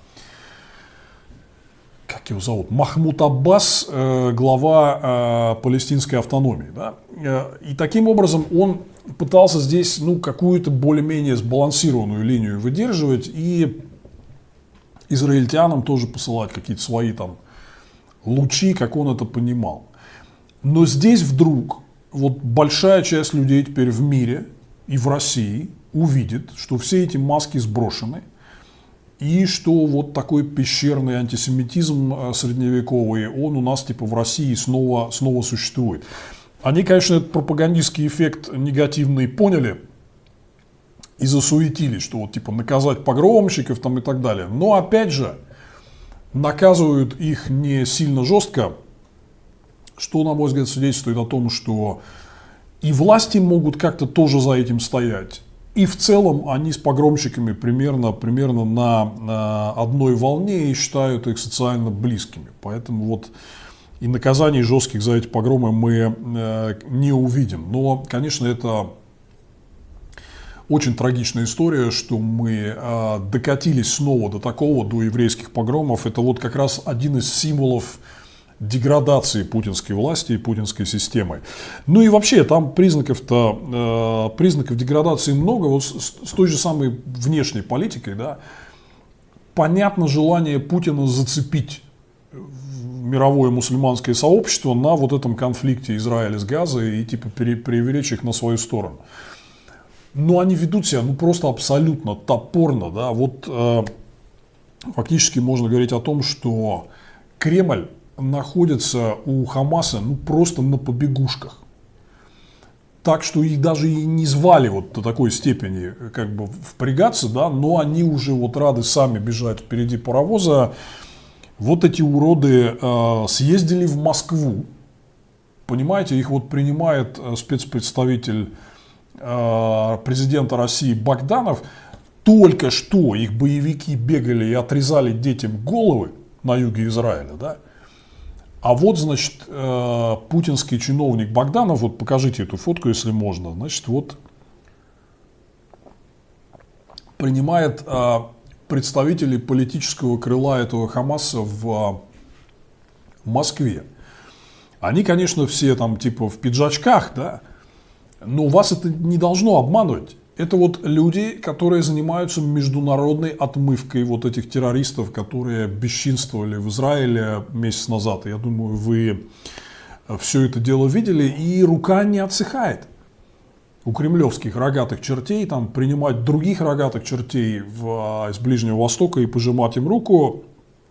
S1: как его зовут, Махмуд Аббас, глава палестинской автономии. Да? И таким образом он пытался здесь, ну, какую-то более-менее сбалансированную линию выдерживать. И израильтянам тоже посылать какие-то свои там лучи, как он это понимал. Но здесь вдруг вот большая часть людей теперь в мире и в России увидит, что все эти маски сброшены, и что вот такой пещерный антисемитизм средневековый, он у нас типа в России снова, снова существует. Они, конечно, этот пропагандистский эффект негативный поняли и засуетились, что вот типа наказать погромщиков там и так далее. Но опять же, наказывают их не сильно жестко, что, на мой взгляд, свидетельствует о том, что и власти могут как-то тоже за этим стоять. И в целом они с погромщиками примерно, примерно на, на одной волне и считают их социально близкими. Поэтому вот и наказаний жестких за эти погромы мы э, не увидим. Но, конечно, это очень трагичная история, что мы э, докатились снова до такого, до еврейских погромов. Это вот как раз один из символов деградации путинской власти и путинской системы. Ну и вообще там признаков-то, э, признаков деградации много. Вот с, с той же самой внешней политикой, да, понятно желание Путина зацепить мировое мусульманское сообщество на вот этом конфликте Израиля с Газой и типа привлечь их на свою сторону. Но они ведут себя ну просто абсолютно топорно, да, вот э, фактически можно говорить о том, что Кремль находится у Хамаса ну просто на побегушках. Так что их даже и не звали вот до такой степени как бы впрягаться, да, но они уже вот рады сами бежать впереди паровоза. Вот эти уроды э, съездили в Москву, понимаете, их вот принимает спецпредставитель э, президента России Богданов. Только что их боевики бегали и отрезали детям головы на юге Израиля, да. А вот, значит, э, путинский чиновник Богданов, вот покажите эту фотку, если можно, значит, вот принимает э, представителей политического крыла этого Хамаса в, в Москве. Они, конечно, все там типа в пиджачках, да, но вас это не должно обманывать. Это вот люди, которые занимаются международной отмывкой вот этих террористов, которые бесчинствовали в Израиле месяц назад. Я думаю, вы все это дело видели, и рука не отсыхает у кремлевских рогатых чертей там принимать других рогатых чертей в, из Ближнего Востока и пожимать им руку.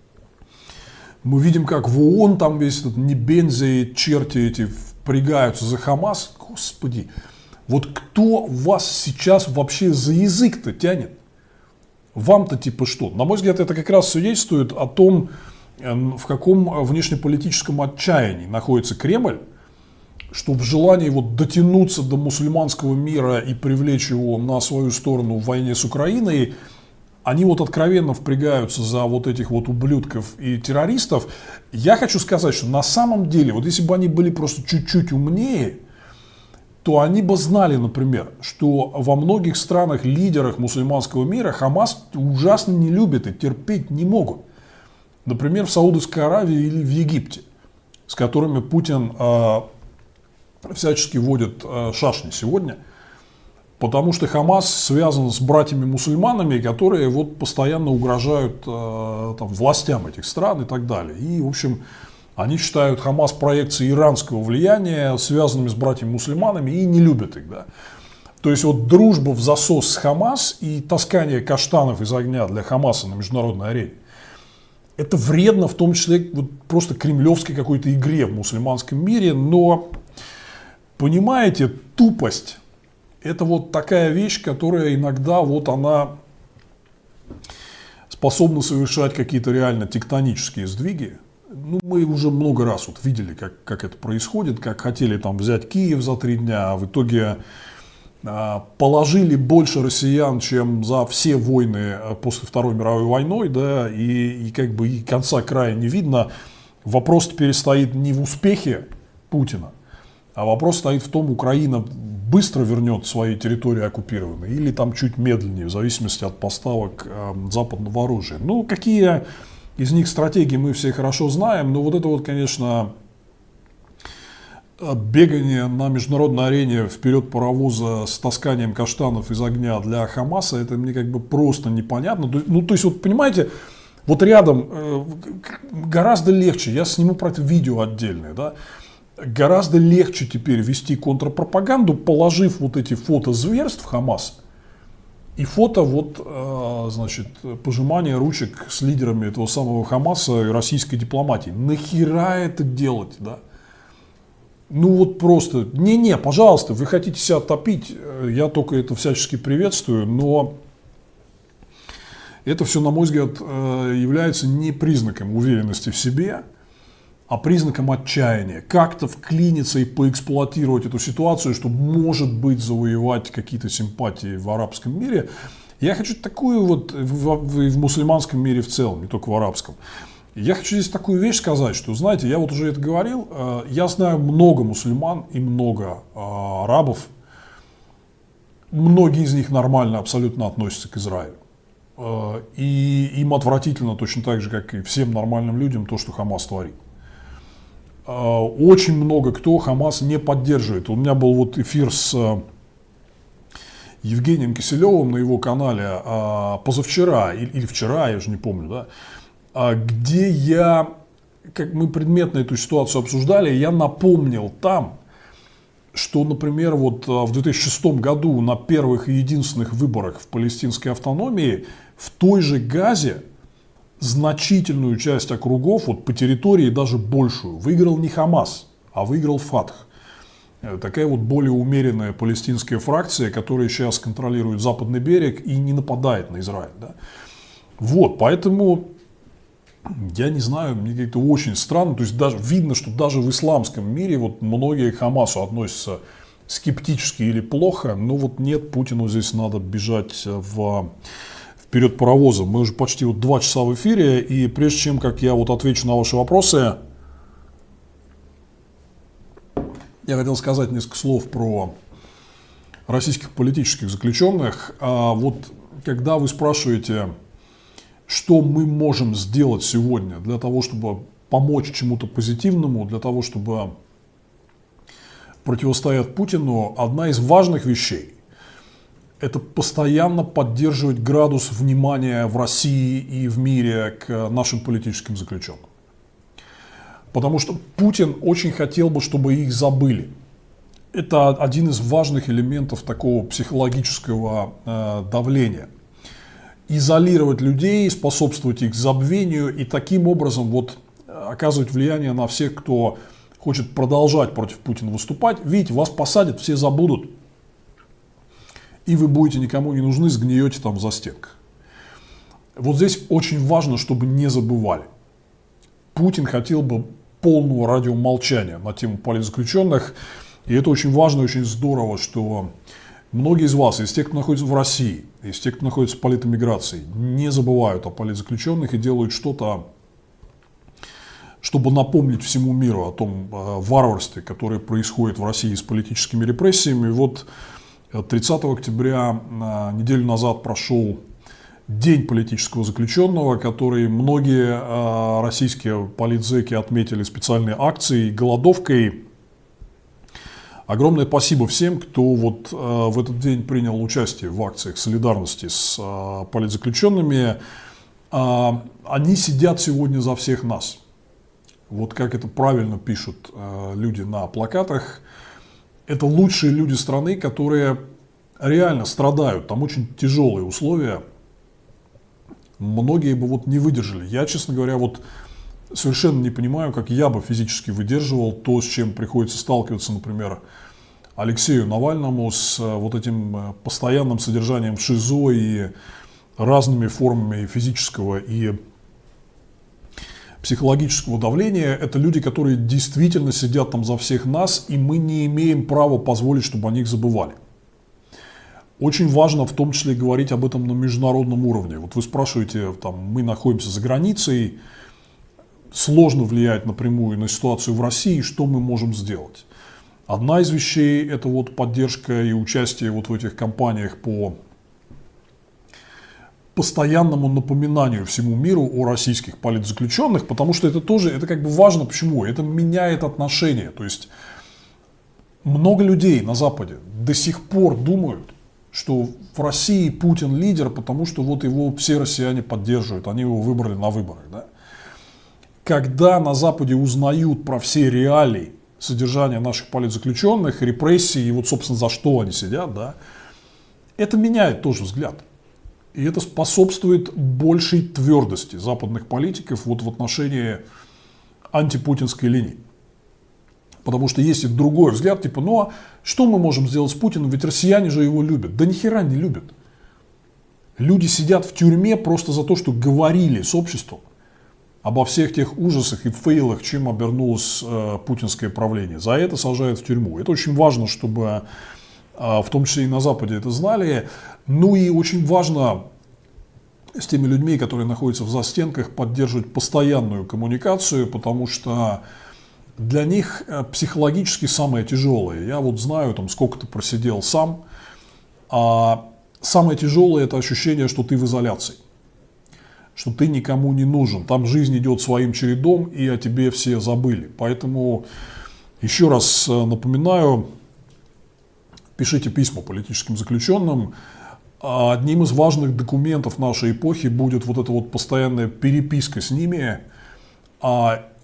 S1: Мы видим, как в ООН там весь этот небензи, черти эти впрягаются за Хамас. Господи. Вот кто вас сейчас вообще за язык-то тянет? Вам-то типа что? На мой взгляд, это как раз свидетельствует о том, в каком внешнеполитическом отчаянии находится Кремль, что в желании вот дотянуться до мусульманского мира и привлечь его на свою сторону в войне с Украиной, они вот откровенно впрягаются за вот этих вот ублюдков и террористов. Я хочу сказать, что на самом деле, вот если бы они были просто чуть-чуть умнее, то они бы знали, например, что во многих странах, лидерах мусульманского мира Хамас ужасно не любят и терпеть не могут. Например, в Саудовской Аравии или в Египте, с которыми Путин э, всячески водит э, шашни сегодня, потому что Хамас связан с братьями-мусульманами, которые вот постоянно угрожают э, там, властям этих стран и так далее. И, в общем, они считают Хамас проекцией иранского влияния, связанными с братьями-мусульманами, и не любят их. Да? То есть вот дружба в засос с Хамас и таскание каштанов из огня для Хамаса на международной арене, это вредно в том числе вот просто кремлевской какой-то игре в мусульманском мире. Но, понимаете, тупость – это вот такая вещь, которая иногда вот она способна совершать какие-то реально тектонические сдвиги. Ну, мы уже много раз вот видели, как, как это происходит, как хотели там взять Киев за три дня, а в итоге а, положили больше россиян, чем за все войны после Второй мировой войны, да, и, и как бы и конца края не видно. Вопрос теперь стоит не в успехе Путина, а вопрос стоит в том, Украина быстро вернет свои территории оккупированные или там чуть медленнее, в зависимости от поставок а, западного оружия. Ну, какие... Из них стратегии мы все хорошо знаем, но вот это вот, конечно, бегание на международной арене вперед паровоза с тасканием каштанов из огня для Хамаса, это мне как бы просто непонятно. Ну, то есть, вот понимаете, вот рядом э, гораздо легче, я сниму про это видео отдельное, да, гораздо легче теперь вести контрпропаганду, положив вот эти фото зверств Хамаса, и фото вот, значит, пожимания ручек с лидерами этого самого Хамаса и российской дипломатии. Нахера это делать, да? Ну вот просто, не-не, пожалуйста, вы хотите себя топить, я только это всячески приветствую, но это все, на мой взгляд, является не признаком уверенности в себе, а признаком отчаяния. Как-то вклиниться и поэксплуатировать эту ситуацию, чтобы, может быть, завоевать какие-то симпатии в арабском мире. Я хочу такую вот, в, в мусульманском мире в целом, не только в арабском. Я хочу здесь такую вещь сказать, что, знаете, я вот уже это говорил, я знаю много мусульман и много арабов. Многие из них нормально абсолютно относятся к Израилю. И им отвратительно точно так же, как и всем нормальным людям, то, что Хамас творит. Очень много кто Хамас не поддерживает. У меня был вот эфир с Евгением Киселевым на его канале позавчера или вчера, я уже не помню, да, где я как мы предметно эту ситуацию обсуждали, я напомнил там, что, например, вот в две тысячи шестом году на первых и единственных выборах в палестинской автономии в той же Газе значительную часть округов, вот по территории даже большую, выиграл не Хамас, а выиграл Фатх. Такая вот более умеренная палестинская фракция, которая сейчас контролирует западный берег и не нападает на Израиль. Да? Вот, поэтому я не знаю, мне как-то очень странно. То есть даже видно, что даже в исламском мире вот многие к Хамасу относятся скептически или плохо. Но вот нет, Путину здесь надо бежать в... вперед паровозом. Мы уже почти вот два часа в эфире. И прежде чем как я вот отвечу на ваши вопросы, я хотел сказать несколько слов про российских политических заключенных. А вот когда вы спрашиваете, что мы можем сделать сегодня для того, чтобы помочь чему-то позитивному, для того, чтобы противостоять Путину, одна из важных вещей – это постоянно поддерживать градус внимания в России и в мире к нашим политическим заключенным. Потому что Путин очень хотел бы, чтобы их забыли. Это один из важных элементов такого психологического э, давления. Изолировать людей, способствовать их забвению и таким образом вот оказывать влияние на всех, кто хочет продолжать против Путина выступать. Видите, вас посадят, все забудут, и вы будете никому не нужны, сгниете там за стенкой. Вот здесь очень важно, чтобы не забывали. Путин хотел бы полного радиомолчания на тему политзаключенных, и это очень важно и очень здорово, что многие из вас, из тех, кто находится в России, из тех, кто находится в политэмиграции, не забывают о политзаключенных и делают что-то, чтобы напомнить всему миру о том варварстве, которое происходит в России с политическими репрессиями. И вот тридцатого октября, неделю назад, прошел День политического заключенного, который многие российские политзеки отметили специальной акцией, голодовкой. Огромное спасибо всем, кто вот э, в этот день принял участие в акциях солидарности с э, политзаключенными. Э, они сидят сегодня за всех нас. Вот как это правильно пишут э, люди на плакатах. Это лучшие люди страны, которые реально страдают. Там очень тяжелые условия. Многие бы вот не выдержали. Я, честно говоря, вот совершенно не понимаю, как я бы физически выдерживал то, с чем приходится сталкиваться, например, Алексею Навальному, с вот этим постоянным содержанием в ШИЗО и разными формами физического и психологического давления. Это люди, которые действительно сидят там за всех нас, и мы не имеем права позволить, чтобы о них забывали. Очень важно в том числе говорить об этом на международном уровне. Вот вы спрашиваете, там, мы находимся за границей, сложно влиять напрямую на ситуацию в России, что мы можем сделать? Одна из вещей – это вот поддержка и участие вот в этих кампаниях по постоянному напоминанию всему миру о российских политзаключенных, потому что это тоже, это как бы важно. Почему? Это меняет отношения. То есть много людей на Западе до сих пор думают, что в России Путин лидер, потому что вот его все россияне поддерживают, они его выбрали на выборах. Да? Когда на Западе узнают про все реалии содержания наших политзаключенных, репрессий и вот, собственно, за что они сидят, да, это меняет тоже взгляд. И это способствует большей твердости западных политиков вот в отношении антипутинской линии. Потому что есть и другой взгляд, типа, ну а что мы можем сделать с Путиным, ведь россияне же его любят. Да ни хера не любят. Люди сидят в тюрьме просто за то, что говорили с обществом обо всех тех ужасах и фейлах, чем обернулось э, путинское правление. За это сажают в тюрьму. Это очень важно, чтобы э, в том числе и на Западе это знали. Ну и очень важно с теми людьми, которые находятся в застенках, поддерживать постоянную коммуникацию, потому что для них психологически самое тяжелое. Я вот знаю, там сколько-то просидел сам. А самое тяжелое – это ощущение, что ты в изоляции. Что ты никому не нужен. Там жизнь идет своим чередом, и о тебе все забыли. Поэтому еще раз напоминаю, пишите письма политическим заключенным. Одним из важных документов нашей эпохи будет вот эта вот постоянная переписка с ними.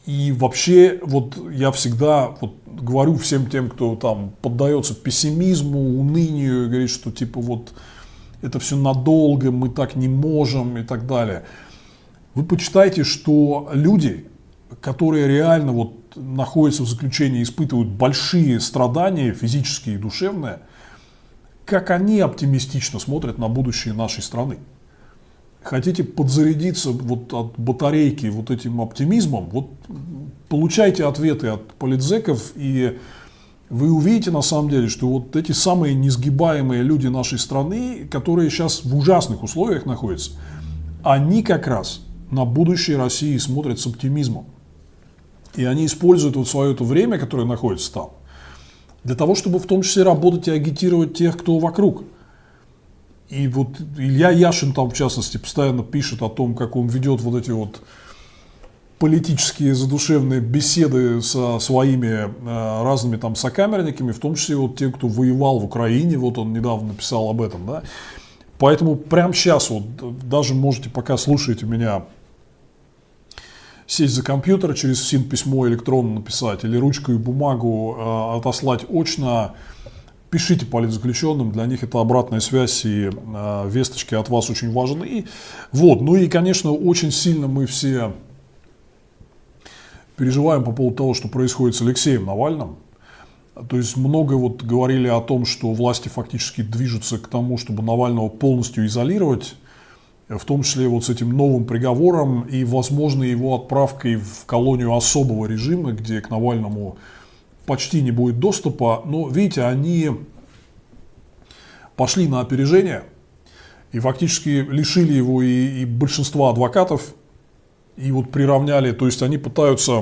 S1: И вообще, вот я всегда вот говорю всем тем, кто там поддается пессимизму, унынию, и говорит, что типа вот это все надолго, мы так не можем и так далее. Вы почитайте, что люди, которые реально вот находятся в заключении, испытывают большие страдания, физические и душевные, как они оптимистично смотрят на будущее нашей страны. Хотите подзарядиться вот от батарейки вот этим оптимизмом, вот получайте ответы от политзеков, и вы увидите на самом деле, что вот эти самые несгибаемые люди нашей страны, которые сейчас в ужасных условиях находятся, они как раз на будущее России смотрят с оптимизмом. И они используют вот свое это время, которое находится там, для того, чтобы в том числе работать и агитировать тех, кто вокруг. И вот Илья Яшин там, в частности, постоянно пишет о том, как он ведет вот эти вот политические задушевные беседы со своими э, разными там сокамерниками, в том числе вот тем, кто воевал в Украине, вот он недавно написал об этом, да. Поэтому прямо сейчас, вот даже можете, пока слушаете меня, сесть за компьютер, через СИН-письмо электронно написать или ручку и бумагу э, отослать очно. Пишите политзаключенным, для них это обратная связь, и э, весточки от вас очень важны. Вот. Ну и, конечно, очень сильно мы все переживаем по поводу того, что происходит с Алексеем Навальным. То есть много вот говорили о том, что власти фактически движутся к тому, чтобы Навального полностью изолировать, в том числе вот с этим новым приговором и, возможно, его отправкой в колонию особого режима, где к Навальному почти не будет доступа. Но, видите, они пошли на опережение и фактически лишили его и, и большинства адвокатов, и вот приравняли, то есть они пытаются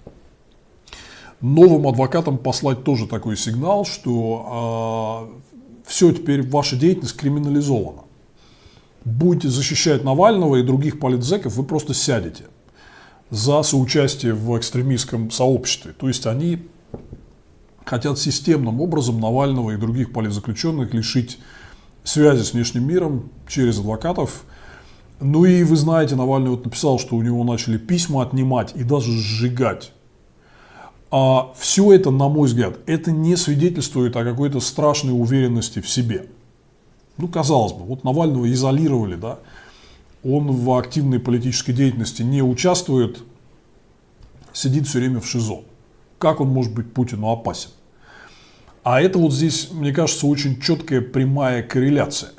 S1: новым адвокатам послать тоже такой сигнал, что э, все, теперь ваша деятельность криминализована. Будете защищать Навального и других политзеков, вы просто сядете за соучастие в экстремистском сообществе. То есть они хотят системным образом Навального и других политзаключенных лишить связи с внешним миром через адвокатов. Ну и вы знаете, Навальный вот написал, что у него начали письма отнимать и даже сжигать. А все это, на мой взгляд, это не свидетельствует о какой-то страшной уверенности в себе. Ну, казалось бы, вот Навального изолировали, да, он в активной политической деятельности не участвует, сидит все время в ШИЗО. Как он может быть Путину опасен? А это вот здесь, мне кажется, очень четкая прямая корреляция.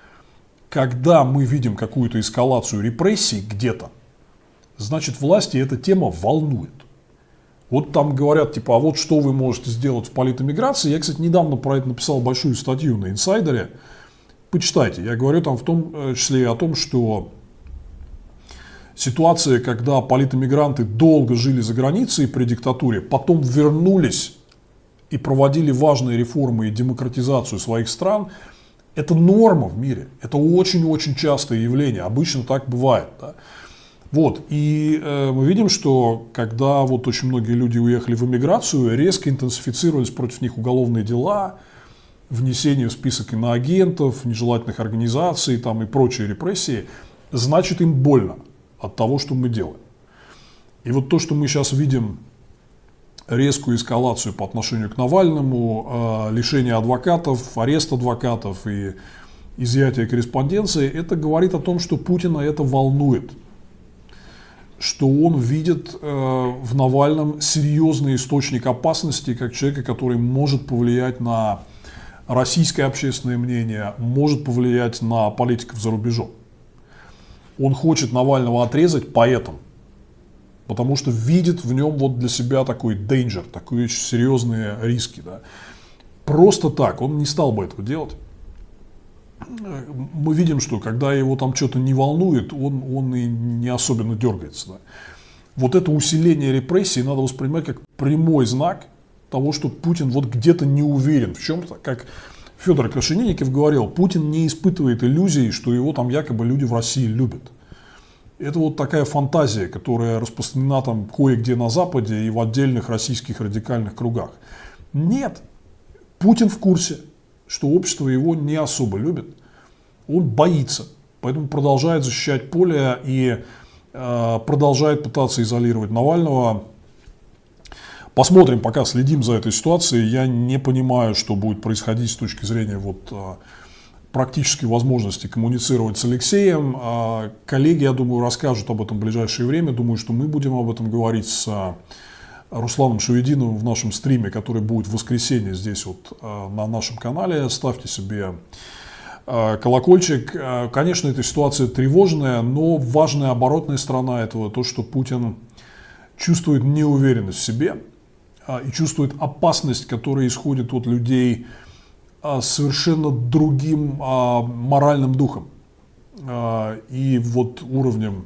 S1: Когда мы видим какую-то эскалацию репрессий где-то, значит, власти эта тема волнует. Вот там говорят, типа, а вот что вы можете сделать в политэмиграции. Я, кстати, недавно про это написал большую статью на Инсайдере. Почитайте. Я говорю там в том числе и о том, что ситуация, когда политэмигранты долго жили за границей при диктатуре, потом вернулись и проводили важные реформы и демократизацию своих стран, это норма в мире. Это очень-очень частое явление. Обычно так бывает. Да? Вот. И э, мы видим, что когда вот очень многие люди уехали в эмиграцию, резко интенсифицировались против них уголовные дела, внесение в список иноагентов, нежелательных организаций там, и прочие репрессии, значит, им больно от того, что мы делаем. И вот то, что мы сейчас видим, резкую эскалацию по отношению к Навальному, э, лишение адвокатов, арест адвокатов и изъятие корреспонденции, это говорит о том, что Путина это волнует. Что он видит э, в Навальном серьезный источник опасности, как человека, который может повлиять на российское общественное мнение, может повлиять на политиков за рубежом. Он хочет Навального отрезать поэтому, потому что видит в нем вот для себя такой danger, такие очень серьезные риски. Да. Просто так он не стал бы этого делать. Мы видим, что когда его там что-то не волнует, он, он и не особенно дергается. Да. Вот это усиление репрессий надо воспринимать как прямой знак того, что Путин вот где-то не уверен в чем-то. Как Федор Крашенинников говорил, Путин не испытывает иллюзий, что его там якобы люди в России любят. Это вот такая фантазия, которая распространена там кое-где на Западе и в отдельных российских радикальных кругах. Нет, Путин в курсе, что общество его не особо любит. Он боится, поэтому продолжает защищать поле. И продолжает пытаться изолировать Навального. Посмотрим, пока следим за этой ситуацией. Я не понимаю, что будет происходить с точки зрения вот, практической возможности коммуницировать с Алексеем. Коллеги, я думаю, расскажут об этом в ближайшее время. Думаю, что мы будем об этом говорить с Русланом Шевединовым в нашем стриме, который будет в воскресенье здесь вот на нашем канале. Ставьте себе колокольчик. Конечно, эта ситуация тревожная, но важная оборотная сторона этого то, что Путин чувствует неуверенность в себе и чувствует опасность, которая исходит от людей с совершенно другим моральным духом и вот уровнем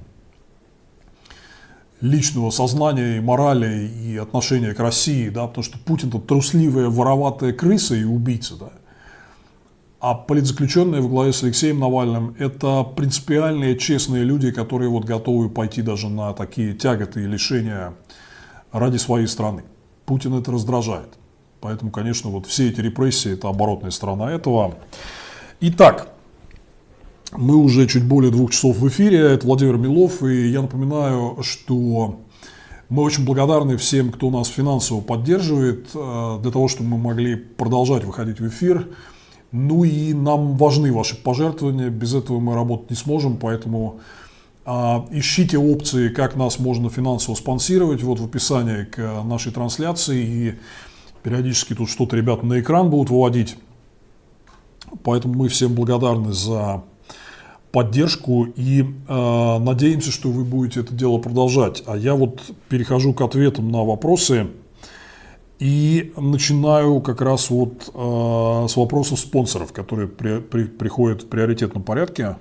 S1: личного сознания и морали и отношения к России, да, потому что Путин это трусливая, вороватая крыса и убийца, да. А политзаключенные во главе с Алексеем Навальным – это принципиальные, честные люди, которые вот готовы пойти даже на такие тяготы и лишения ради своей страны. Путин это раздражает. Поэтому, конечно, вот все эти репрессии – это оборотная сторона этого. Итак, мы уже чуть более двух часов в эфире. Это Владимир Милов. И я напоминаю, что мы очень благодарны всем, кто нас финансово поддерживает, для того, чтобы мы могли продолжать выходить в эфир. Ну и нам важны ваши пожертвования, без этого мы работать не сможем, поэтому а, ищите опции, как нас можно финансово спонсировать, вот в описании к нашей трансляции, и периодически тут что-то ребята на экран будут выводить, поэтому мы всем благодарны за поддержку и а, надеемся, что вы будете это дело продолжать. А я вот перехожу к ответам на вопросы. И начинаю как раз вот э, с вопросов спонсоров, которые при, при, приходят в приоритетном порядке.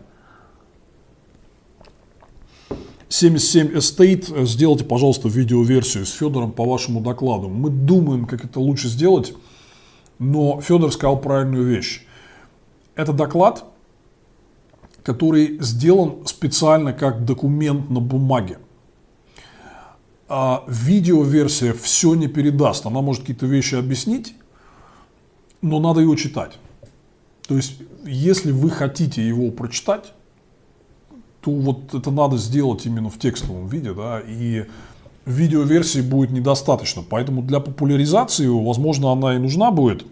S1: семьдесят семь Estate, сделайте, пожалуйста, видеоверсию с Федором по вашему докладу. Мы думаем, как это лучше сделать, но Федор сказал правильную вещь. Это доклад, который сделан специально как документ на бумаге. А видеоверсия все не передаст. Она может какие-то вещи объяснить, но надо его читать. То есть, если вы хотите его прочитать, то вот это надо сделать именно в текстовом виде, да, и видеоверсии будет недостаточно. Поэтому для популяризации, возможно, она и нужна будет,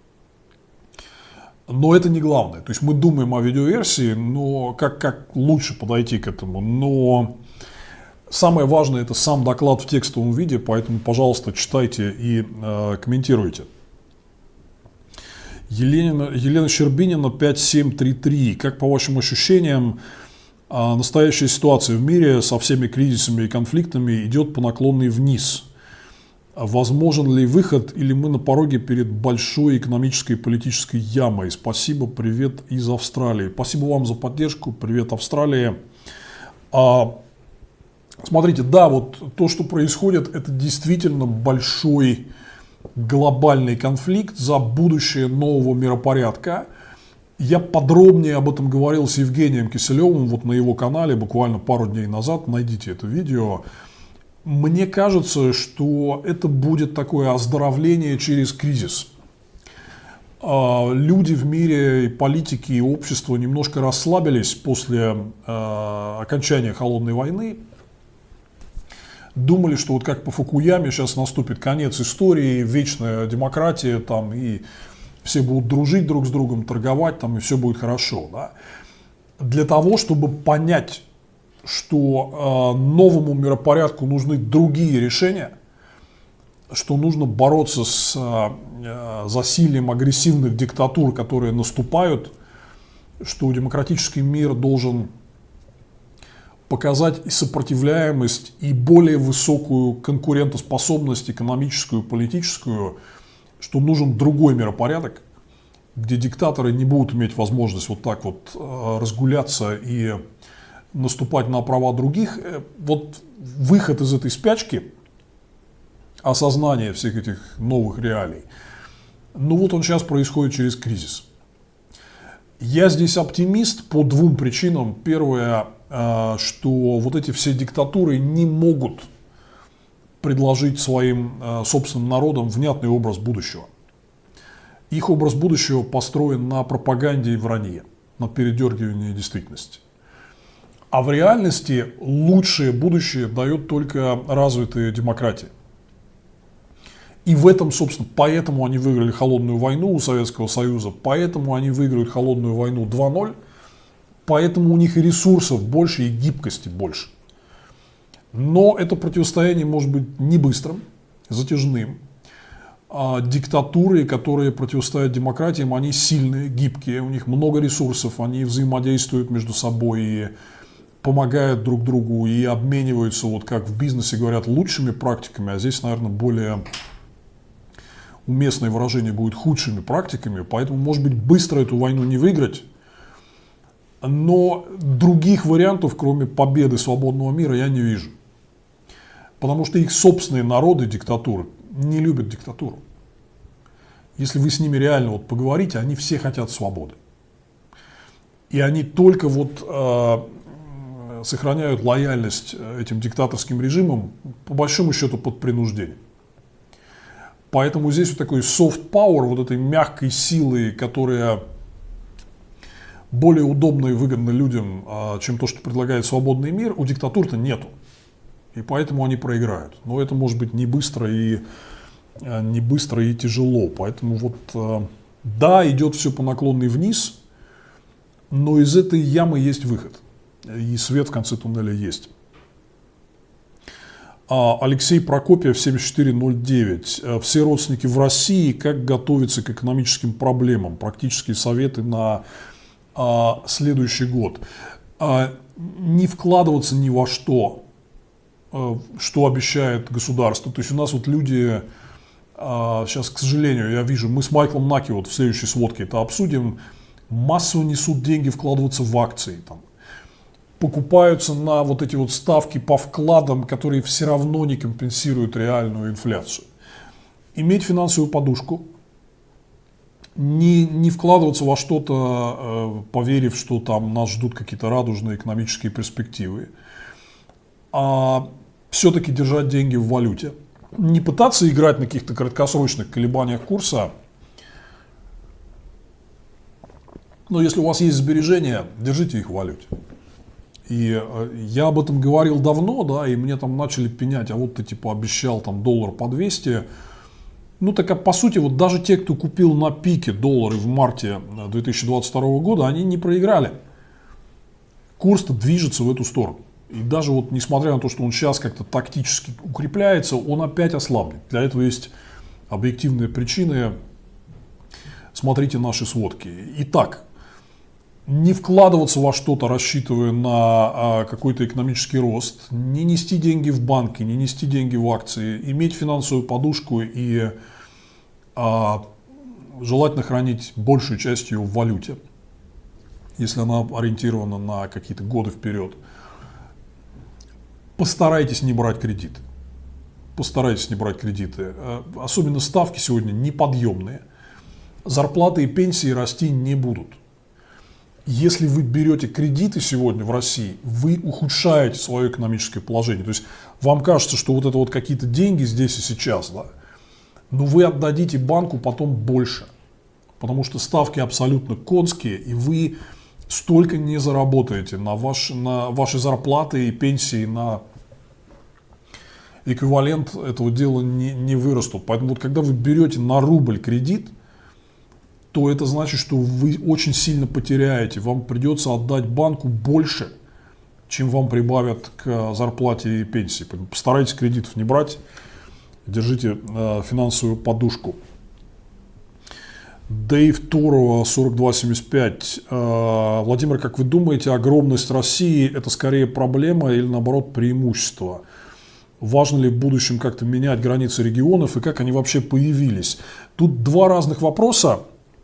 S1: но это не главное. То есть, мы думаем о видеоверсии, но как, как лучше подойти к этому, но... Самое важное – это сам доклад в текстовом виде, поэтому, пожалуйста, читайте и э, комментируйте. Елена, Елена Щербинина, пять семь три три. Как по вашим ощущениям, э, настоящая ситуация в мире со всеми кризисами и конфликтами идет по наклонной вниз? Возможен ли выход, или мы на пороге перед большой экономической и политической ямой? Спасибо, привет из Австралии. Спасибо вам за поддержку, привет Австралии. А, Смотрите, да, вот то, что происходит, это действительно большой глобальный конфликт за будущее нового миропорядка. Я подробнее об этом говорил с Евгением Киселевым вот на его канале буквально пару дней назад. Найдите это видео. Мне кажется, что это будет такое оздоровление через кризис. Люди в мире, и политики, и общество немножко расслабились после окончания холодной войны. Думали, что вот как по Фукуяме сейчас наступит конец истории, вечная демократия, там, и все будут дружить друг с другом, торговать, там, и все будет хорошо. Да? Для того, чтобы понять, что э, новому миропорядку нужны другие решения, что нужно бороться с э, засильем агрессивных диктатур, которые наступают, что демократический мир должен показать и сопротивляемость, и более высокую конкурентоспособность экономическую, политическую, что нужен другой миропорядок, где диктаторы не будут иметь возможность вот так вот разгуляться и наступать на права других. Вот выход из этой спячки, осознание всех этих новых реалий, ну вот он сейчас происходит через кризис. Я здесь оптимист по двум причинам. Первое, что вот эти все диктатуры не могут предложить своим собственным народам внятный образ будущего. Их образ будущего построен на пропаганде и вранье, на передергивании действительности. А в реальности лучшее будущее дает только развитая демократия. И в этом, собственно, поэтому они выиграли холодную войну у Советского Союза, поэтому они выиграют холодную войну два ноль, поэтому у них и ресурсов больше, и гибкости больше. Но это противостояние может быть не быстрым, затяжным. А диктатуры, которые противостоят демократиям, они сильные, гибкие, у них много ресурсов, они взаимодействуют между собой и помогают друг другу, и обмениваются, вот как в бизнесе говорят, лучшими практиками, а здесь, наверное, более уместное выражение будет худшими практиками, поэтому, может быть, быстро эту войну не выиграть, но других вариантов, кроме победы свободного мира, я не вижу. Потому что их собственные народы, диктатуры, не любят диктатуру. Если вы с ними реально вот поговорите, они все хотят свободы. И они только вот э, сохраняют лояльность этим диктаторским режимам, по большому счету, под принуждением. Поэтому здесь вот такой soft power, вот этой мягкой силы, которая более удобна и выгодна людям, чем то, что предлагает свободный мир, у диктатур-то нету. И поэтому они проиграют. Но это может быть не быстро и, не быстро и тяжело. Поэтому вот, да, идет все по наклонной вниз, но из этой ямы есть выход. И свет в конце туннеля есть. Алексей Прокопьев, семьдесят четыре ноль девять. Все родственники в России, как готовиться к экономическим проблемам? Практические советы на а, следующий год. А, не вкладываться ни во что, а, что обещает государство. То есть у нас вот люди, а, сейчас, к сожалению, я вижу, мы с Майклом Наки вот в следующей сводке это обсудим, массово несут деньги вкладываться в акции, там, покупаются на вот эти вот ставки по вкладам, которые все равно не компенсируют реальную инфляцию. Иметь финансовую подушку, не, не вкладываться во что-то, э, поверив, что там нас ждут какие-то радужные экономические перспективы, а все-таки держать деньги в валюте. Не пытаться играть на каких-то краткосрочных колебаниях курса, но если у вас есть сбережения, держите их в валюте. И я об этом говорил давно, да, и мне там начали пенять, а вот ты типа обещал там доллар по двести. Ну так а по сути вот даже те, кто купил на пике доллары в марте две тысячи двадцать второго года, они не проиграли. Курс-то движется в эту сторону. И даже вот несмотря на то, что он сейчас как-то тактически укрепляется, он опять ослабнет. Для этого есть объективные причины. Смотрите наши сводки. Итак, не вкладываться во что-то, рассчитывая на а, какой-то экономический рост, не нести деньги в банки, не нести деньги в акции, иметь финансовую подушку и а, желательно хранить большую часть ее в валюте, если она ориентирована на какие-то годы вперед. Постарайтесь не брать кредиты. Постарайтесь не брать кредиты. Особенно ставки сегодня неподъемные. Зарплаты и пенсии расти не будут. Если вы берете кредиты сегодня в России, вы ухудшаете свое экономическое положение. То есть вам кажется, что вот это вот какие-то деньги здесь и сейчас, да, но вы отдадите банку потом больше, потому что ставки абсолютно конские, и вы столько не заработаете на, ваш, на ваши зарплаты и пенсии, на эквивалент этого дела не, не вырастут. Поэтому вот когда вы берете на рубль кредит, то это значит, что вы очень сильно потеряете. Вам придется отдать банку больше, чем вам прибавят к зарплате и пенсии. Поэтому постарайтесь кредитов не брать, держите э, финансовую подушку. Дэйв Турова, сорок два семьдесят пять. Э, Владимир, как вы думаете, огромность России – это скорее проблема или, наоборот, преимущество? Важно ли в будущем как-то менять границы регионов и как они вообще появились? Тут два разных вопроса.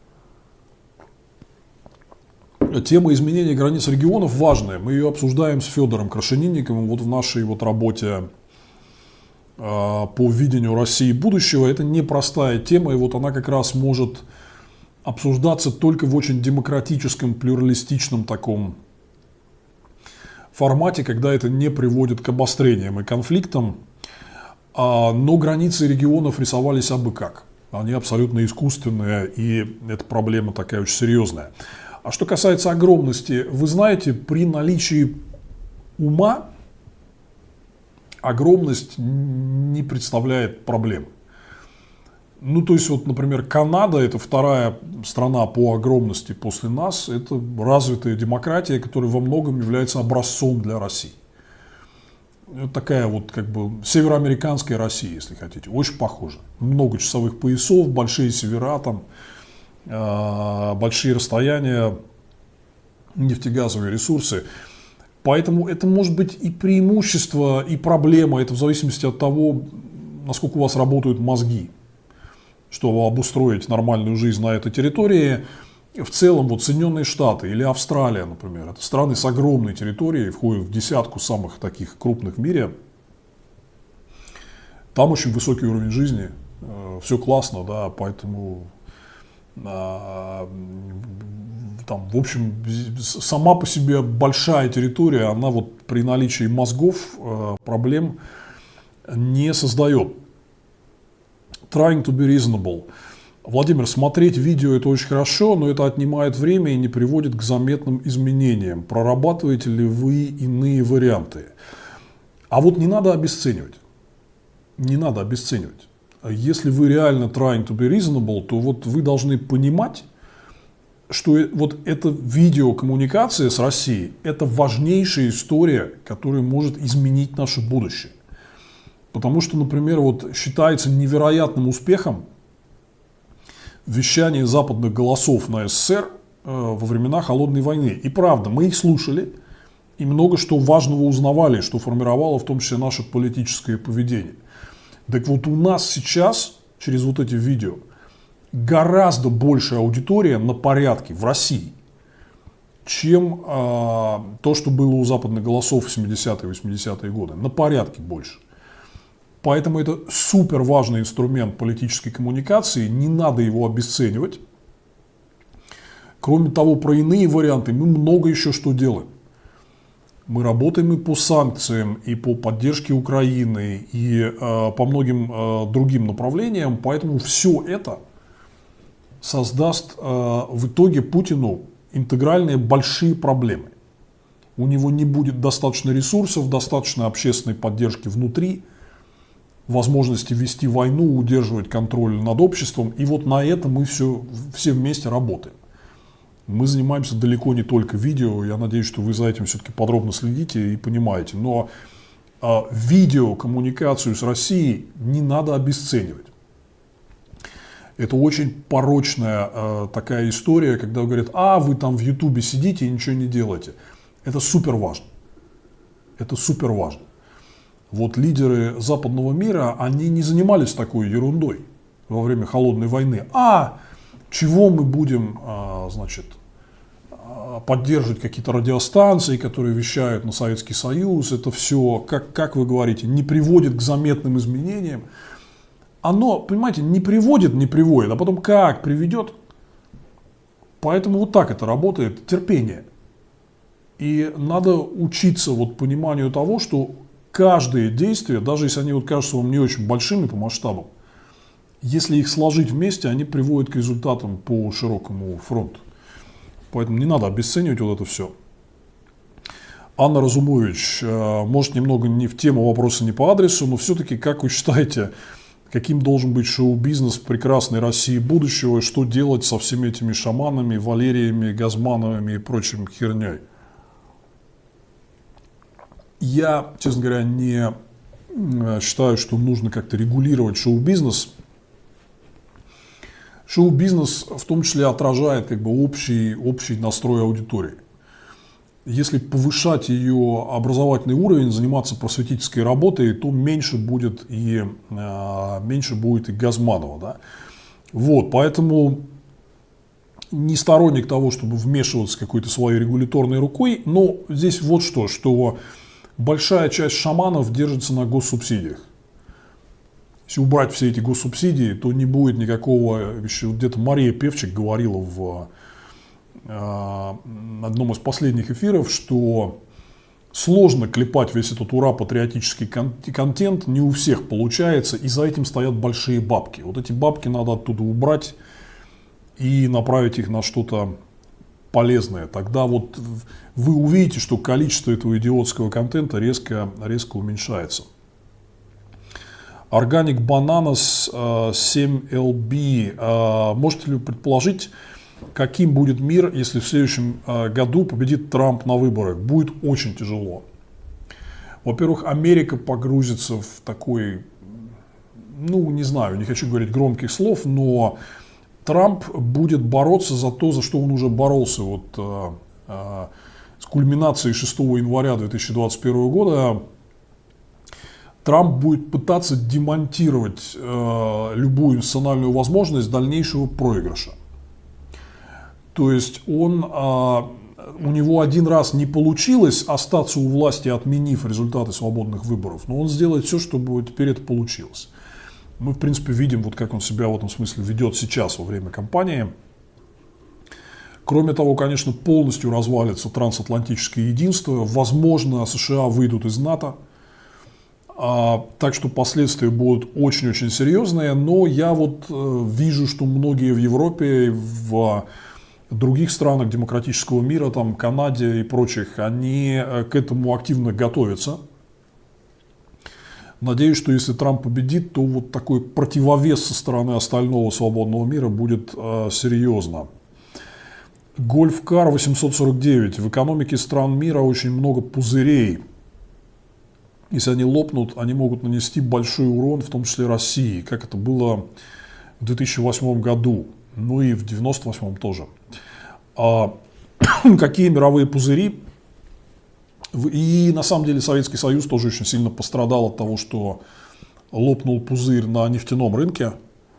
S1: Тема изменения границ регионов важная. Мы ее обсуждаем с Федором Крашенинниковым вот в нашей вот работе э, по видению России будущего. Это непростая тема, и вот она как раз может обсуждаться только в очень демократическом, плюралистичном таком формате, когда это не приводит к обострениям и конфликтам. А, но границы регионов рисовались абы как. Они абсолютно искусственные, и эта проблема такая очень серьезная. А что касается огромности, вы знаете, при наличии ума огромность не представляет проблем. Ну, то есть, вот, например, Канада – это вторая страна по огромности после нас. Это развитая демократия, которая во многом является образцом для России. Это такая вот как бы североамериканская Россия, если хотите. Очень похожа. Много часовых поясов, большие севера, там, э, большие расстояния, нефтегазовые ресурсы. Поэтому это может быть и преимущество, и проблема. Это в зависимости от того, насколько у вас работают мозги, чтобы обустроить нормальную жизнь на этой территории. В целом, вот Соединенные Штаты или Австралия, например, это страны с огромной территорией, входят в десятку самых таких крупных в мире. Там очень высокий уровень жизни, э, все классно, да, поэтому э, там, в общем, сама по себе большая территория, она вот при наличии мозгов э, проблем не создает. Trying to be reasonable. Владимир, смотреть видео – это очень хорошо, но это отнимает время и не приводит к заметным изменениям. Прорабатываете ли вы иные варианты? А вот не надо обесценивать. Не надо обесценивать. Если вы реально trying to be reasonable, то вот вы должны понимать, что вот эта видеокоммуникация с Россией – это важнейшая история, которая может изменить наше будущее. Потому что, например, вот считается невероятным успехом вещание западных голосов на СССР во времена Холодной войны. И правда, мы их слушали и много что важного узнавали, что формировало в том числе наше политическое поведение. Так вот у нас сейчас, через вот эти видео, гораздо большая аудитория на порядке в России, чем э, то, что было у западных голосов в семидесятые и восьмидесятые годы. На порядке больше. Поэтому это супер важный инструмент политической коммуникации, не надо его обесценивать. Кроме того, про иные варианты мы много еще что делаем. Мы работаем и по санкциям, и по поддержке Украины, и э, по многим э, другим направлениям. Поэтому все это создаст э, в итоге Путину интегральные большие проблемы. У него не будет достаточно ресурсов, достаточно общественной поддержки внутри, возможности вести войну, удерживать контроль над обществом. И вот на это мы все, все вместе работаем. Мы занимаемся далеко не только видео. Я надеюсь, что вы за этим все-таки подробно следите и понимаете. Но э, видеокоммуникацию с Россией не надо обесценивать. Это очень порочная э, такая история, когда говорят, а вы там в Ютубе сидите и ничего не делаете. Это супер важно. Это супер важно. Вот лидеры западного мира, они не занимались такой ерундой во время Холодной войны. А чего мы будем, значит, поддерживать какие-то радиостанции, которые вещают на Советский Союз. Это все, как, как вы говорите, не приводит к заметным изменениям. Оно, понимаете, не приводит, не приводит, а потом как приведет. Поэтому вот так это работает. Терпение. И надо учиться вот пониманию того, что каждое действие, даже если они вот кажутся вам не очень большими по масштабам, если их сложить вместе, они приводят к результатам по широкому фронту. Поэтому не надо обесценивать вот это все. Анна Разумович, может, немного не в тему вопроса, не по адресу, но все-таки, как вы считаете, каким должен быть шоу-бизнес в прекрасной России будущего, и что делать со всеми этими шаманами, Валериями, Газмановыми и прочим херней? Я, честно говоря, не считаю, что нужно как-то регулировать шоу-бизнес. Шоу-бизнес в том числе отражает как бы общий, общий настрой аудитории. Если повышать ее образовательный уровень, заниматься просветительской работой, то меньше будет и, э, меньше будет и Газманова. Да? Вот, поэтому не сторонник того, чтобы вмешиваться какой-то своей регуляторной рукой, но здесь вот что, что большая часть шаманов держится на госсубсидиях. Если убрать все эти госсубсидии, то не будет никакого, еще где-то Мария Певчик говорила в э, одном из последних эфиров, что сложно клепать весь этот ура-патриотический кон- контент, не у всех получается, и за этим стоят большие бабки. Вот эти бабки надо оттуда убрать и направить их на что-то полезное, тогда вот вы увидите, что количество этого идиотского контента резко, резко уменьшается. Organic Bananas семь эл би. Можете ли вы предположить, каким будет мир, если в следующем году победит Трамп на выборах? Будет очень тяжело. Во-первых, Америка погрузится в такой, ну, не знаю, не хочу говорить громких слов, но Трамп будет бороться за то, за что он уже боролся вот, э, э, с кульминацией шестого января две тысячи двадцать первого года. Трамп будет пытаться демонтировать э, любую институциональную возможность дальнейшего проигрыша. То есть он, э, у него один раз не получилось остаться у власти, отменив результаты свободных выборов, но он сделает все, чтобы теперь это получилось. Мы, в принципе, видим, вот как он себя в этом смысле ведет сейчас во время кампании. Кроме того, конечно, полностью развалится трансатлантическое единство. Возможно, США выйдут из НАТО. А, так что последствия будут очень-очень серьезные. Но я вот э, вижу, что многие в Европе, в других странах демократического мира, там, Канаде и прочих, они к этому активно готовятся. Надеюсь, что если Трамп победит, то вот такой противовес со стороны остального свободного мира будет э, серьезно. Гольфкар восемьсот сорок девять. В экономике стран мира очень много пузырей. Если они лопнут, они могут нанести большой урон, в том числе России, как это было в две тысячи восьмом году, ну и в девяносто восьмом тоже. А, какие мировые пузыри? И на самом деле Советский Союз тоже очень сильно пострадал от того, что лопнул пузырь на нефтяном рынке.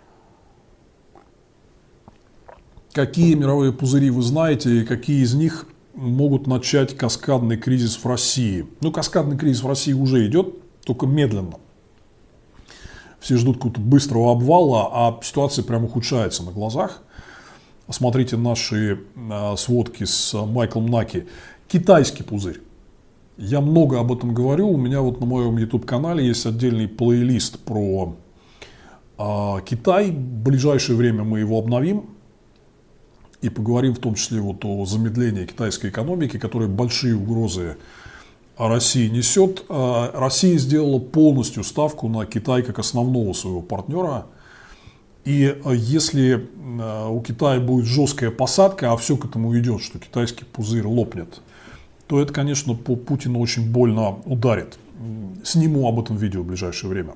S1: Какие мировые пузыри вы знаете и какие из них могут начать каскадный кризис в России? Ну, каскадный кризис в России уже идет, только медленно. Все ждут какого-то быстрого обвала, а ситуация прямо ухудшается на глазах. Смотрите наши э, сводки с Майклом Наки. Китайский пузырь. Я много об этом говорю. У меня вот на моем YouTube-канале есть отдельный плейлист про э, Китай. В ближайшее время мы его обновим. И поговорим в том числе вот о замедлении китайской экономики, которая большие угрозы России несет. Э, Россия сделала полностью ставку на Китай как основного своего партнера. И э, если э, у Китая будет жесткая посадка, а все к этому идет, что китайский пузырь лопнет, то это, конечно, по Путину очень больно ударит. Сниму об этом видео в ближайшее время.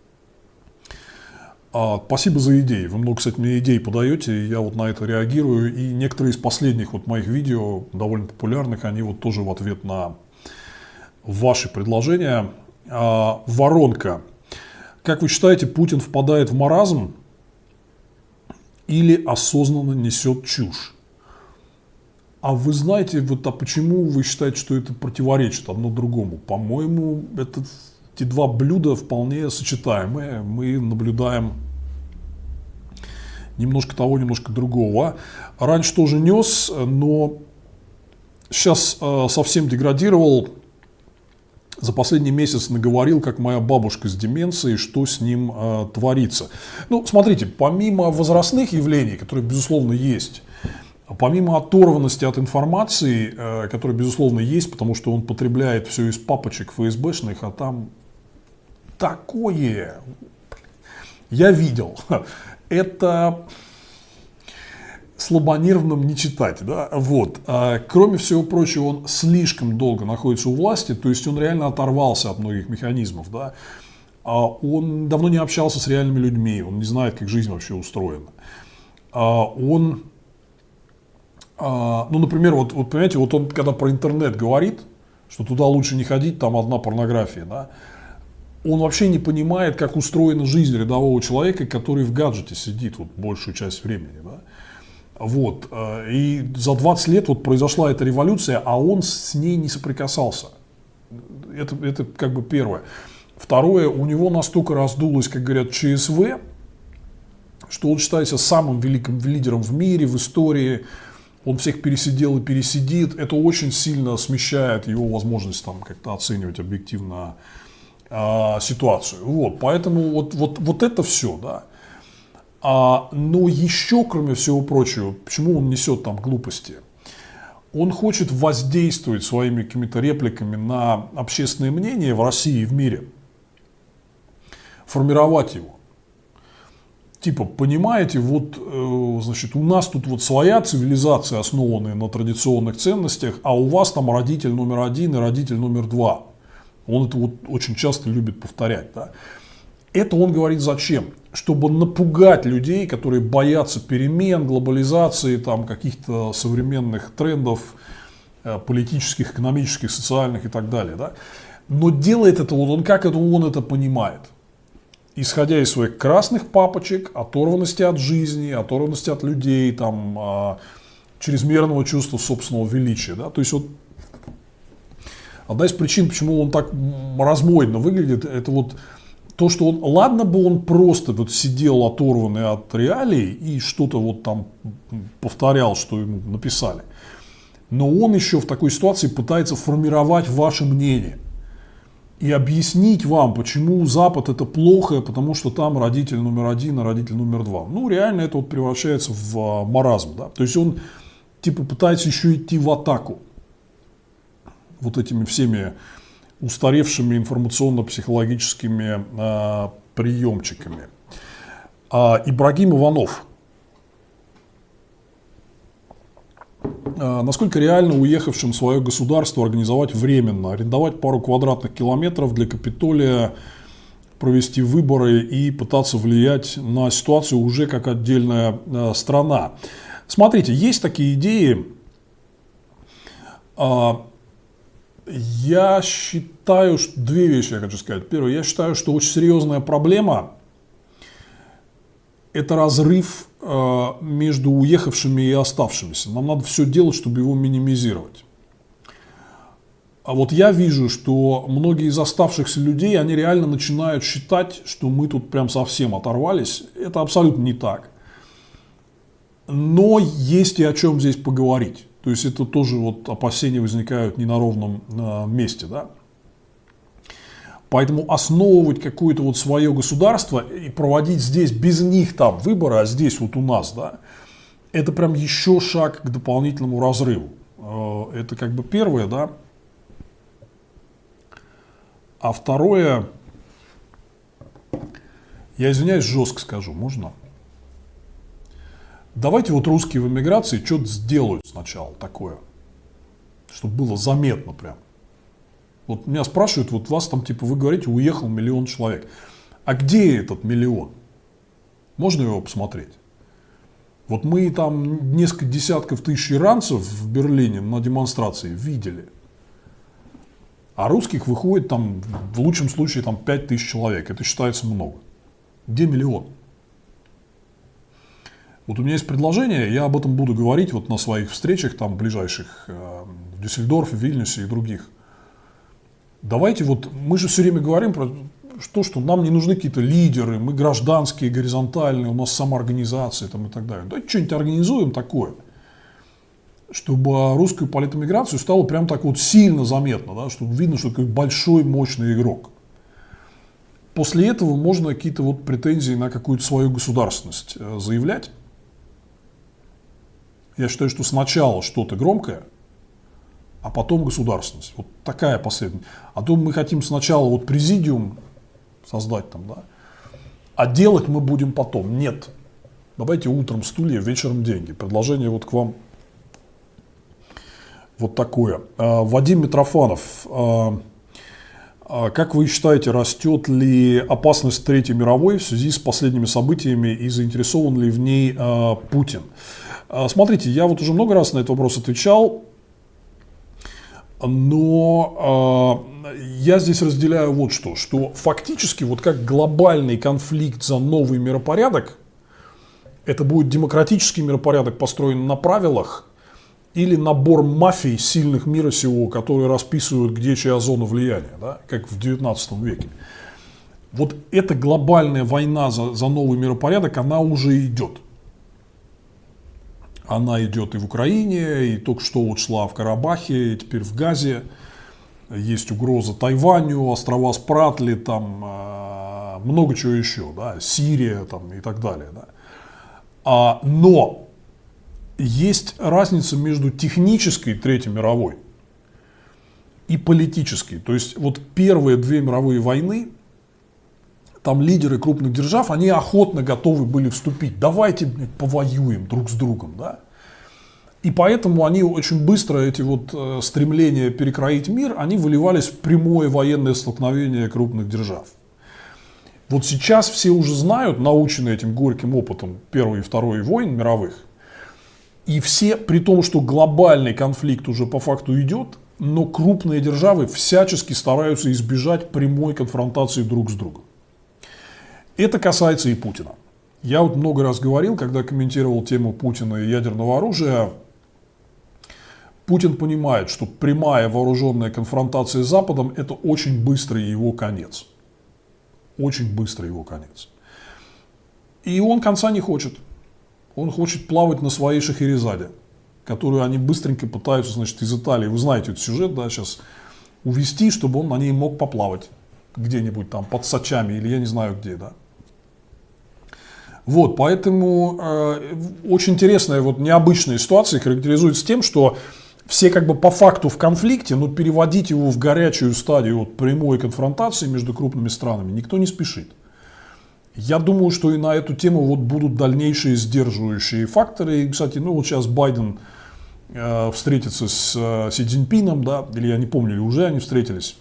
S1: А, спасибо за идеи. Вы много, кстати, мне идей подаете, я вот на это реагирую. И некоторые из последних вот моих видео, довольно популярных, они вот тоже в ответ на ваши предложения. А, воронка. Как вы считаете, Путин впадает в маразм или осознанно несет чушь? А вы знаете, вот, а почему вы считаете, что это противоречит одно другому? По-моему, это, эти два блюда вполне сочетаемые. Мы наблюдаем немножко того, немножко другого. Раньше тоже нес, но сейчас э, совсем деградировал. За последний месяц наговорил, как моя бабушка с деменцией, что с ним э, творится. Ну, смотрите, помимо возрастных явлений, которые, безусловно, есть, помимо оторванности от информации, э, которая, безусловно, есть, потому что он потребляет все из папочек эф эс бэ-шных, а там такое, я видел, это слабонервным не читать, да, вот. А, кроме всего прочего, он слишком долго находится у власти, то есть он реально оторвался от многих механизмов, да. А он давно не общался с реальными людьми, он не знает, как жизнь вообще устроена. А, он, а, ну, например, вот, вот понимаете, вот он когда про интернет говорит, что туда лучше не ходить, там одна порнография, да, он вообще не понимает, как устроена жизнь рядового человека, который в гаджете сидит вот большую часть времени, да. Вот. И за двадцать лет вот произошла эта революция, а он с ней не соприкасался. Это, это как бы первое. Второе, у него настолько раздулось, как говорят, че эс вэ, что он считается самым великим лидером в мире, в истории. Он всех пересидел и пересидит. Это очень сильно смещает его возможность там как-то оценивать объективно э, ситуацию. Вот. Поэтому вот, вот, вот это все, да. А, но еще, кроме всего прочего, почему он несет там глупости? он хочет воздействовать своими какими-то репликами на общественное мнение в России и в мире, формировать его. Типа, понимаете, вот, значит, у нас тут вот своя цивилизация, основанная на традиционных ценностях, а у вас там родитель номер один и родитель номер два. Он это вот очень часто любит повторять. Да? Это он говорит зачем? Чтобы напугать людей, которые боятся перемен, глобализации, там, каких-то современных трендов политических, экономических, социальных и так далее. Да? Но делает это вот он, как это он это понимает. Исходя из своих красных папочек, оторванности от жизни, оторванности от людей, там, чрезмерного чувства собственного величия. Да? То есть вот одна из причин, почему он так размойно выглядит, это вот то, что он, ладно бы он просто вот сидел оторванный от реалий и что-то вот там повторял, что ему написали, но он еще в такой ситуации пытается формировать ваше мнение. И объяснить вам, почему Запад это плохо, потому что там родитель номер один, а родитель номер два. Ну, реально это вот превращается в маразм. Да? То есть он типа пытается еще идти в атаку вот этими всеми устаревшими информационно-психологическими а, приемчиками. А, Ибрагим Иванов. Насколько реально уехавшим в свое государство организовать временно, арендовать пару квадратных километров для Капитолия, провести выборы и пытаться влиять на ситуацию уже как отдельная страна? Смотрите, есть такие идеи. Я считаю, что две вещи я хочу сказать. Первое, я считаю, что очень серьезная проблема – это разрыв между уехавшими и оставшимися. Нам надо все делать, чтобы его минимизировать. А вот я вижу, что многие из оставшихся людей, они реально начинают считать, что мы тут прям совсем оторвались. Это абсолютно не так. Но есть и о чем здесь поговорить. То есть это тоже вот опасения возникают не на ровном э, месте. Да? Поэтому основывать какое-то вот свое государство и проводить здесь без них там выборы, а здесь вот у нас, да, это прям еще шаг к дополнительному разрыву. Это как бы первое, да. А второе, я извиняюсь, жестко скажу, можно? Давайте вот русские в эмиграции что-то сделают сначала такое, чтобы было заметно прям. Вот меня спрашивают, вот вас там, типа, вы говорите, уехал миллион человек. А где этот миллион? Можно его посмотреть? Вот мы там несколько десятков тысяч иранцев в Берлине на демонстрации видели. А русских выходит там, в лучшем случае, там пять тысяч человек. Это считается много. Где миллион? Вот у меня есть предложение, я об этом буду говорить вот на своих встречах, там, ближайших, в Дюссельдорфе, Вильнюсе и других. Давайте вот, мы же все время говорим про то, что нам не нужны какие-то лидеры, мы гражданские, горизонтальные, у нас самоорганизация там, и так далее. Давайте что-нибудь организуем такое, чтобы русскую политэмиграцию стало прям так вот сильно заметно, да, чтобы видно, что такой большой, мощный игрок. После этого можно какие-то вот претензии на какую-то свою государственность заявлять. Я считаю, что сначала что-то громкое, а потом государственность. Вот такая последовательность. А то мы хотим сначала вот президиум создать там, да, а делать мы будем потом. Нет. Давайте утром стулья, вечером деньги. Предложение вот к вам вот такое. Вадим Митрофанов. Как вы считаете, растет ли опасность Третьей мировой в связи с последними событиями и заинтересован ли в ней Путин? Смотрите, я вот уже много раз на этот вопрос отвечал. Но э, я здесь разделяю вот что, что фактически вот как глобальный конфликт за новый миропорядок, это будет демократический миропорядок, построен на правилах, или набор мафий сильных мира сего, которые расписывают, где чья зона влияния, да, как в девятнадцатом веке. Вот эта глобальная война за, за новый миропорядок, она уже идет. Она идет и в Украине, и только что вот шла в Карабахе, и теперь в Газе. Есть угроза Тайваню, острова Спратли, там э, много чего еще, да, Сирия там, и так далее. Да. А, но есть разница между технической Третьей мировой и политической. То есть вот первые две мировые войны, там лидеры крупных держав, они охотно готовы были вступить. Давайте повоюем друг с другом. Да? И поэтому они очень быстро, эти вот э, стремления перекроить мир, они выливались в прямое военное столкновение крупных держав. Вот сейчас все уже знают, наученные этим горьким опытом Первой и Второй войн мировых, и все, при том, что глобальный конфликт уже по факту идет, но крупные державы всячески стараются избежать прямой конфронтации друг с другом. Это касается и Путина. Я вот много раз говорил, когда комментировал тему Путина и ядерного оружия, Путин понимает, что прямая вооруженная конфронтация с Западом – это очень быстрый его конец. Очень быстрый его конец. И он конца не хочет. Он хочет плавать на своей Шахерезаде, которую они быстренько пытаются, значит, из Италии, вы знаете этот сюжет, да, сейчас увезти, чтобы он на ней мог поплавать где-нибудь там под Сочами или я не знаю где, да. Вот, поэтому э, очень интересная, вот необычная ситуация характеризуется тем, что все как бы по факту в конфликте, но переводить его в горячую стадию вот, прямой конфронтации между крупными странами никто не спешит. Я думаю, что и на эту тему вот будут дальнейшие сдерживающие факторы. И, кстати, ну вот сейчас Байден э, встретится с э, Си Цзиньпином, да, или я не помню, или уже они встретились.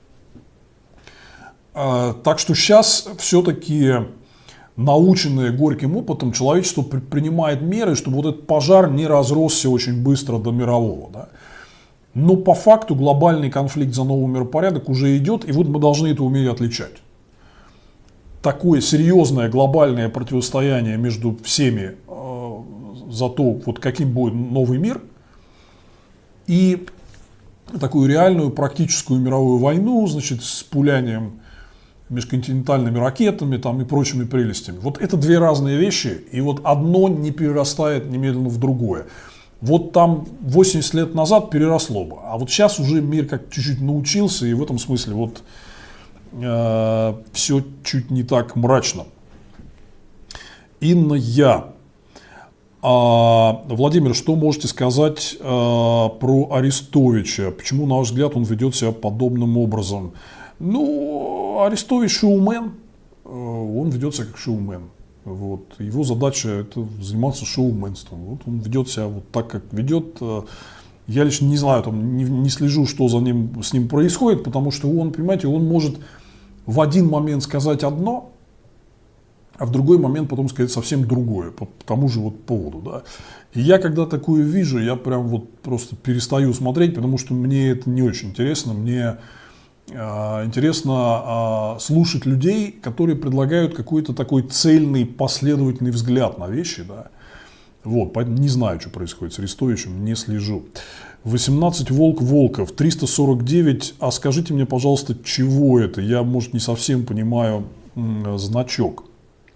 S1: Э, так что сейчас все-таки, наученное горьким опытом, человечество принимает меры, чтобы вот этот пожар не разросся очень быстро до мирового. Да. Но по факту глобальный конфликт за новый миропорядок уже идет, и вот мы должны это уметь отличать. Такое серьезное глобальное противостояние между всеми э, за то, вот каким будет новый мир, и такую реальную практическую мировую войну, значит, с пулянием межконтинентальными ракетами там, и прочими прелестями. Вот это две разные вещи, и вот одно не перерастает немедленно в другое. Вот там восемьдесят лет назад переросло бы, а вот сейчас уже мир как чуть-чуть научился, и в этом смысле вот э, все чуть не так мрачно. Инна Я. А, Владимир, что можете сказать а, про Арестовича? Почему, на ваш взгляд, он ведет себя подобным образом? Ну, Арестович шоумен, он ведет себя как шоумен. Вот. Его задача это заниматься шоуменством. Вот он ведет себя вот так, как ведет. Я лично не знаю, там, не, не слежу, что за ним, с ним происходит, потому что он, понимаете, он может в один момент сказать одно, а в другой момент потом сказать совсем другое, по, по тому же вот поводу. Да. И я когда такое вижу, я прям вот просто перестаю смотреть, потому что мне это не очень интересно. Мне интересно слушать людей, которые предлагают какой-то такой цельный, последовательный взгляд на вещи. Да. Вот, не знаю, что происходит с Арестовичем, не слежу. восемнадцать Волк Волков, триста сорок девять. А скажите мне, пожалуйста, чего это? Я, может, не совсем понимаю м, значок.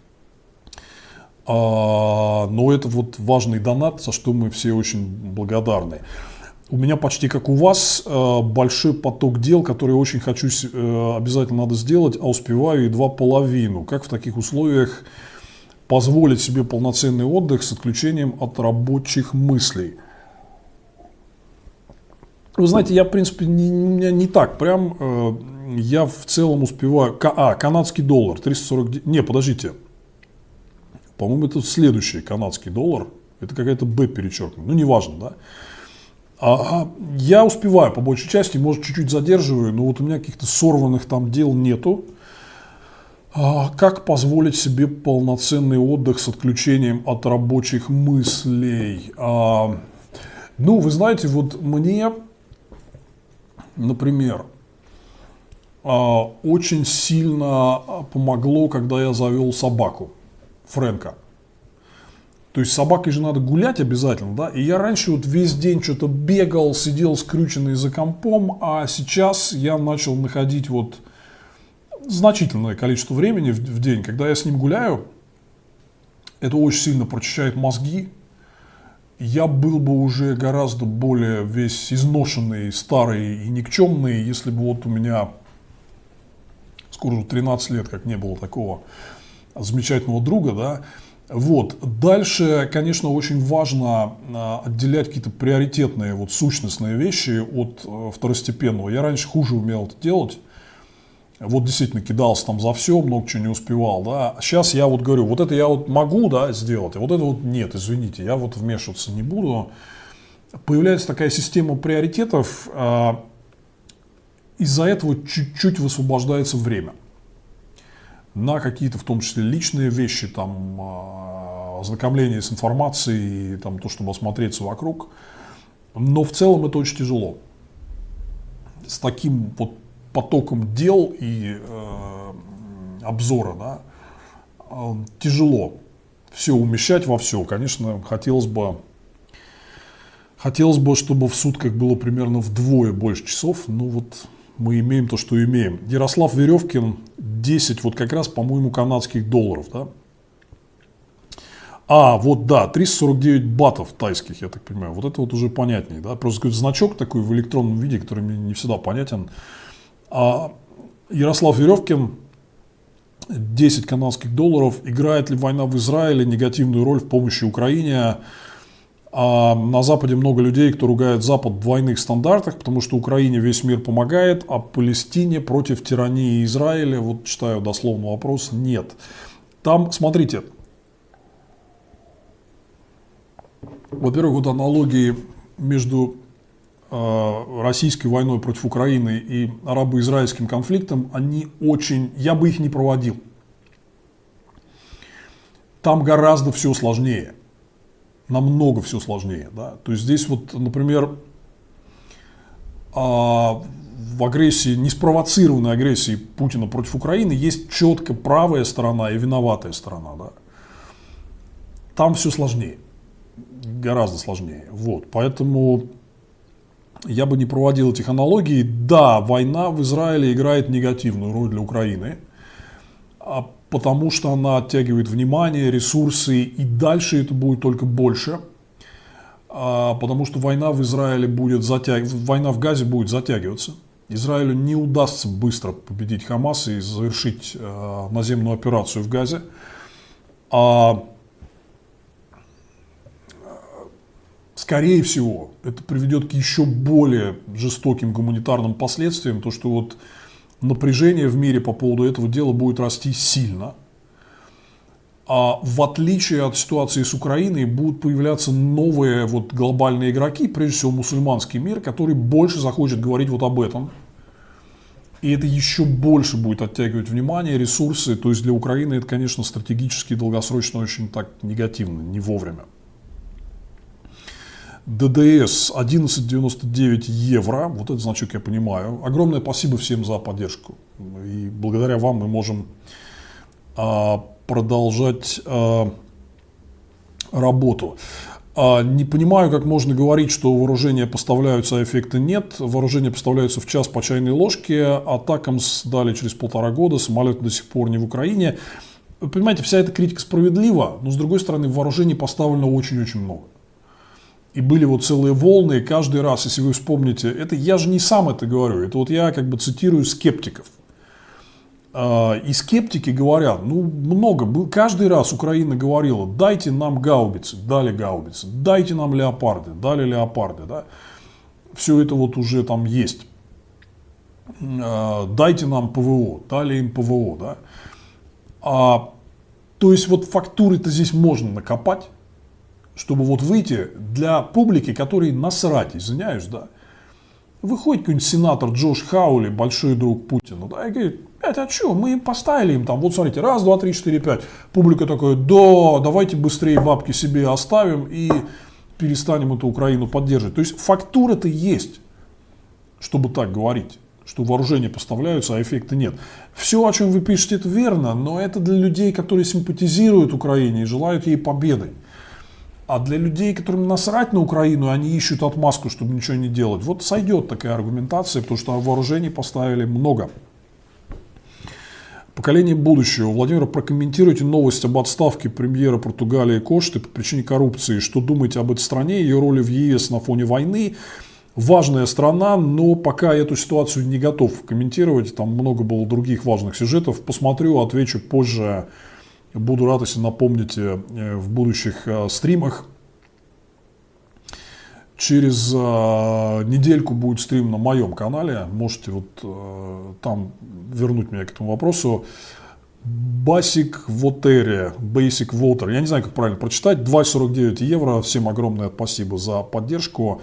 S1: А, но это вот важный донат, за что мы все очень благодарны. У меня почти как у вас большой поток дел, которые очень хочу, обязательно надо сделать, а успеваю едва половину. Как в таких условиях позволить себе полноценный отдых с отключением от рабочих мыслей? Вы знаете, я в принципе не, у меня не так прям, я в целом успеваю. А, канадский доллар, триста сорок девять, не, подождите, по-моему, это следующий канадский доллар, это какая-то Б перечеркнута, ну неважно, да. А, я успеваю по большей части, может чуть-чуть задерживаю, но вот у меня каких-то сорванных там дел нету. А, как позволить себе полноценный отдых с отключением от рабочих мыслей? А, ну, вы знаете, вот мне, например, а, очень сильно помогло, когда я завел собаку, Фрэнка. То есть с собакой же надо гулять обязательно, да, и я раньше вот весь день что-то бегал, сидел скрюченный за компом, а сейчас я начал находить вот значительное количество времени в, в день, когда я с ним гуляю, это очень сильно прочищает мозги, я был бы уже гораздо более весь изношенный, старый и никчемный, если бы вот у меня скоро уже тринадцать лет, как не было такого замечательного друга, да. Вот. Дальше, конечно, очень важно отделять какие-то приоритетные, вот, сущностные вещи от второстепенного. Я раньше хуже умел это делать. Вот действительно кидался там за все, много чего не успевал, да. Сейчас я вот говорю, вот это я вот могу, да, сделать, а вот это вот нет, извините, я вот вмешиваться не буду. Появляется такая система приоритетов, из-за этого чуть-чуть высвобождается время на какие-то, в том числе, личные вещи, там, ознакомление с информацией, там, то, чтобы осмотреться вокруг. Но в целом это очень тяжело. С таким вот потоком дел и э, обзора, да, э, тяжело все умещать во все. Конечно, хотелось бы, хотелось бы, чтобы в сутках было примерно вдвое больше часов, но вот мы имеем то, что имеем. Ярослав Веревкин, десять, вот как раз, по-моему, канадских долларов, да. А, вот да, триста сорок девять батов тайских, я так понимаю. Вот это вот уже понятнее, да. Просто какой-то значок такой в электронном виде, который мне не всегда понятен. А Ярослав Веревкин, десять канадских долларов. Играет ли война в Израиле негативную роль в помощи Украине? А на Западе много людей, кто ругает Запад в двойных стандартах, потому что Украине весь мир помогает, а Палестине против тирании Израиля, вот читаю дословно вопрос, нет. Там, смотрите, во-первых, вот аналогии между э, российской войной против Украины и арабо-израильским конфликтом, они очень, я бы их не проводил. Там гораздо все сложнее. Намного все сложнее. Да? То есть здесь вот, например, в агрессии, неспровоцированной агрессии Путина против Украины есть четко правая сторона и виноватая сторона. Да? Там все сложнее. Гораздо сложнее. Вот. Поэтому я бы не проводил этих аналогий. Да, война в Израиле играет негативную роль для Украины, потому что она оттягивает внимание, ресурсы, и дальше это будет только больше, потому что война в Израиле будет затягиваться, война в Газе будет затягиваться. Израилю не удастся быстро победить Хамас и завершить наземную операцию в Газе. А скорее всего, это приведет к еще более жестоким гуманитарным последствиям, то что вот напряжение в мире по поводу этого дела будет расти сильно. А в отличие от ситуации с Украиной будут появляться новые вот глобальные игроки, прежде всего мусульманский мир, который больше захочет говорить вот об этом. И это еще больше будет оттягивать внимание, ресурсы. То есть для Украины это, конечно, стратегически и долгосрочно очень так негативно, не вовремя. ДДС одиннадцать девяносто девять евро, вот этот значок я понимаю. Огромное спасибо всем за поддержку. И благодаря вам мы можем а, продолжать а, работу. А, не понимаю, как можно говорить, что вооружения поставляются, а эффекта нет. Вооружения поставляются в час по чайной ложке. Атакамс дали через полтора года, самолеты до сих пор не в Украине. Вы понимаете, вся эта критика справедлива, но с другой стороны вооружений поставлено очень-очень много. И были вот целые волны, и каждый раз, если вы вспомните, это я же не сам это говорю, это вот я как бы цитирую скептиков. И скептики говорят, ну много, каждый раз Украина говорила, дайте нам гаубицы, дали гаубицы, дайте нам леопарды, дали леопарды, да? Все это вот уже там есть. Дайте нам ПВО, дали им ПВО, да? А, то есть вот фактуры-то здесь можно накопать, чтобы вот выйти для публики, которой насрать, извиняюсь, да. Выходит какой-нибудь сенатор Джош Хаули, большой друг Путина, да, и говорит, а что, мы им поставили им там, вот смотрите, раз, два, три, четыре, пять. Публика такая, да, давайте быстрее бабки себе оставим и перестанем эту Украину поддерживать. То есть фактура-то есть, чтобы так говорить, что вооружения поставляются, а эффекта нет. Все, о чем вы пишете, это верно, но это для людей, которые симпатизируют Украине и желают ей победы. А для людей, которым насрать на Украину, они ищут отмазку, чтобы ничего не делать. Вот сойдет такая аргументация, потому что вооружений поставили много. Поколение будущего. Владимир, прокомментируйте новость об отставке премьера Португалии Кошты по причине коррупции. Что думаете об этой стране, ее роли в ЕС на фоне войны? Важная страна, но пока эту ситуацию не готов комментировать. Там много было других важных сюжетов. Посмотрю, отвечу позже Буду рад, если напомните в будущих стримах. Через недельку будет стрим на моем канале. Можете вот там вернуть меня к этому вопросу. Basic Water, Basic Water, я не знаю, как правильно прочитать, два сорок девять евро, всем огромное спасибо за поддержку.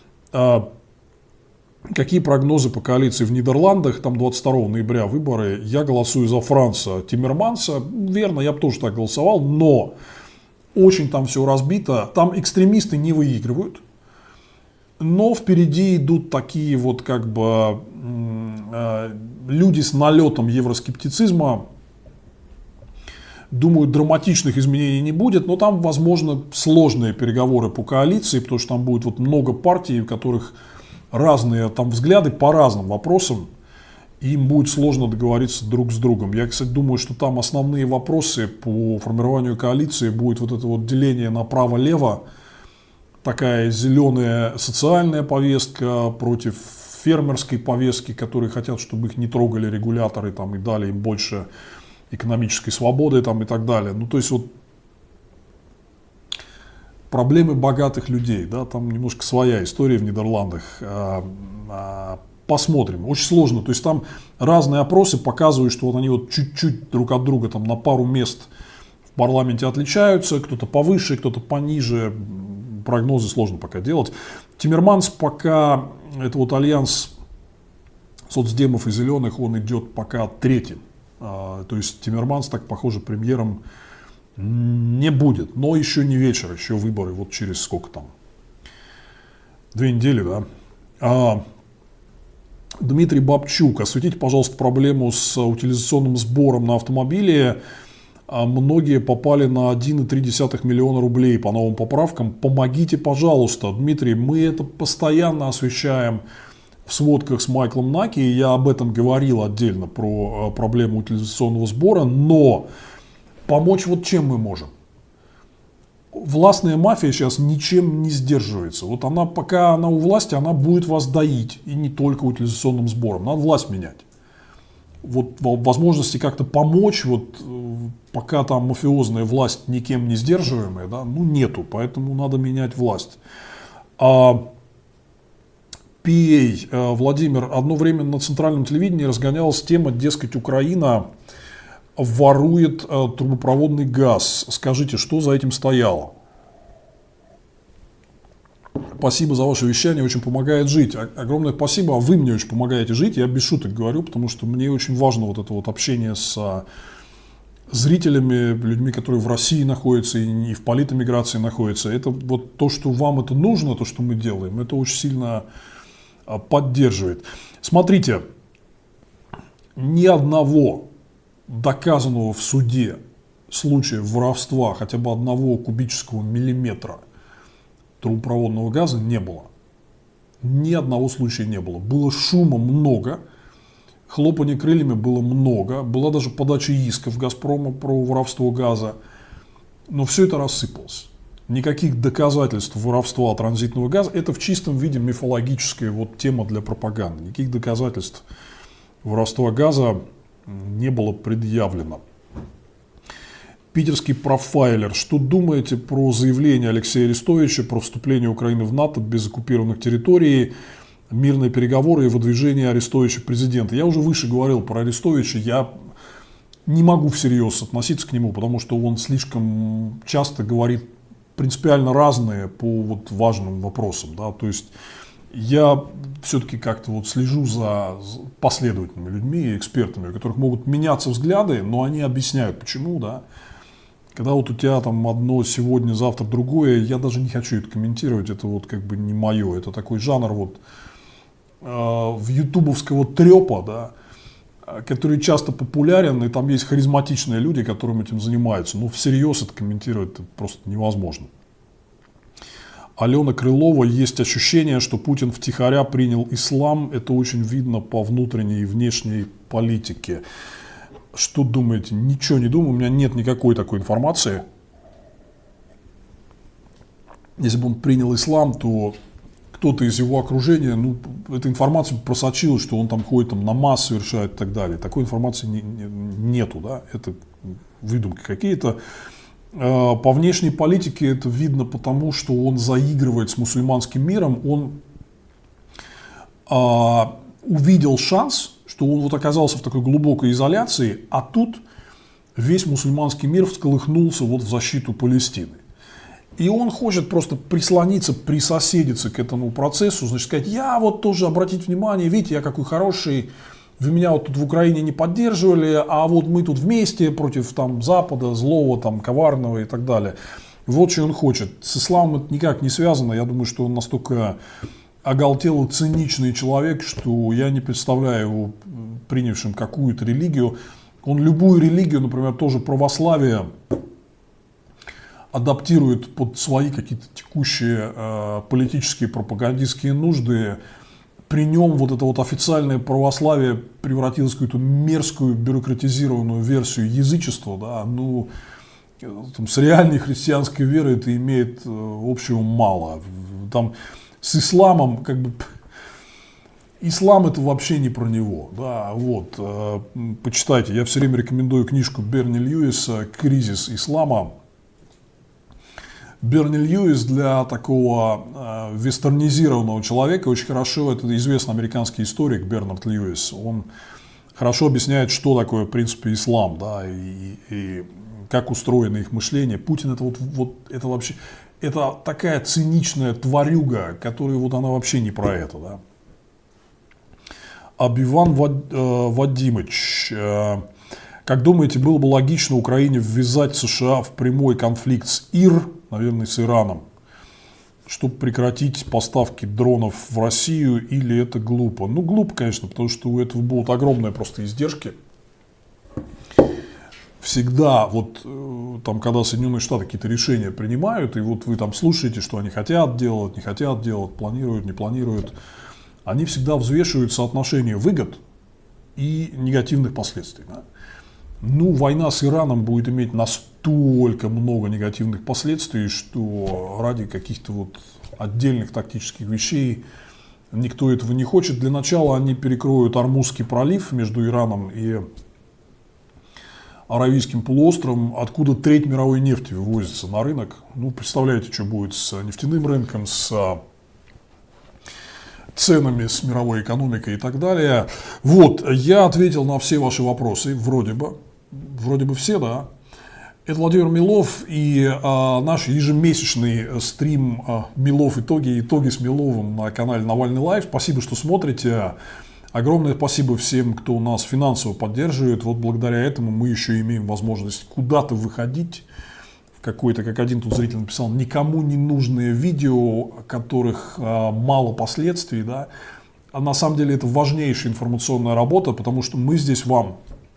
S1: Какие прогнозы по коалиции в Нидерландах, там двадцать второго ноября выборы, я голосую за Франца Тиммерманса, верно, я бы тоже так голосовал, но очень там все разбито, там экстремисты не выигрывают, но впереди идут такие вот как бы люди с налетом евроскептицизма. Думаю, драматичных изменений не будет, но там, возможно, сложные переговоры по коалиции, потому что там будет вот много партий, у которых разные там взгляды по разным вопросам, и им будет сложно договориться друг с другом. Я, кстати, думаю, что там основные вопросы по формированию коалиции будет вот это вот деление направо-лево, такая зеленая социальная повестка против фермерской повестки, которые хотят, чтобы их не трогали регуляторы там, и дали им больше экономической свободы там, и так далее. Ну, то есть вот проблемы богатых людей, да, там немножко своя история в Нидерландах. Посмотрим. Очень сложно. То есть там разные опросы показывают, что вот они вот чуть-чуть друг от друга там на пару мест в парламенте отличаются, кто-то повыше, кто-то пониже. Прогнозы сложно пока делать. Тиммерманс пока, это вот альянс соцдемов и зеленых, он идет пока третьим. То есть Тиммерманс, так похоже, премьером не будет. Но еще не вечер, еще выборы вот через сколько там? Две недели, да? А, Дмитрий Бабчук, осветите, пожалуйста, проблему с утилизационным сбором на автомобили. А многие попали на один и три десятых миллиона рублей по новым поправкам. Помогите, пожалуйста. Дмитрий, мы это постоянно освещаем в сводках с Майклом Наки, я об этом говорил отдельно, про проблему утилизационного сбора, но помочь вот чем мы можем. Властная мафия сейчас ничем не сдерживается. Вот она, пока она у власти, она будет вас доить, и не только утилизационным сбором. Надо власть менять. Вот возможности как-то помочь, вот пока там мафиозная власть никем не сдерживаемая, да, ну нету, поэтому надо менять власть. А пи эй, Владимир, одно время на центральном телевидении разгонялась тема, дескать, Украина ворует трубопроводный газ. Скажите, что за этим стояло? Спасибо за ваше вещание, очень помогает жить. Огромное спасибо, а вы мне очень помогаете жить. Я без шуток говорю, потому что мне очень важно вот это вот общение с зрителями, людьми, которые в России находятся и в политэмиграции находятся. Это вот то, что вам это нужно, то, что мы делаем, это очень сильно поддерживает. Смотрите, ни одного доказанного в суде случая воровства хотя бы одного кубического миллиметра трубопроводного газа не было. Ни одного случая не было. Было шума много, хлопания крыльями было много, была даже подача исков Газпрома про воровство газа, но все это рассыпалось. Никаких доказательств воровства транзитного газа, это в чистом виде мифологическая вот тема для пропаганды. Никаких доказательств воровства газа не было предъявлено. Питерский профайлер. Что думаете про заявление Алексея Арестовича про вступление Украины в НАТО без оккупированных территорий, мирные переговоры и выдвижение Арестовича президента? Я уже выше говорил про Арестовича. Я не могу всерьез относиться к нему, потому что он слишком часто говорит принципиально разные по вот важным вопросам. Да? То есть я все-таки как-то вот слежу за последовательными людьми, экспертами, у которых могут меняться взгляды, но они объясняют, почему, да. Когда вот у тебя там одно сегодня, завтра другое, я даже не хочу это комментировать, это вот как бы не мое, это такой жанр вот э, в ютубовского трепа, да, который часто популярен, и там есть харизматичные люди, которым этим занимаются, но всерьез это комментировать это просто невозможно. Алена Крылова, есть ощущение, что Путин втихаря принял ислам, это очень видно по внутренней и внешней политике. Что думаете? Ничего не думаю, у меня нет никакой такой информации. Если бы он принял ислам, то кто-то из его окружения, ну, эта информация просочилась, что он там ходит, там, намаз совершает и так далее. Такой информации не, не, нету, да, это выдумки какие-то. По внешней политике это видно потому, что он заигрывает с мусульманским миром, он а, увидел шанс, что он вот оказался в такой глубокой изоляции, а тут весь мусульманский мир всколыхнулся вот в защиту Палестины. И он хочет просто прислониться, присоседиться к этому процессу, значит, сказать, я вот тоже, обратить внимание, видите, я какой хороший, вы меня вот тут в Украине не поддерживали, а вот мы тут вместе против там Запада, злого, там, коварного и так далее. Вот что он хочет. С исламом это никак не связано, я думаю, что он настолько оголтелый, циничный человек, что я не представляю его принявшим какую-то религию. Он любую религию, например, тоже православие, адаптирует под свои какие-то текущие э, политические пропагандистские нужды. При нем вот это вот официальное православие превратилось в какую-то мерзкую бюрократизированную версию язычества. Да? Ну, там, с реальной христианской верой это имеет э, общего мало. Там, с исламом, как бы, ислам это вообще не про него. Да? Вот, э, почитайте, я все время рекомендую книжку Берни Льюиса «Кризис ислама». Берни Льюис для такого э, вестернизированного человека очень хорошо, это известный американский историк Бернард Льюис, он хорошо объясняет, что такое, в принципе, ислам, да, и, и как устроено их мышление. Путин это вот, вот это вообще, это такая циничная тварюга, которая вот она вообще не про это, да. Абиван Вад, э, Вадимович, э, как думаете, было бы логично Украине ввязать США в прямой конфликт с ИР, наверное, с Ираном, чтобы прекратить поставки дронов в Россию, или это глупо? Ну, глупо, конечно, потому что у этого будут огромные просто издержки. Всегда, вот там, когда Соединенные Штаты какие-то решения принимают, и вот вы там слушаете, что они хотят делать, не хотят делать, планируют, не планируют, они всегда взвешивают соотношение выгод и негативных последствий. Да? Ну, война с Ираном будет иметь настолько много негативных последствий, что ради каких-то вот отдельных тактических вещей никто этого не хочет. Для начала они перекроют Ормузский пролив между Ираном и Аравийским полуостровом, откуда треть мировой нефти вывозится на рынок. Ну, представляете, что будет с нефтяным рынком, с ценами, с мировой экономикой и так далее. Вот, я ответил на все ваши вопросы, вроде бы. Вроде бы все, да. Это Владимир Милов и а, наш ежемесячный стрим а, Милов итоги, итоги с Миловым на канале Навальный Лайв. Спасибо, что смотрите. Огромное спасибо всем, кто нас финансово поддерживает. Вот благодаря этому мы еще имеем возможность куда-то выходить. В какой-то, как один тут зритель написал, никому не нужные видео, у которых а, мало последствий. Да? А на самом деле это важнейшая информационная работа, потому что мы здесь вам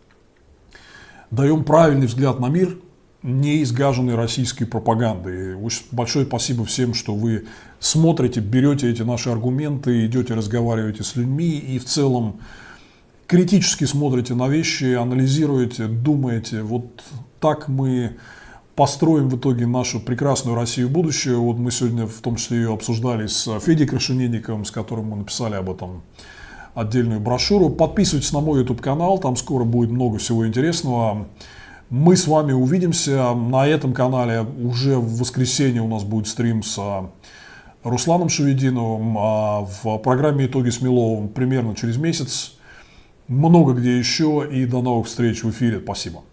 S1: даем правильный взгляд на мир, не изгаженный российской пропагандой. Очень большое спасибо всем, что вы смотрите, берете эти наши аргументы, идете, разговариваете с людьми и в целом критически смотрите на вещи, анализируете, думаете. Вот так мы построим в итоге нашу прекрасную Россию будущее. Вот мы сегодня в том числе ее обсуждали с Федей Крашенинниковым, с которым мы написали об этом отдельную брошюру. Подписывайтесь на мой YouTube канал, там скоро будет много всего интересного. Мы с вами увидимся на этом канале. Уже в воскресенье у нас будет стрим с Русланом Шевединовым, а в программе «Итоги с Миловым» примерно через месяц. Много где еще, и до новых встреч в эфире. Спасибо.